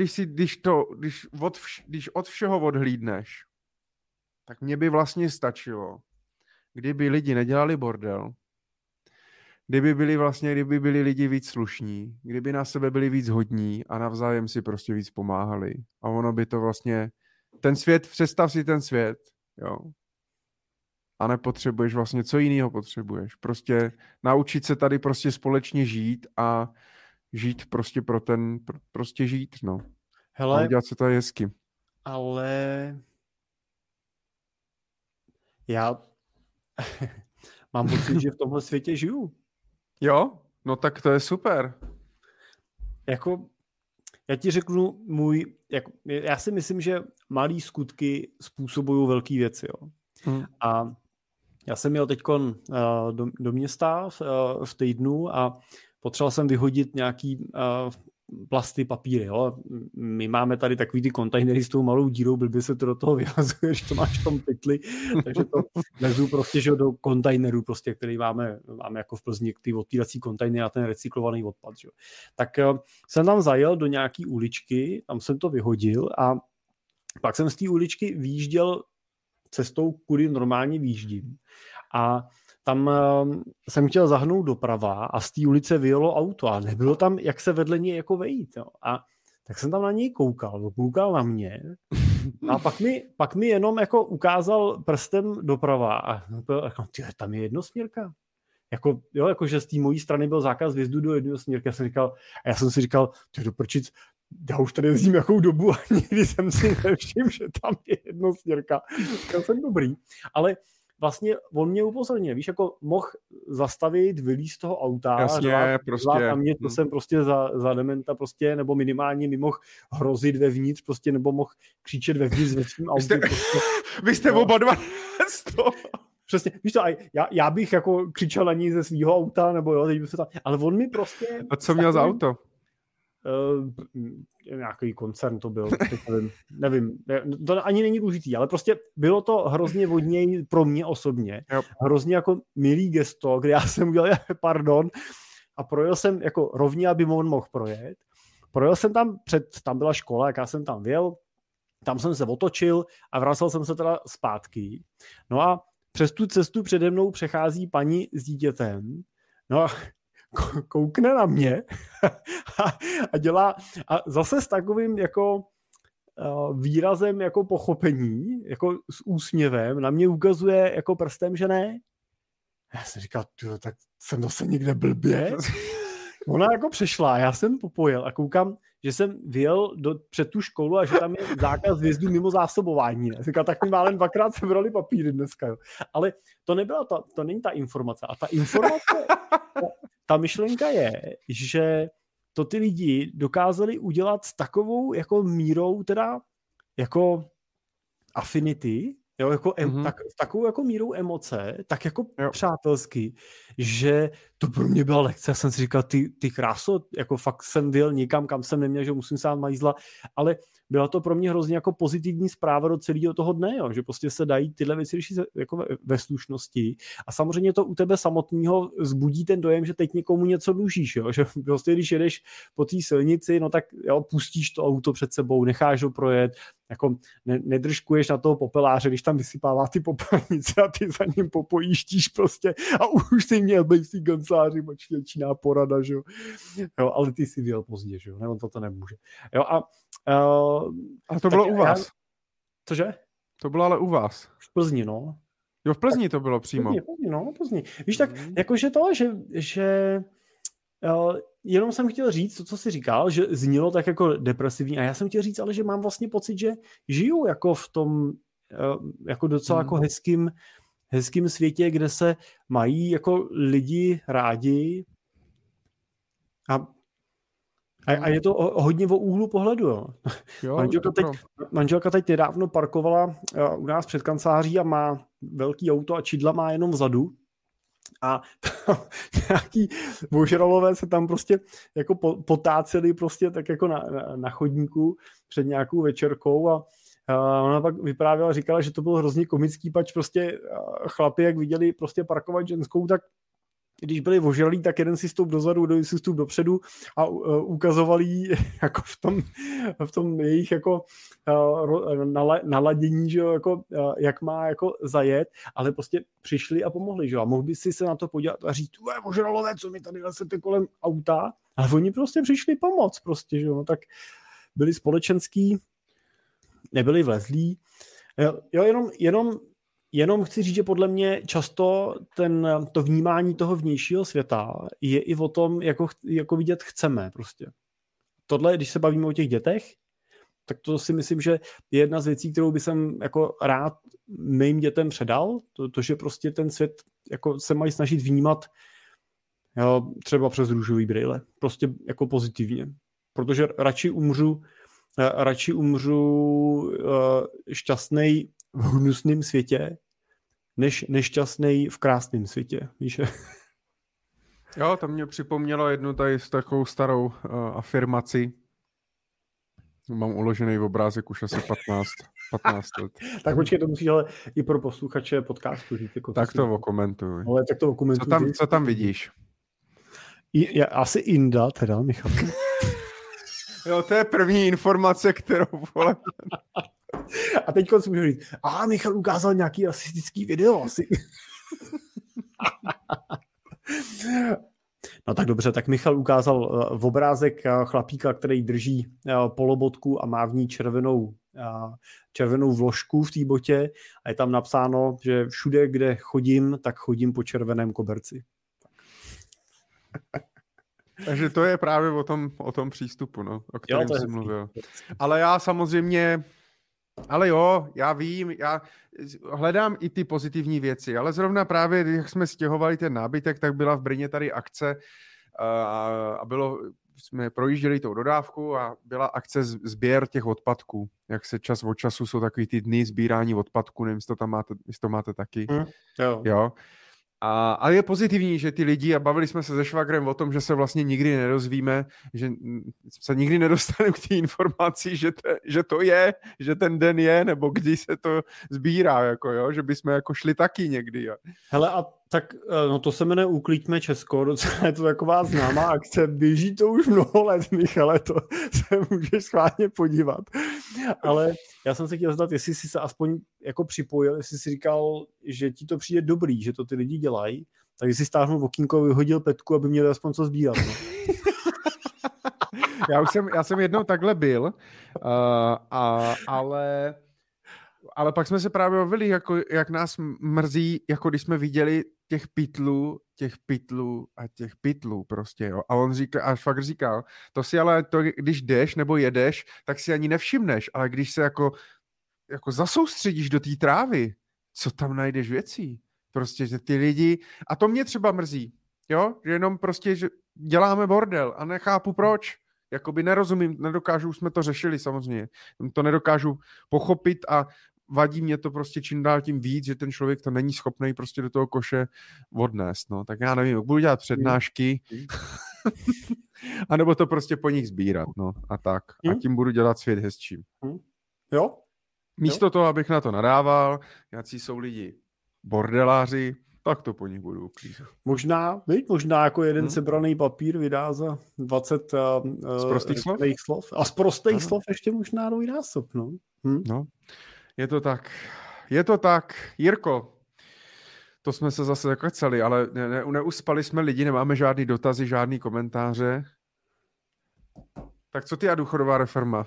když od všeho odhlídneš, tak mně by vlastně stačilo, kdyby lidi nedělali bordel, kdyby byli lidi víc slušní, kdyby na sebe byli víc hodní a navzájem si prostě víc pomáhali. A ono by to vlastně, představ si ten svět, jo. A nepotřebuješ vlastně, co jiného potřebuješ. Prostě naučit se tady prostě společně žít a žít prostě prostě žít, no. Hele, a udělat se to hezky. Ale já mám pocit, že v tomhle světě žiju. Jo? No tak to je super. Jako, já ti řeknu já si myslím, že malý skutky způsobují velké věci, jo. A já jsem jel teďkon do města v týdnu a potřeboval jsem vyhodit nějaký plasty, papíry. Jo? My máme tady takový ty kontejnery s tou malou dírou, blbě se to do toho vyhazuje, že to máš v tom pytli, takže to lezu prostě že do kontejneru, prostě, který máme jako v Plzni, ty otvírací kontejnery na ten recyklovaný odpad. Že? Tak jsem tam zajel do nějaký uličky, tam jsem to vyhodil a pak jsem z té uličky vyjížděl cestou, kudy normálně vyjíždím. A tam jsem chtěl zahnout doprava a z té ulice vyjelo auto a nebylo tam, jak se vedle něj jako vejít. Jo. A tak jsem tam na něj koukal na mě a pak mi jenom jako ukázal prstem doprava a tam je jednosměrka. Jako že z té mojí strany byl zákaz vjezdu do jednosměrky. Já jsem si říkal, ty do prčic, já už tady jezdím jakou dobu a nikdy jsem si nevšiml, že tam je jednosměrka. Já jsem dobrý. Ale vlastně on mě upozornil, víš, jako mohl zastavit, vylízt z toho auta. Jasně, prostě. A mě to jsem prostě za dementa prostě, nebo minimálně mi mohl hrozit vevnitř, prostě, nebo mohl křičet vevnitř ve svým autě. Vy jste oba dva z toho. Přesně, víš to, já bych jako křičel na ní ze svýho auta, nebo jo, teď by se tam, ale on mi prostě... A co měl za auto? Nějaký koncern to byl, nevím, to ani není důležitý, ale prostě bylo to hrozně od něj pro mě osobně, hrozně jako milý gesto, kde já jsem udělal pardon a projel jsem jako rovně, aby on mohl projet. Projel jsem tam byla škola, jak já jsem tam vyjel, tam jsem se otočil a vracel jsem se teda zpátky. No a přes tu cestu přede mnou přechází paní s dítětem, no a koukne na mě a dělá a zase s takovým jako výrazem jako pochopení, jako s úsměvem, na mě ukazuje jako prstem, že ne. Já jsem říkal, tak jsem zase někde blbě. Ona jako přešla, já jsem popojel a koukám, že jsem vyjel před tu školu a že tam je zákaz vjezdu mimo zásobování. Já jsem říkal, tak mi málem dvakrát sebrali papíry dneska. Jo. Ale to nebyla to není ta informace. A ta informace, ta myšlenka je, že to ty lidi dokázali udělat s takovou jako mírou, teda jako affinity, jo, jako takovou jako mírou emoce, tak jako přátelsky, že to pro mě byla lekce, já jsem si říkal, ty kráso, jako fakt jsem byl někam, kam jsem neměl, že musím sám majzla, ale byla to pro mě hrozně jako pozitivní zpráva do celého toho dne, jo, že prostě se dají tyhle věci řešit jako ve slušnosti a samozřejmě to u tebe samotného zbudí ten dojem, že teď někomu něco dlužíš, jo, že prostě když jedeš po té silnici, no tak jo, pustíš to auto před sebou, necháš ho projet, jako nedržkuješ na toho popeláře, když tam vysypává ty popelnice a ty za ním popojíždíš prostě a už si měl být v té kanceláři, moč většiná porada, že jo, ale ty si vyjel pozdě, že jo, ne, on to nemůže. Jo, a to bylo u vás. Cože? To bylo ale u vás. V Plzni, no. Jo, v Plzni to bylo přímo. V Plzni. Víš, tak jakože to, že jenom jsem chtěl říct to, co jsi říkal, že znělo tak jako depresivní a já jsem chtěl říct, ale že mám vlastně pocit, že žiju jako v tom jako docela jako hezkým světě, kde se mají jako lidi rádi a je to hodně o úhlu pohledu. Jo. Manželka teď nedávno parkovala u nás před kanceláří a má velký auto a čidla má jenom vzadu. A nějaký vožralové se tam prostě jako potáceli prostě tak jako na chodníku před nějakou večerkou a ona pak vyprávěla, říkala, že to bylo hrozně komický, pač prostě chlapi, jak viděli prostě parkovat ženskou, tak když byli ožralí, tak jeden si stoup dozadu, druhý si stoup dopředu a ukazovali jí jako v tom jejich jako naladění, že jo, jako, jak má jako zajet, ale prostě přišli a pomohli, že jo, a mohl by si se na to podívat a říct, ožralové, co mi tady lesete kolem auta, ale oni prostě přišli pomoct prostě, že jo, no tak byli společenský, nebyli vlezlí, jo, jenom chci říct, že podle mě často to vnímání toho vnějšího světa je i o tom, jako vidět chceme prostě. Tohle, když se bavíme o těch dětech, tak to si myslím, že je jedna z věcí, kterou bych jsem jako rád mým dětem předal, to, že prostě ten svět jako se mají snažit vnímat jo, třeba přes růžový brýle, prostě jako pozitivně. Protože radši umřu šťastnej v hnusném světě, než nešťastnej v krásném světě, víš? Jo, to mě připomnělo jednu tady s takovou starou afirmaci. Mám uložený v obrázek už asi 15 let. Tak počkej, to musíš ale i pro posluchače podcastu říct. Jako tak to okomentuj. Ale tak to okomentuj. Co tam vidíš? Asi Inda, teda, Michal. Jo, to je první informace, kterou vole. A teď si můžu říct, Michal ukázal nějaký rasistický video asi. No tak dobře, tak Michal ukázal obrázek chlapíka, který drží polobotku a má v ní červenou vložku v té botě a je tam napsáno, že všude, kde chodím, tak chodím po červeném koberci. Takže to je právě o tom přístupu, no, o kterém jsi mluvil. Ale já samozřejmě, já vím, já hledám i ty pozitivní věci, ale zrovna právě, když jsme stěhovali ten nábytek, tak byla v Brně tady akce a jsme projížděli tou dodávku a byla akce sběr těch odpadků. Jak se čas od času jsou takový ty dny sbírání odpadků, nevím, jestli to máte taky. Jo. A je pozitivní, že ty lidi, a bavili jsme se se švagrem o tom, že se vlastně nikdy nedozvíme, že se nikdy nedostaneme k té informaci, že ten den je, nebo kdy se to sbírá, jako jo, že bychom jako šli taky někdy. Jo. Hele, a tak no to se jmenuje Uklíďme Česko, docela je to taková známá akce, běží to už mnoho let, Michale, to se můžeš schválně podívat. Ale já jsem se chtěl zeptat, jestli jsi se aspoň jako připojil, jestli jsi říkal, že ti to přijde dobrý, že to ty lidi dělají, tak jsi stáhnul okýnko, vyhodil petku, aby měli aspoň co sbírat. No. Já jsem jednou takhle byl, ale pak jsme se právě bavili, jako, jak nás mrzí, jako když jsme viděli těch pytlů prostě, jo. A on říkal, a fakt říkal, to si ale, když jdeš nebo jedeš, tak si ani nevšimneš, ale když se jako zasoustředíš do té trávy, co tam najdeš věcí? Prostě, že ty lidi, a to mě třeba mrzí, jo, že jenom prostě, že děláme bordel a nechápu proč. Jakoby nerozumím, nedokážu, už jsme to řešili samozřejmě, to nedokážu pochopit a vadí mě to prostě čím dál tím víc, že ten člověk to není schopný prostě do toho koše odnést, no. Tak já nevím, budu dělat přednášky, anebo to prostě po nich sbírat, no. A tak. A tím budu dělat svět hezčím. Jo? Místo toho, abych na to nadával, jací jsou lidi bordeláři, tak to po nich budu uklízet. Možná jako jeden sebraný papír vydá za 20 z prostých slov. A z prostých slov ještě možná dvojnásob, no. No, je to tak. Jirko, to jsme se zase zakecali, ale neuspali jsme lidi, nemáme žádný dotazy, žádný komentáře. Tak co ty a důchodová reforma?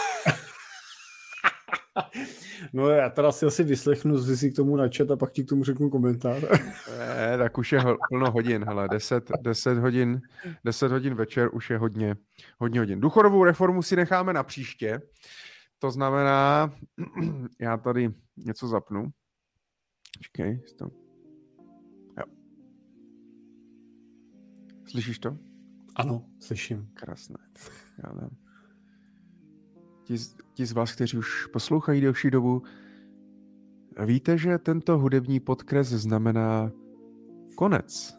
No já teda si asi vyslechnu si k tomu na chat a pak ti k tomu řeknu komentář. Tak už je plno hodin, hele, 10 hodin večer už je hodně hodin. Důchodovou reformu si necháme na příště, to znamená, já tady něco zapnu. Počkej, jo. Slyšíš to? Ano, slyším. Krásné. Já dám. Ti z vás, kteří už poslouchají delší dobu, víte, že tento hudební podkres znamená konec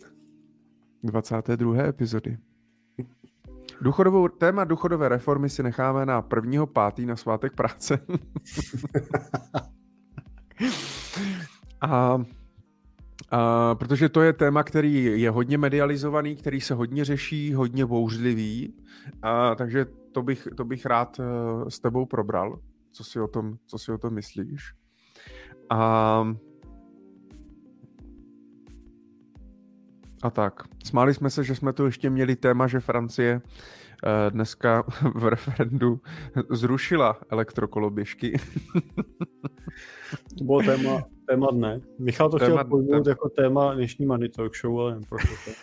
22. epizody. Téma důchodové reformy si necháme na 1.5. na svátek práce. Protože to je téma, který je hodně medializovaný, který se hodně řeší, hodně bouřlivý, takže to bych rád s tebou probral, co si o tom myslíš. A tak. Smáli jsme se, že jsme tu ještě měli téma, že Francie dneska v referendu zrušila elektrokoloběžky. To bylo téma dne. Michal to chtěl pojmout jako téma dnešní Money Talk Show, ale neprošlo to.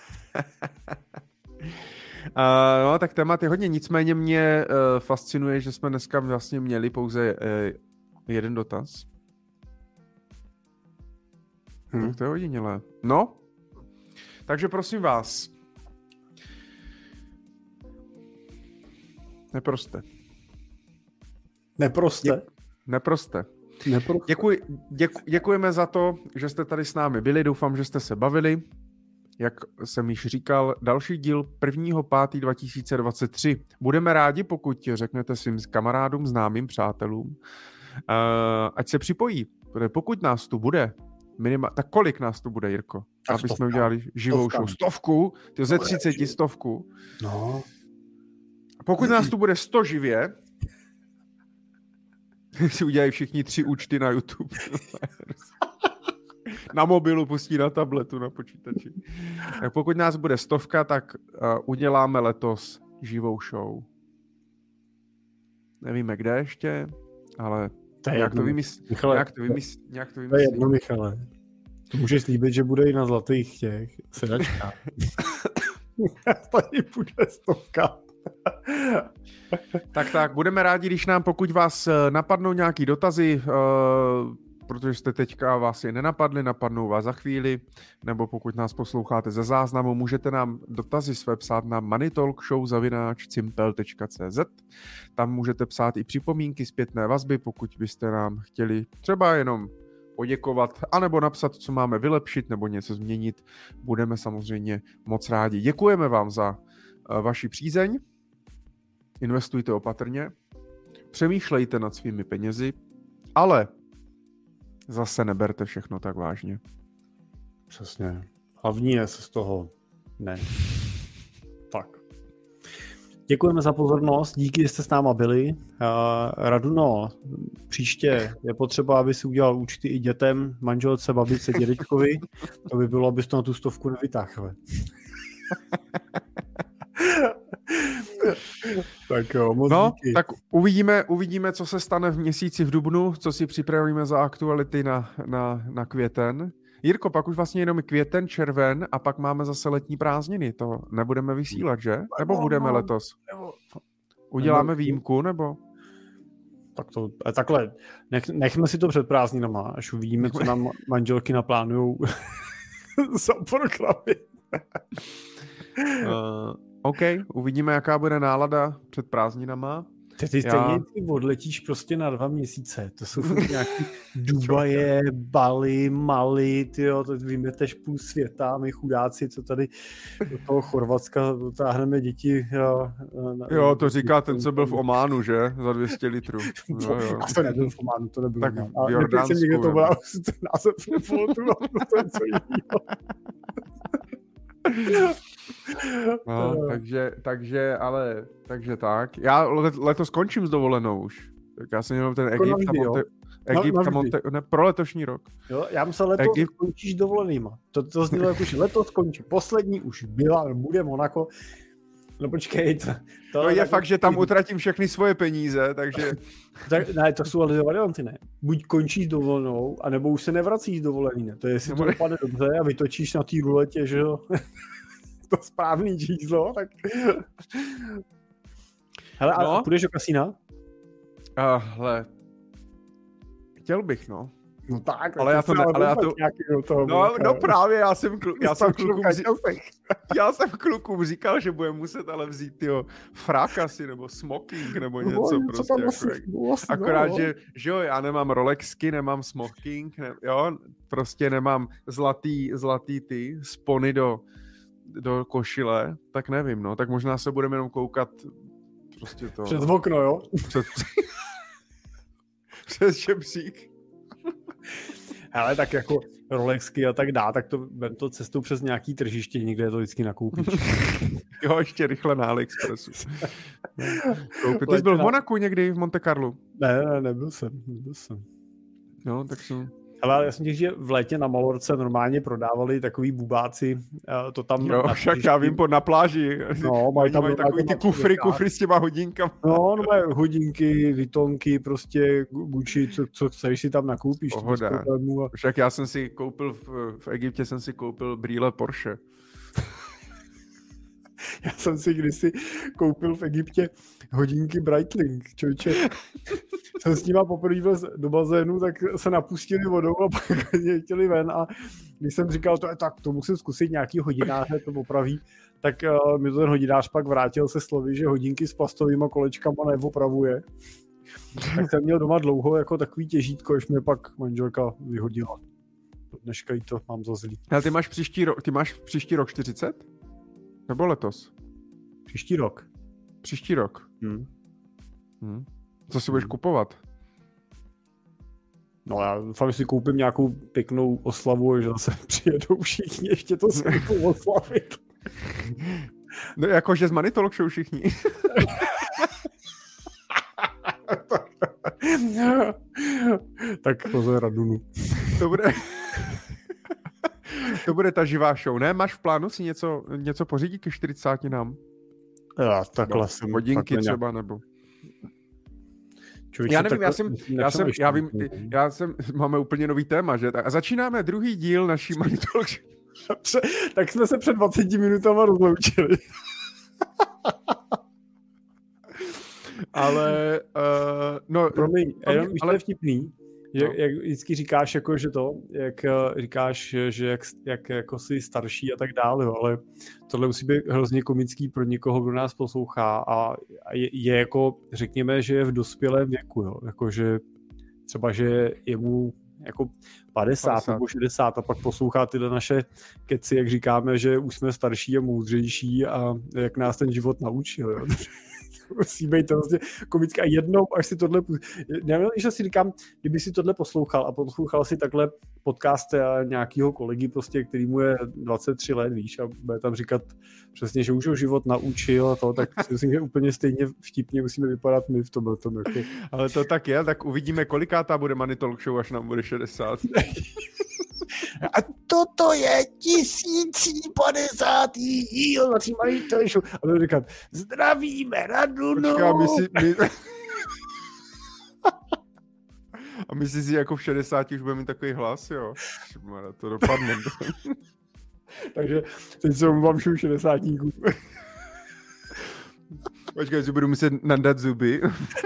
No, tak témat je hodně, nicméně mě fascinuje, že jsme dneska vlastně měli pouze jeden dotaz. Tak to je hodinilé. No, takže prosím vás. Neproste. Děkujeme za to, že jste tady s námi byli. Doufám, že jste se bavili. Jak jsem již říkal, další díl 1.5.2023. Budeme rádi, pokud řeknete svým kamarádům, známým, přátelům, ať se připojí. Pokud nás tu bude, tak kolik nás tu bude, Jirko? Aby jsme udělali živou show. 100? Ty ze 30 100. No. Pokud nás tu bude 100 živě, si udělají všichni 3 účty na YouTube. Na mobilu pustí na tabletu, na počítači. Tak pokud nás bude 100, tak uděláme letos živou show. Nevíme kde ještě, ale nějak to vymyslí. To je jedno, Michale. To můžeš slíbit, že bude i na zlatých těch sedačkách. Tady bude 100. Tak, budeme rádi, když pokud vás napadnou nějaký dotazy, protože jste teďka vás je nenapadli, napadnou vás za chvíli, nebo pokud nás posloucháte ze záznamu, můžete nám dotazy své psát na moneytalkshow@cimpel.cz. Tam můžete psát i připomínky, zpětné vazby, pokud byste nám chtěli třeba jenom poděkovat, anebo napsat, co máme vylepšit, nebo něco změnit. Budeme samozřejmě moc rádi. Děkujeme vám za vaši přízeň. Investujte opatrně. Přemýšlejte nad svými penězi, ale zase neberte všechno tak vážně. Přesně. Hlavní je se z toho ne. Tak. Děkujeme za pozornost, díky, že jste s náma byli. Raduno, příště je potřeba, aby si udělal účty i dětem, manželce, babičce, dědečkovi. To by bylo, abys to na tu 100 nevytáhl. Tak jo, moc díky. Tak uvidíme, co se stane v měsíci v dubnu, co si připravíme za aktuality na květen. Jirko, pak už vlastně jenom květen, červen a pak máme zase letní prázdniny. To nebudeme vysílat, že? Nebo budeme letos? Uděláme výjimku, nebo? Tak to, takhle, nechme si to před prázdninama, až uvidíme, co nám manželky naplánujou za programy. OK, uvidíme, jaká bude nálada před prázdninama. Ty stejně odletíš prostě na 2 měsíce. To jsou nějaký Dubaje, Bali, Mali, tyjo, to vymeteš půl světa, my chudáci, co tady do toho Chorvatska dotáhneme děti. Jo, to říká ten, co byl v Ománu, že? Za 200 litrů. Já jsem nebyl v Ománu, to nebyl. Tak v Jordánsku. Někde to byl ten název nepamatuju, to je co jiného. No, takže tak. Já letos končím s dovolenou už. Tak já jsem měl ten Egypt pro letošní rok. Jo, já myslel, letos skončíš dovolenýma. To znělo jako, že letos skončí. Poslední už byla, bude Monako. No počkej. To je fakt, že tam utratím všechny svoje peníze, takže... Ne, to jsou ale dva varianty, ne. Buď končíš dovolenou, anebo už se nevracíš dovolený, ne. To je, jestli to dopadne dobře a vytočíš na té ruletě, že jo, to správný číslo, tak... Hele, a půjdeš do kasína? Hele, chtěl bych, no. No tak, ale já to no právě, já jsem klukům říkal, že budeme muset ale vzít frak asi, nebo smoking, nebo něco prostě. Akorát, že jo, já nemám Rolexky, nemám smoking, jo, prostě nemám zlatý ty spony do košile, tak nevím, no, tak možná se budeme jenom koukat prostě to. Přes okno, jo? Přes žebřík. Ale tak jako Rolexky a tak dá, tak to cestou přes nějaký tržiště, někde to vždycky nakoupíš. Jo, ještě rychle na AliExpressu. Ty jsi byl v Monaku někdy, v Monte Carlo? Ne, nebyl jsem. No, tak jsem... Ale já jsem těch, že v létě na Malorce normálně prodávali takový bubáci, to tam... Jo, však já vím, na pláži. No, mají takový ty kufry s těma hodinkama. No, mají hodinky, Vuittonky, prostě Gucci, co chceš si tam nakoupíš. Pohoda. Však já jsem si koupil, v Egyptě jsem si koupil brýle Porsche. Já jsem si kdysi koupil v Egyptě hodinky Breitling, člověče. Jsem s nima poprvé vlez do bazénu, tak se napustili vodou a pak mě chtěli ven a když jsem říkal, to musím zkusit nějaký hodináře, to popraví, tak mi to ten hodinář pak vrátil se slovy, že hodinky s plastovýma kolečkama neopravuje. Tak jsem měl doma dlouho jako takový těžítko, až mě pak manželka vyhodila. Dneška jí to mám za zlý. Ale ty máš příští rok 40? Nebo letos? Příští rok. Příští rok? Co si budeš kupovat? No já doufám, že si koupím nějakou pěknou oslavu, že zase přijedou všichni ještě to si oslavit. No jakože z Money Talk Show všichni. Tak pozor Radunu. To bude ta živá show, ne? Máš v plánu si něco pořídit ke 40 nám? Já takhle jsem. Hodinky třeba, nebo... Člověče, já nevím, máme úplně nový téma, že? A začínáme druhý díl naší Money Talk Show. Tak jsme se před 20 minutama rozloučili. Ale, promiň, jenom to je vtipný. Jak vždycky říkáš, jako, že jak říkáš, že jak jako jsi starší a tak dále, ale tohle musí být hrozně komický pro někoho, kdo nás poslouchá a je jako, řekněme, že je v dospělém věku, jo, jakože třeba, že je mu jako 50 nebo 60 a pak poslouchá tyhle naše keci, jak říkáme, že už jsme starší a moudřejší a jak nás ten život naučil, jo. Musí být to vlastně komické a jednou, až si tohle... Nevím, že si říkám, kdyby si tohle poslouchal a poslouchal si takhle podcast nějakého kolegy, prostě, který mu je 23 let, víš, a bude tam říkat přesně, že už ho život naučil a to, tak si myslím, že úplně stejně vtipně musíme vypadat my v tomhle tom. Jako. Ale to tak je, tak uvidíme, kolikátá bude Money Talk Show, až nám bude 60. A toto je 1050. díl naší Money Talk Show. A budu říkat, zdravíme Radunu. A myslíš si, jako v 60 už bude mít takový hlas, jo? To dopadne. Takže teď se omluvám všem 60. Počkej, že budu muset nadat zuby.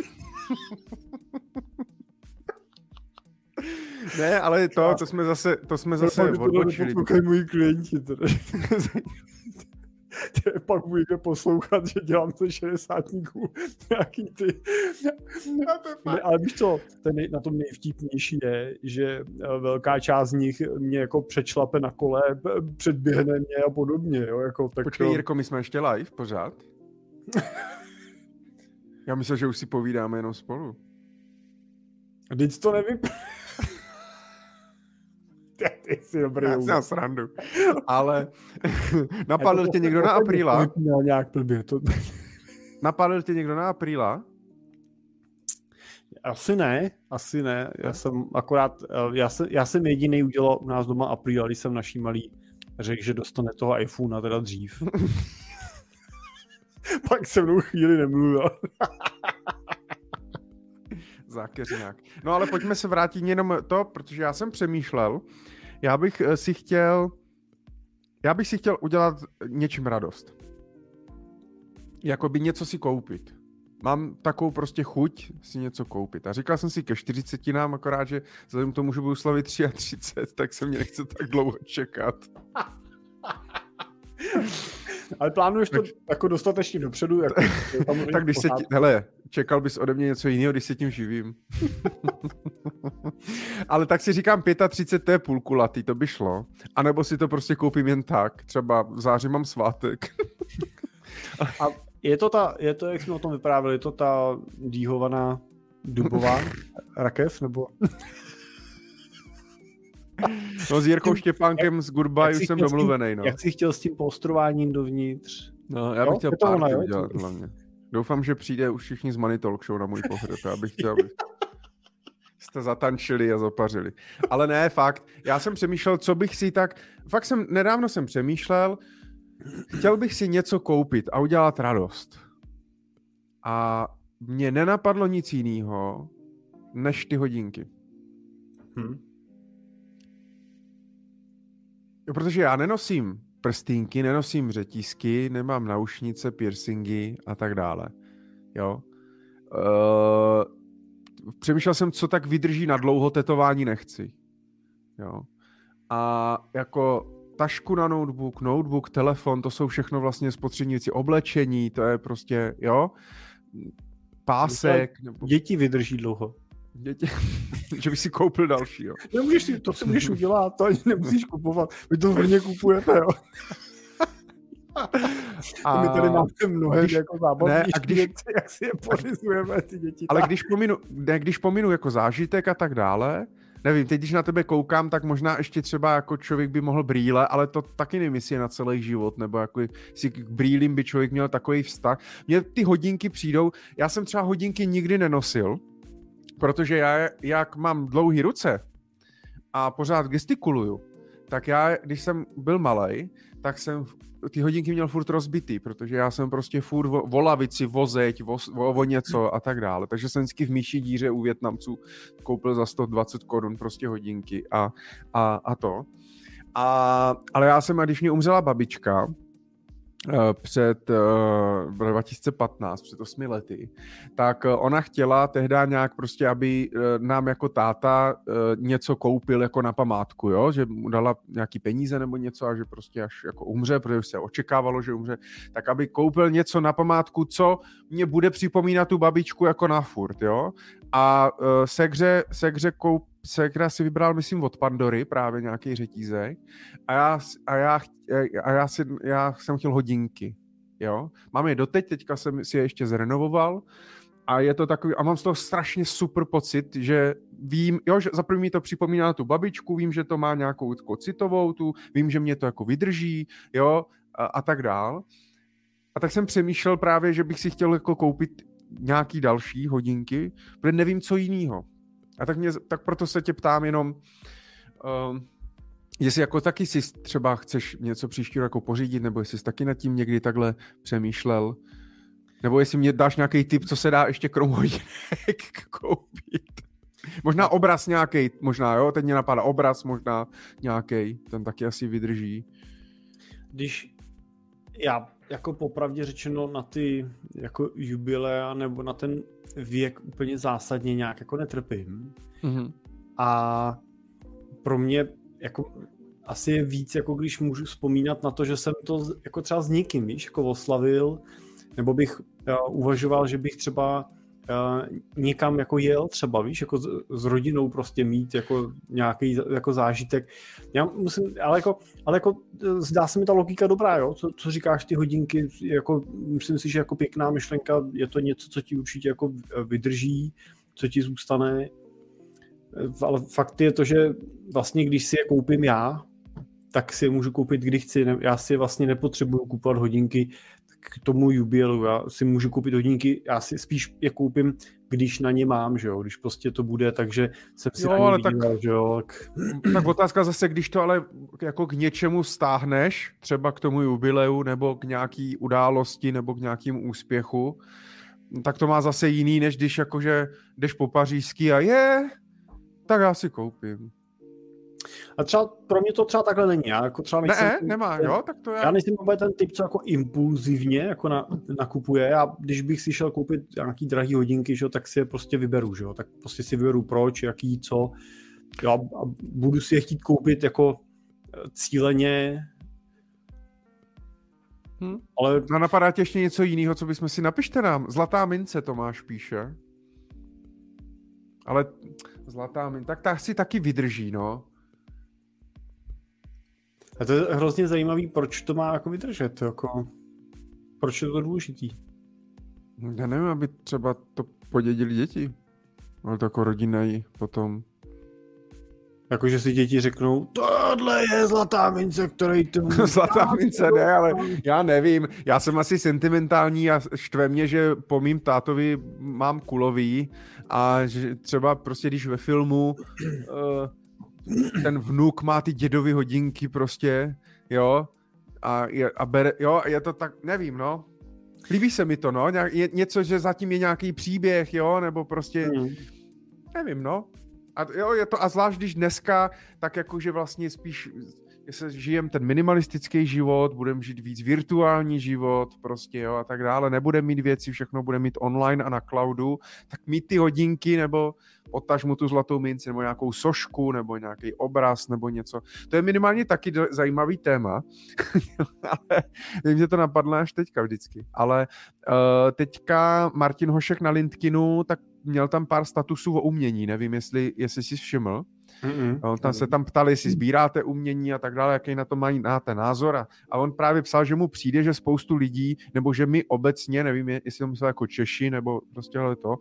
Ne, ale to jsme zase odbočili. Poslouchají moji klienti. pak budete poslouchat, že dělám ze 60níků nějaký ty. Ale víš co, na tom nejvtipnější je, že velká část z nich mě jako přečlape na kole, předběhne mě a podobně. Jo? Jako, tak počkej, Jirko, my jsme ještě live pořád? Já myslel, že už si povídáme jenom spolu. Vždyť to nevypadá. Ty jsi dobrý. Já si na srandu. Ale napadl tě někdo na apríla? Nějak blbě. Napadl tě někdo na apríla? Asi ne. Já jsem akorát, já jsem jediný udělal u nás doma apríla, když jsem naší malý řekl, že dostane toho iPhonea teda dřív. Pak se mnou chvíli nemluvil. Zákeřňák. No ale pojďme se vrátit jenom to, protože já jsem přemýšlel, já bych si chtěl udělat něčím radost. Jakoby něco si koupit. Mám takovou prostě chuť si něco koupit. A říkal jsem si ke 40, akorát, že vzhledem k tomu, že budu slavit 33, tak se mě nechce tak dlouho čekat. Ale plánuješ to jako dostatečně dopředu? Jako, tak když hele, čekal bys ode mě něco jiného, když se tím živím. Ale tak si říkám 35, to je půlkulatý, to by šlo. A nebo si to prostě koupím jen tak. Třeba v září mám svátek. A je to, jak jsme o tom vyprávěli, je to ta dýhovaná dubová rakev, nebo... No s Jirkou Štěpánkem z Goodbye už jsem domluvený, no. Jak jsi chtěl s tím polstrováním dovnitř? No, já bych chtěl party udělat hlavně. Doufám, že přijde už všichni z Money Talk Show na můj pohřeb. Já bych chtěl, aby jste zatančili a zapařili. Ale ne, fakt. Já jsem přemýšlel, co bych si tak... Nedávno jsem přemýšlel, chtěl bych si něco koupit a udělat radost. A mně nenapadlo nic jiného, než ty hodinky. Protože já nenosím prstínky, nenosím řetízky, nemám naušnice, piercingy a tak dále. Jo. Přemýšlel jsem, co tak vydrží na dlouho, tetování nechci. Jo. A jako tašku na notebook, telefon, to jsou všechno vlastně spotřební věci, oblečení, to je prostě, jo, pásek. Nebo... Děti vydrží dlouho. Děti, že by si koupil další, jo. To si můžeš udělat, to ani nemusíš kupovat. Vy to hodně kupujete, jo. A my tady máme mnohem jako zábavnější věci, jak si je pořizujeme, ty děti. Ale když pominu jako zážitek a tak dále, nevím, teď když na tebe koukám, tak možná ještě třeba jako člověk by mohl brýle, ale to taky nevím, jestli je na celý život, nebo jako si k brýlím by člověk měl takový vztah. Mně ty hodinky přijdou, já jsem třeba hodinky nikdy nenosil, protože já, jak mám dlouhý ruce a pořád gestikuluju, tak já, když jsem byl malej, tak jsem ty hodinky měl furt rozbitý, protože já jsem prostě furt o lavici, vozeď, o něco a tak dále. Takže jsem vždycky v myší díře u Vietnamců koupil za 120 korun prostě hodinky a to. Ale já jsem, a když mě umřela babička, před 2015, před 8 lety, tak ona chtěla tehdy nějak prostě, aby nám jako táta něco koupil jako na památku, jo? Že mu dala nějaký peníze nebo něco a že prostě až jako umře, protože už se očekávalo, že umře, tak aby koupil něco na památku, co mě bude připomínat tu babičku jako na furt, jo? A Sekra si vybral, myslím, od Pandory právě nějaký řetízek a já jsem chtěl hodinky, jo. Mám je doteď, teďka jsem si je ještě zrenovoval a je to takový, a mám z toho strašně super pocit, že vím, jo, že za první to připomíná na tu babičku, vím, že to má nějakou citovou, vím, že mě to jako vydrží, jo, a tak dál. A tak jsem přemýšlel právě, že bych si chtěl jako koupit nějaký další hodinky, protože nevím, co jinýho. A tak proto se tě ptám jenom, jestli jako taky si třeba chceš něco příštího jako pořídit, nebo jestli jsi taky nad tím někdy takhle přemýšlel, nebo jestli mě dáš nějaký tip, co se dá ještě krom hodinek koupit. Možná obraz nějaký, možná, jo, teď mě napadá obraz možná nějaký, ten taky asi vydrží. Když já jako popravdě řečeno na ty jako jubilea nebo na ten věk úplně zásadně nějak jako netrpím. Mm-hmm. A pro mě jako asi je víc, jako když můžu vzpomínat na to, že jsem to jako třeba s někým, víš, jako oslavil, nebo bych uvažoval, že bych třeba někam jako jel třeba, víš, jako s rodinou prostě mít jako nějaký jako zážitek. Já musím, ale jako zdá se mi ta logika dobrá, jo, co říkáš ty hodinky, jako myslím si, že jako pěkná myšlenka, je to něco, co ti určitě jako vydrží, co ti zůstane, ale fakt je to, že vlastně když si je koupím já, tak si je můžu koupit, kdy chci, já si vlastně nepotřebuju kupovat hodinky k tomu jubileu, já si můžu koupit hodinky, já si spíš je koupím, když na ně mám, že jo, když prostě to bude, takže jsem si na ně díval, že jo. Tak otázka zase, když to ale jako k něčemu stáhneš, třeba k tomu jubileu, nebo k nějaký události, nebo k nějakému úspěchu, tak to má zase jiný, než když jakože jdeš po pařížský a tak já si koupím. A třeba pro mě to třeba takhle není. Já jako třeba nemá, jo? Tak to já nejsem ten typ, co jako impulzivně jako nakupuje. A když bych si šel koupit nějaký drahý hodinky, že, tak si je prostě vyberu. Že? Tak prostě si vyberu proč, jaký, co. Jo, a budu si je chtít koupit jako cíleně. Ale... A napadá tě ještě něco jiného, co bychom si... Napište nám. Zlatá mince Tomáš píše. Ale zlatá mince, tak ta si taky vydrží, no. A to je hrozně zajímavý, proč to má jako vydržet, jako... Proč je to důležitý? Já nevím, aby třeba to podědili děti. Ale to jako rodina jí potom... Jakože si děti řeknou, tohle je zlatá mince, který to... Zlatá mince ne, ale já nevím. Já jsem asi sentimentální a štve mě, že po mým tátovi mám kulový a že třeba prostě když ve filmu ten vnuk má ty dědovy hodinky prostě, jo, a bere, jo, je to tak, nevím, no. Líbí se mi to, no, je něco, že zatím je nějaký příběh, jo, nebo prostě, nevím, no. A jo, je to, a zvlášť když dneska, tak jakože vlastně spíš se žijem ten minimalistický život, budeme žít víc virtuální život, prostě jo, a tak dále, nebudeme mít věci, všechno bude mít online a na cloudu, tak mít ty hodinky, nebo odtažmu tu zlatou minci, nebo nějakou sošku, nebo nějaký obraz, nebo něco. To je minimálně taky zajímavý téma, ale vím, že to napadlo až teďka vždycky. Ale teďka Martin Hošek na LinkedInu, tak měl tam pár statusů o umění, nevím, jestli jsi všiml. Tam se tam ptali, jestli sbíráte umění a tak dále, jaký na to máte názor. A on právě psal, že mu přijde, že spoustu lidí, nebo že my obecně, nevím, jestli to myslel jako Češi, nebo prostě to,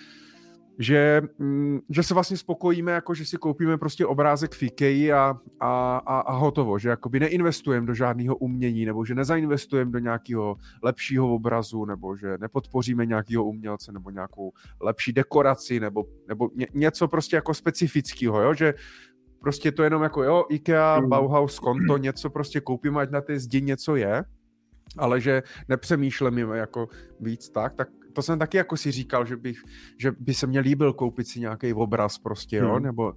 že se vlastně spokojíme, jako že si koupíme prostě obrázek v IKEA a hotovo, že jakoby neinvestujeme do žádného umění, nebo že nezainvestujeme do nějakého lepšího obrazu, nebo že nepodpoříme nějakého umělce, nebo nějakou lepší dekoraci, nebo něco prostě jako specifického, jo, že prostě to jenom jako jo, IKEA, Bauhaus, konto, něco prostě koupíme, ať na té zdi něco je, ale že nepřemýšlíme jako víc tak to jsem taky jako si říkal, že by se mně líbil koupit si nějaký obraz prostě, jo, nebo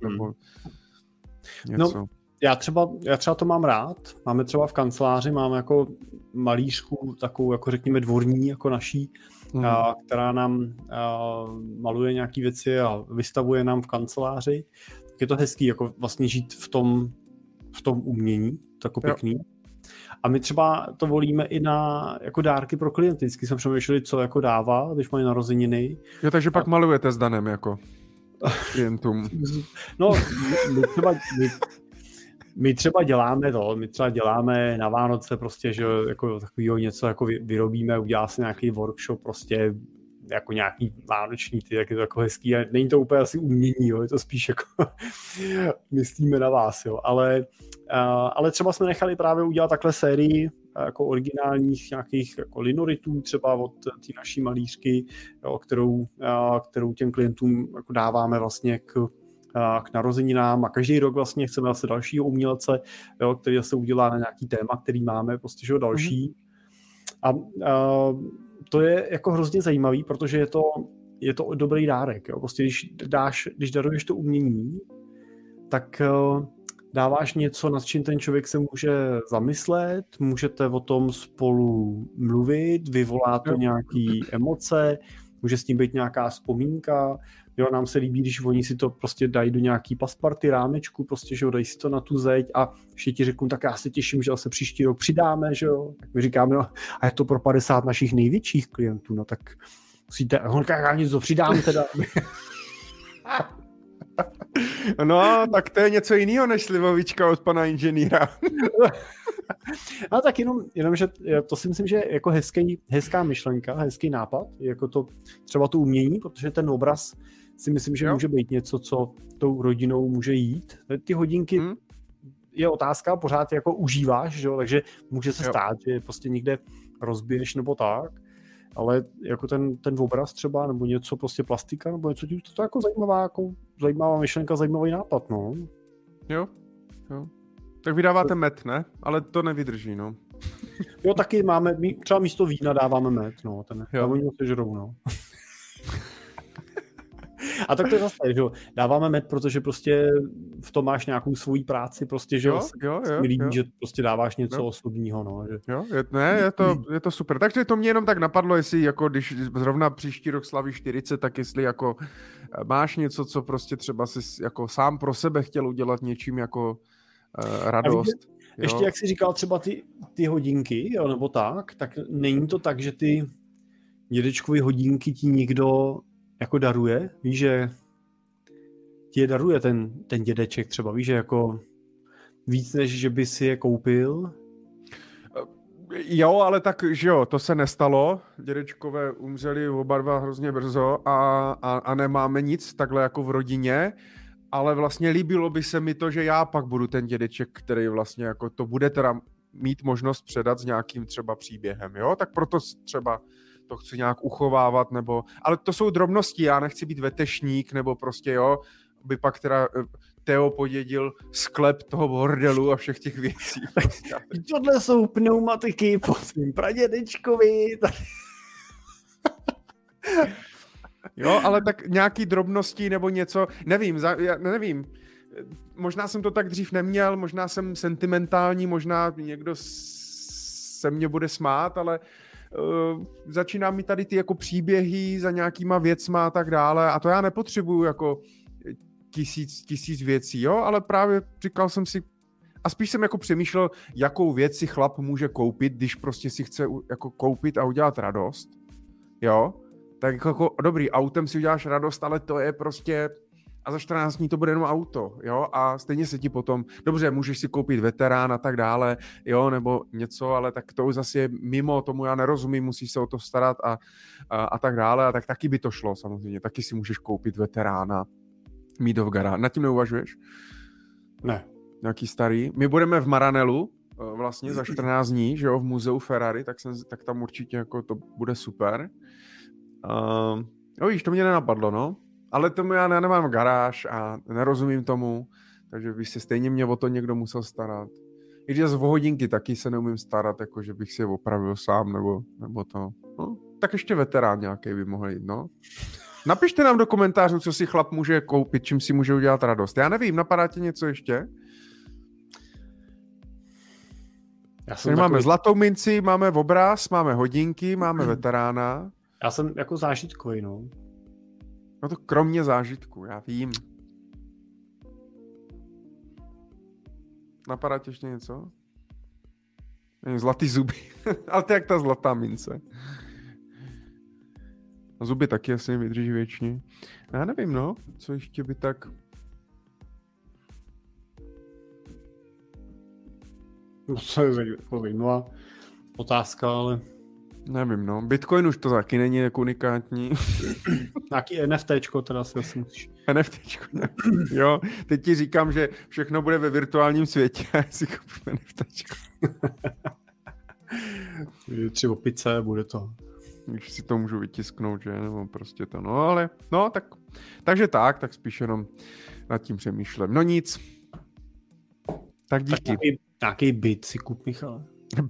něco. No, já třeba to mám rád. Máme třeba v kanceláři, máme jako malířku, takovou jako řekněme dvorní, jako naší, která nám maluje nějaký věci a vystavuje nám v kanceláři. Tak je to hezký, jako vlastně žít v tom umění, to jako pěkný. A my třeba to volíme i na jako dárky pro klienty. Vždycky jsme přemýšleli, co jako dává, když mají narozeniny. Jo, takže pak malujete s Danem jako klientům. No, my třeba děláme na Vánoce prostě, že jako takovýho něco jako vyrobíme, udělá se nějaký workshop prostě jako nějaký vánoční, jak je to jako hezký. A není to úplně asi umění, jo, je to spíš jako myslíme na vás, jo, ale třeba jsme nechali právě udělat takhle sérii jako originálních nějakých jako linoritů třeba od té naší malířky, jo, kterou těm klientům jako dáváme vlastně k narozeninám a každý rok vlastně chceme zase dalšího umělce, jo, který zase udělá na nějaký téma, který máme, prostě že další. A to je jako hrozně zajímavý, protože je to dobrý dárek, jo. Prostě když daruješ to umění, tak dáváš něco, nad čím ten člověk se může zamyslet, můžete o tom spolu mluvit, vyvolá to nějaký emoce, může s tím být nějaká vzpomínka. Jo, nám se líbí, když oni si to prostě dají do nějaký pasparty, rámečku, prostě, že jo, dají si to na tu zeď a ještě ti řeknu, tak já se těším, že se příští rok přidáme, že jo. Tak my říkáme, no, a je to pro 50 našich největších klientů, no tak musíte, já něco přidám teda. No, tak to je něco jiného než slivovička od pana inženýra. A tak jenom, že to si myslím, že je jako hezká myšlenka, hezký nápad, jako to třeba to umění, protože ten obraz si myslím, že může být něco, co tou rodinou může jít. Ty hodinky je otázka, pořád jako užíváš, že jo? Takže může se stát, že prostě někde rozbiješ nebo tak, ale jako ten obraz třeba, nebo něco prostě plastika, nebo něco, to je jako zajímavá myšlenka, zajímavý nápad, no. Jo. Tak vydáváte med, ne? Ale to nevydrží, no. Jo, taky máme, třeba místo vína dáváme med, no. Oni ho sežrou, no. A tak to je zase, že jo, dáváme med, protože prostě v tom máš nějakou svoji práci, prostě, že jo, mi líbí, že prostě dáváš něco osobního, no. Že... Jo, je to super. Takže to mě jenom tak napadlo, jestli jako když zrovna příští rok slaví 40, tak jestli jako máš něco, co prostě třeba si jako sám pro sebe chtěl udělat něčím jako radost. Ještě jak jsi říkal třeba ty hodinky, jo, nebo tak není to tak, že ty dědečkovy hodinky ti někdo jako daruje, víš, že ti je daruje ten dědeček třeba, víš, že jako víc, než že by si je koupil? Jo, ale tak, že jo, to se nestalo, dědečkové umřeli oba dva hrozně brzo a nemáme nic takhle jako v rodině, ale vlastně líbilo by se mi to, že já pak budu ten dědeček, který vlastně jako to bude teda mít možnost předat s nějakým třeba příběhem, jo, tak proto třeba to chci nějak uchovávat, nebo, ale to jsou drobnosti, já nechci být vetešník, nebo prostě jo, by pak teda Teo podědil sklep toho bordelu a všech těch věcí. Tohle jsou pneumatiky po svým pradědečkovi. Jo, ale tak nějaký drobnosti nebo něco, nevím, možná jsem to tak dřív neměl, možná jsem sentimentální, možná někdo se mě bude smát, ale začíná mi tady ty jako příběhy za nějakýma věcma a tak dále a to já nepotřebuju jako tisíc věcí, jo, ale právě říkal jsem si a spíš jsem jako přemýšlel, jakou věc si chlap může koupit, když prostě si chce jako koupit a udělat radost, jo, tak jako dobrý, autem si uděláš radost, ale to je prostě a za 14 dní to bude jenom auto, jo, a stejně se ti potom, dobře, můžeš si koupit veterán a tak dále, jo, nebo něco, ale tak to už zase je mimo, tomu já nerozumím, musíš se o to starat a tak dále, a tak taky by to šlo samozřejmě, taky si můžeš koupit veterána, mít ho v garáži. Nad tím neuvažuješ? Ne. Nějaký starý? My budeme v Maranelu, vlastně za 14 dní, že jo, v muzeu Ferrari, tak tam určitě jako to bude super. No víš, to mě nenapadlo, no. Ale tomu já nemám garáž a nerozumím tomu, takže bych se stejně mě o to někdo musel starat. I když z hodinky taky se neumím starat, jako že bych si je opravil sám, nebo to. No, tak ještě veterán nějaký by mohl jít, no. Napište nám do komentářů, co si chlap může koupit, čím si může udělat radost. Já nevím, napadá ti něco ještě? Máme zlatou minci, máme obraz, máme hodinky, máme veterána. Já jsem jako zážitkový, no. No to kromě zážitku, já vím. Napadá ti ještě něco? Zlatý zuby. Ale to je jak ta zlatá mince. A zuby taky asi vydrží věčně. Já nevím, no. Co ještě by tak... No to je zajímavá otázka, ale... Nevím, no. Bitcoin už to taky není jako unikátní. Nějaký NFTčko teda si asi musíš. NFTčko, ne. Jo, teď ti říkám, že všechno bude ve virtuálním světě a si koupím NFTčko. Třeba opice, bude to. Když si to můžu vytisknout, že? Nebo prostě to, no ale, no tak, takže tak spíš jenom nad tím přemýšlem. No nic. Tak díky. Tak nějaký byt si kup, Michale.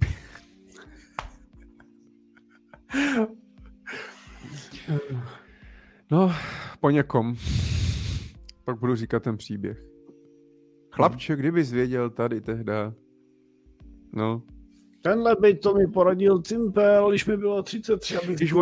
No, po někom. Pak budu říkat ten příběh. Chlapče, kdybys věděl tady tehda. No. Tenhle byt to mi poradil Cimpel, když mi bylo 33.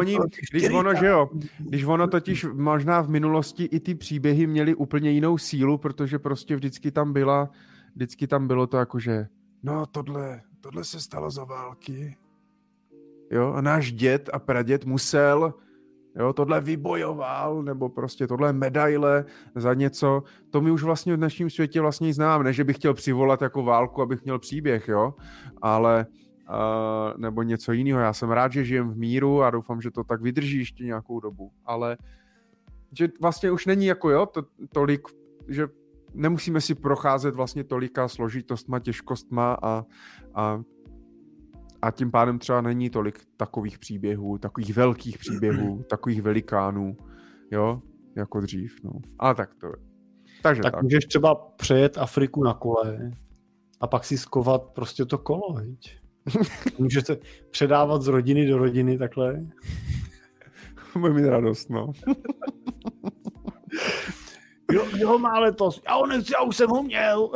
Když ono totiž možná v minulosti i ty příběhy měly úplně jinou sílu, protože prostě vždycky tam bylo to jakože, no tohle se stalo za války. Jo, a náš děd a praděd musel, jo, tohle vybojoval, nebo prostě tohle medaile za něco. To my už vlastně v dnešním světě vlastně znám, ne, že bych chtěl přivolat jako válku, abych měl příběh, jo, ale nebo něco jiného. Já jsem rád, že žijem v míru a doufám, že to tak vydrží ještě nějakou dobu, ale že vlastně už není jako, jo, tolik, že nemusíme si procházet vlastně tolika složitostma, těžkostma a tím pádem třeba není tolik takových příběhů, takových velkých příběhů, takových velikánů, jo, jako dřív, no. Ale tak to je. Takže tak můžeš třeba přejet Afriku na kole a pak si skovat prostě to kolo, viď? Můžete předávat z rodiny do rodiny takhle. Bude mít radost, no. Jo, má letos. Já už jsem ho měl.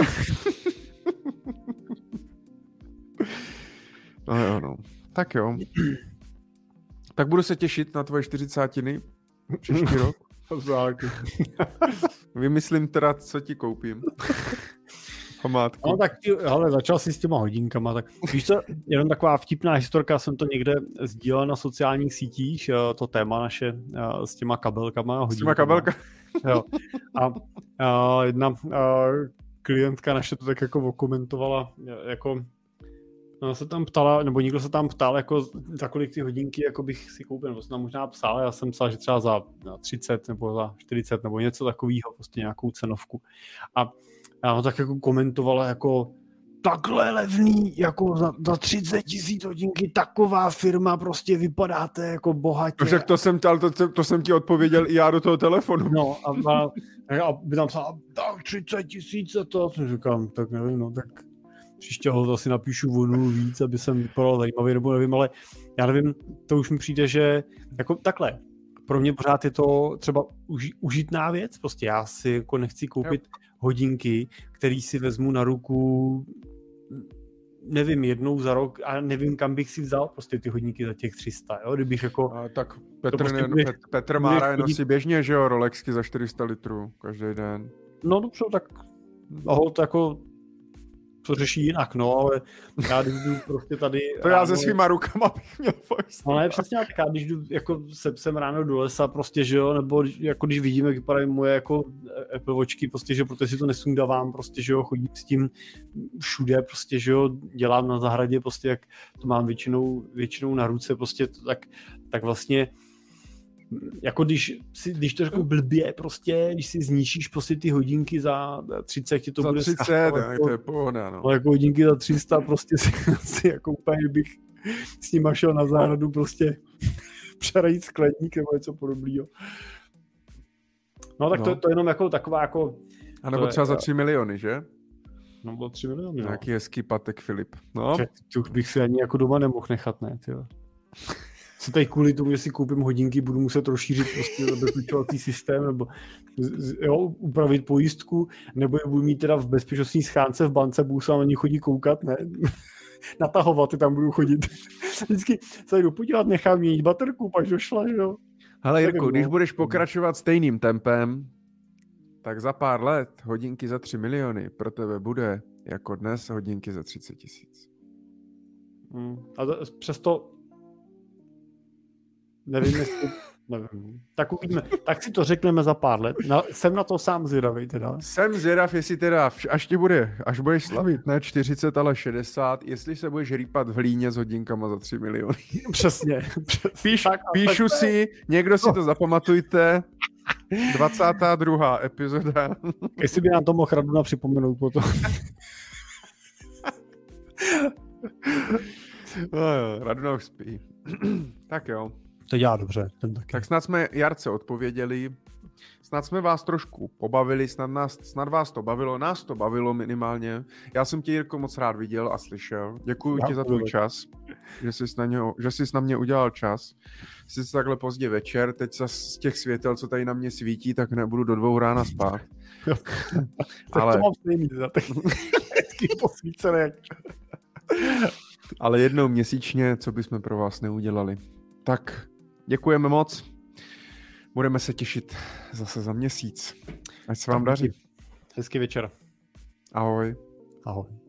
No jo, no. Tak jo. Tak budu se těšit na tvoje 40. příští rok. Vymyslím teda, co ti koupím. Památku. No tak hele, začal si s těma hodinkama, tak víš co, jenom taková vtipná historka, jsem to někde sdílel na sociálních sítích, to téma naše s těma kabelkama. Hodinkama. S těma kabelkama. Jo. A jedna klientka naše to tak jako okomentovala, jako se tam ptala, nebo někdo se tam ptal, jako za kolik ty hodinky jako bych si koupil, nebo se tam možná psal, já jsem psal, že třeba za 30 nebo za 40 nebo něco takového, prostě nějakou cenovku. A ho tak jako komentovala jako takhle levný, jako za 30 000 hodinky, taková firma, prostě vypadáte jako bohatě. Tak to jsem ti odpověděl i já do toho telefonu. No a by tam psala, tak 30 000 to, jsem říkal, tak nevím, no tak příště ho asi napíšu o nulu víc, aby jsem vypadal zajímavý, nebo nevím, ale já nevím, to už mi přijde, že jako takhle, pro mě pořád je to třeba užitná věc, prostě já si jako nechci koupit hodinky, který si vezmu na ruku, nevím, jednou za rok a nevím, kam bych si vzal prostě ty hodinky za těch 300, jo, kdybych jako... Tak Petr Mára nosí běžně, že jo, Rolexky za 400 litrů každý den. No dobře, tak to jako to řeší jinak, no, ale já když jdu prostě tady... To ráno, já se svýma rukama bych měl pojist. No ne, přesně tak, já když jdu jako sem ráno do lesa prostě, že jo, nebo jako když vidíme, jak vypadají moje jako Apple Watchky, prostě, že protože si to nesundávám, prostě, že jo, chodím s tím všude, prostě, že jo, dělám na zahradě, prostě, jak to mám většinou na ruce, prostě, tak vlastně jako když to řeknu blbě, prostě, když si zničíš prostě ty hodinky za 30, ti to za bude 30, to je pohoda, no. Jako hodinky za 300, prostě si jako úplně bych s nima šel na zahradu, prostě přerejít skleník nebo něco podobného. No tak no. To jenom jako taková jako... A nebo třeba za 3 miliony, že? No bylo 3 miliony, no. Nějaký hezký Patek Filip. No. To už bych si ani jako doma nemohl nechat, ne, tyjo. Co tady kvůli tomu, že si koupím hodinky, budu muset rozšířit prostě zabezpečovací systém, nebo jo, upravit pojistku, nebo je budu mít teda v bezpečnostní schánce v bance, budu se na ní chodit koukat, ne? Natahovat, ty tam budu chodit. Vždycky se jdu podívat, nechám měnit baterku, pak došla, že jo. Hele Jirko, když budeš pokračovat stejným tempem, tak za pár let hodinky za 3 miliony pro tebe bude jako dnes hodinky za 30 000. A přesto nevím, jestli... Nevím. Tak uvidíme. Tak si to řekneme za pár let. Jsem na to sám zvědavý teda. Jsem zvědav, jestli teda, až budeš slavit, ne 40, ale 60, jestli se budeš rýpat v hlíně s hodinkama za 3 miliony. Přesně. Píšu si, někdo si to zapamatujte, 22. epizoda. Jestli by nám to mohl Raduna připomenout potom. No jo, Raduna už spí. Tak jo. To dělá dobře. Tak snad jsme Jarce odpověděli, snad jsme vás trošku pobavili, snad vás to bavilo, nás to bavilo minimálně. Já jsem tě, Jirko, moc rád viděl a slyšel. Děkuji ti za tvůj čas, že jsi na mě udělal čas. Jsi takhle pozdě večer, teď z těch světel, co tady na mě svítí, tak nebudu do 2 rána spát. Tak ale... to mám stejný, tak hezký posvícený. Ale jednou měsíčně, co bychom pro vás neudělali. Tak, děkujeme moc. Budeme se těšit zase za měsíc. Ať se vám daří. Hezký večer. Ahoj. Ahoj.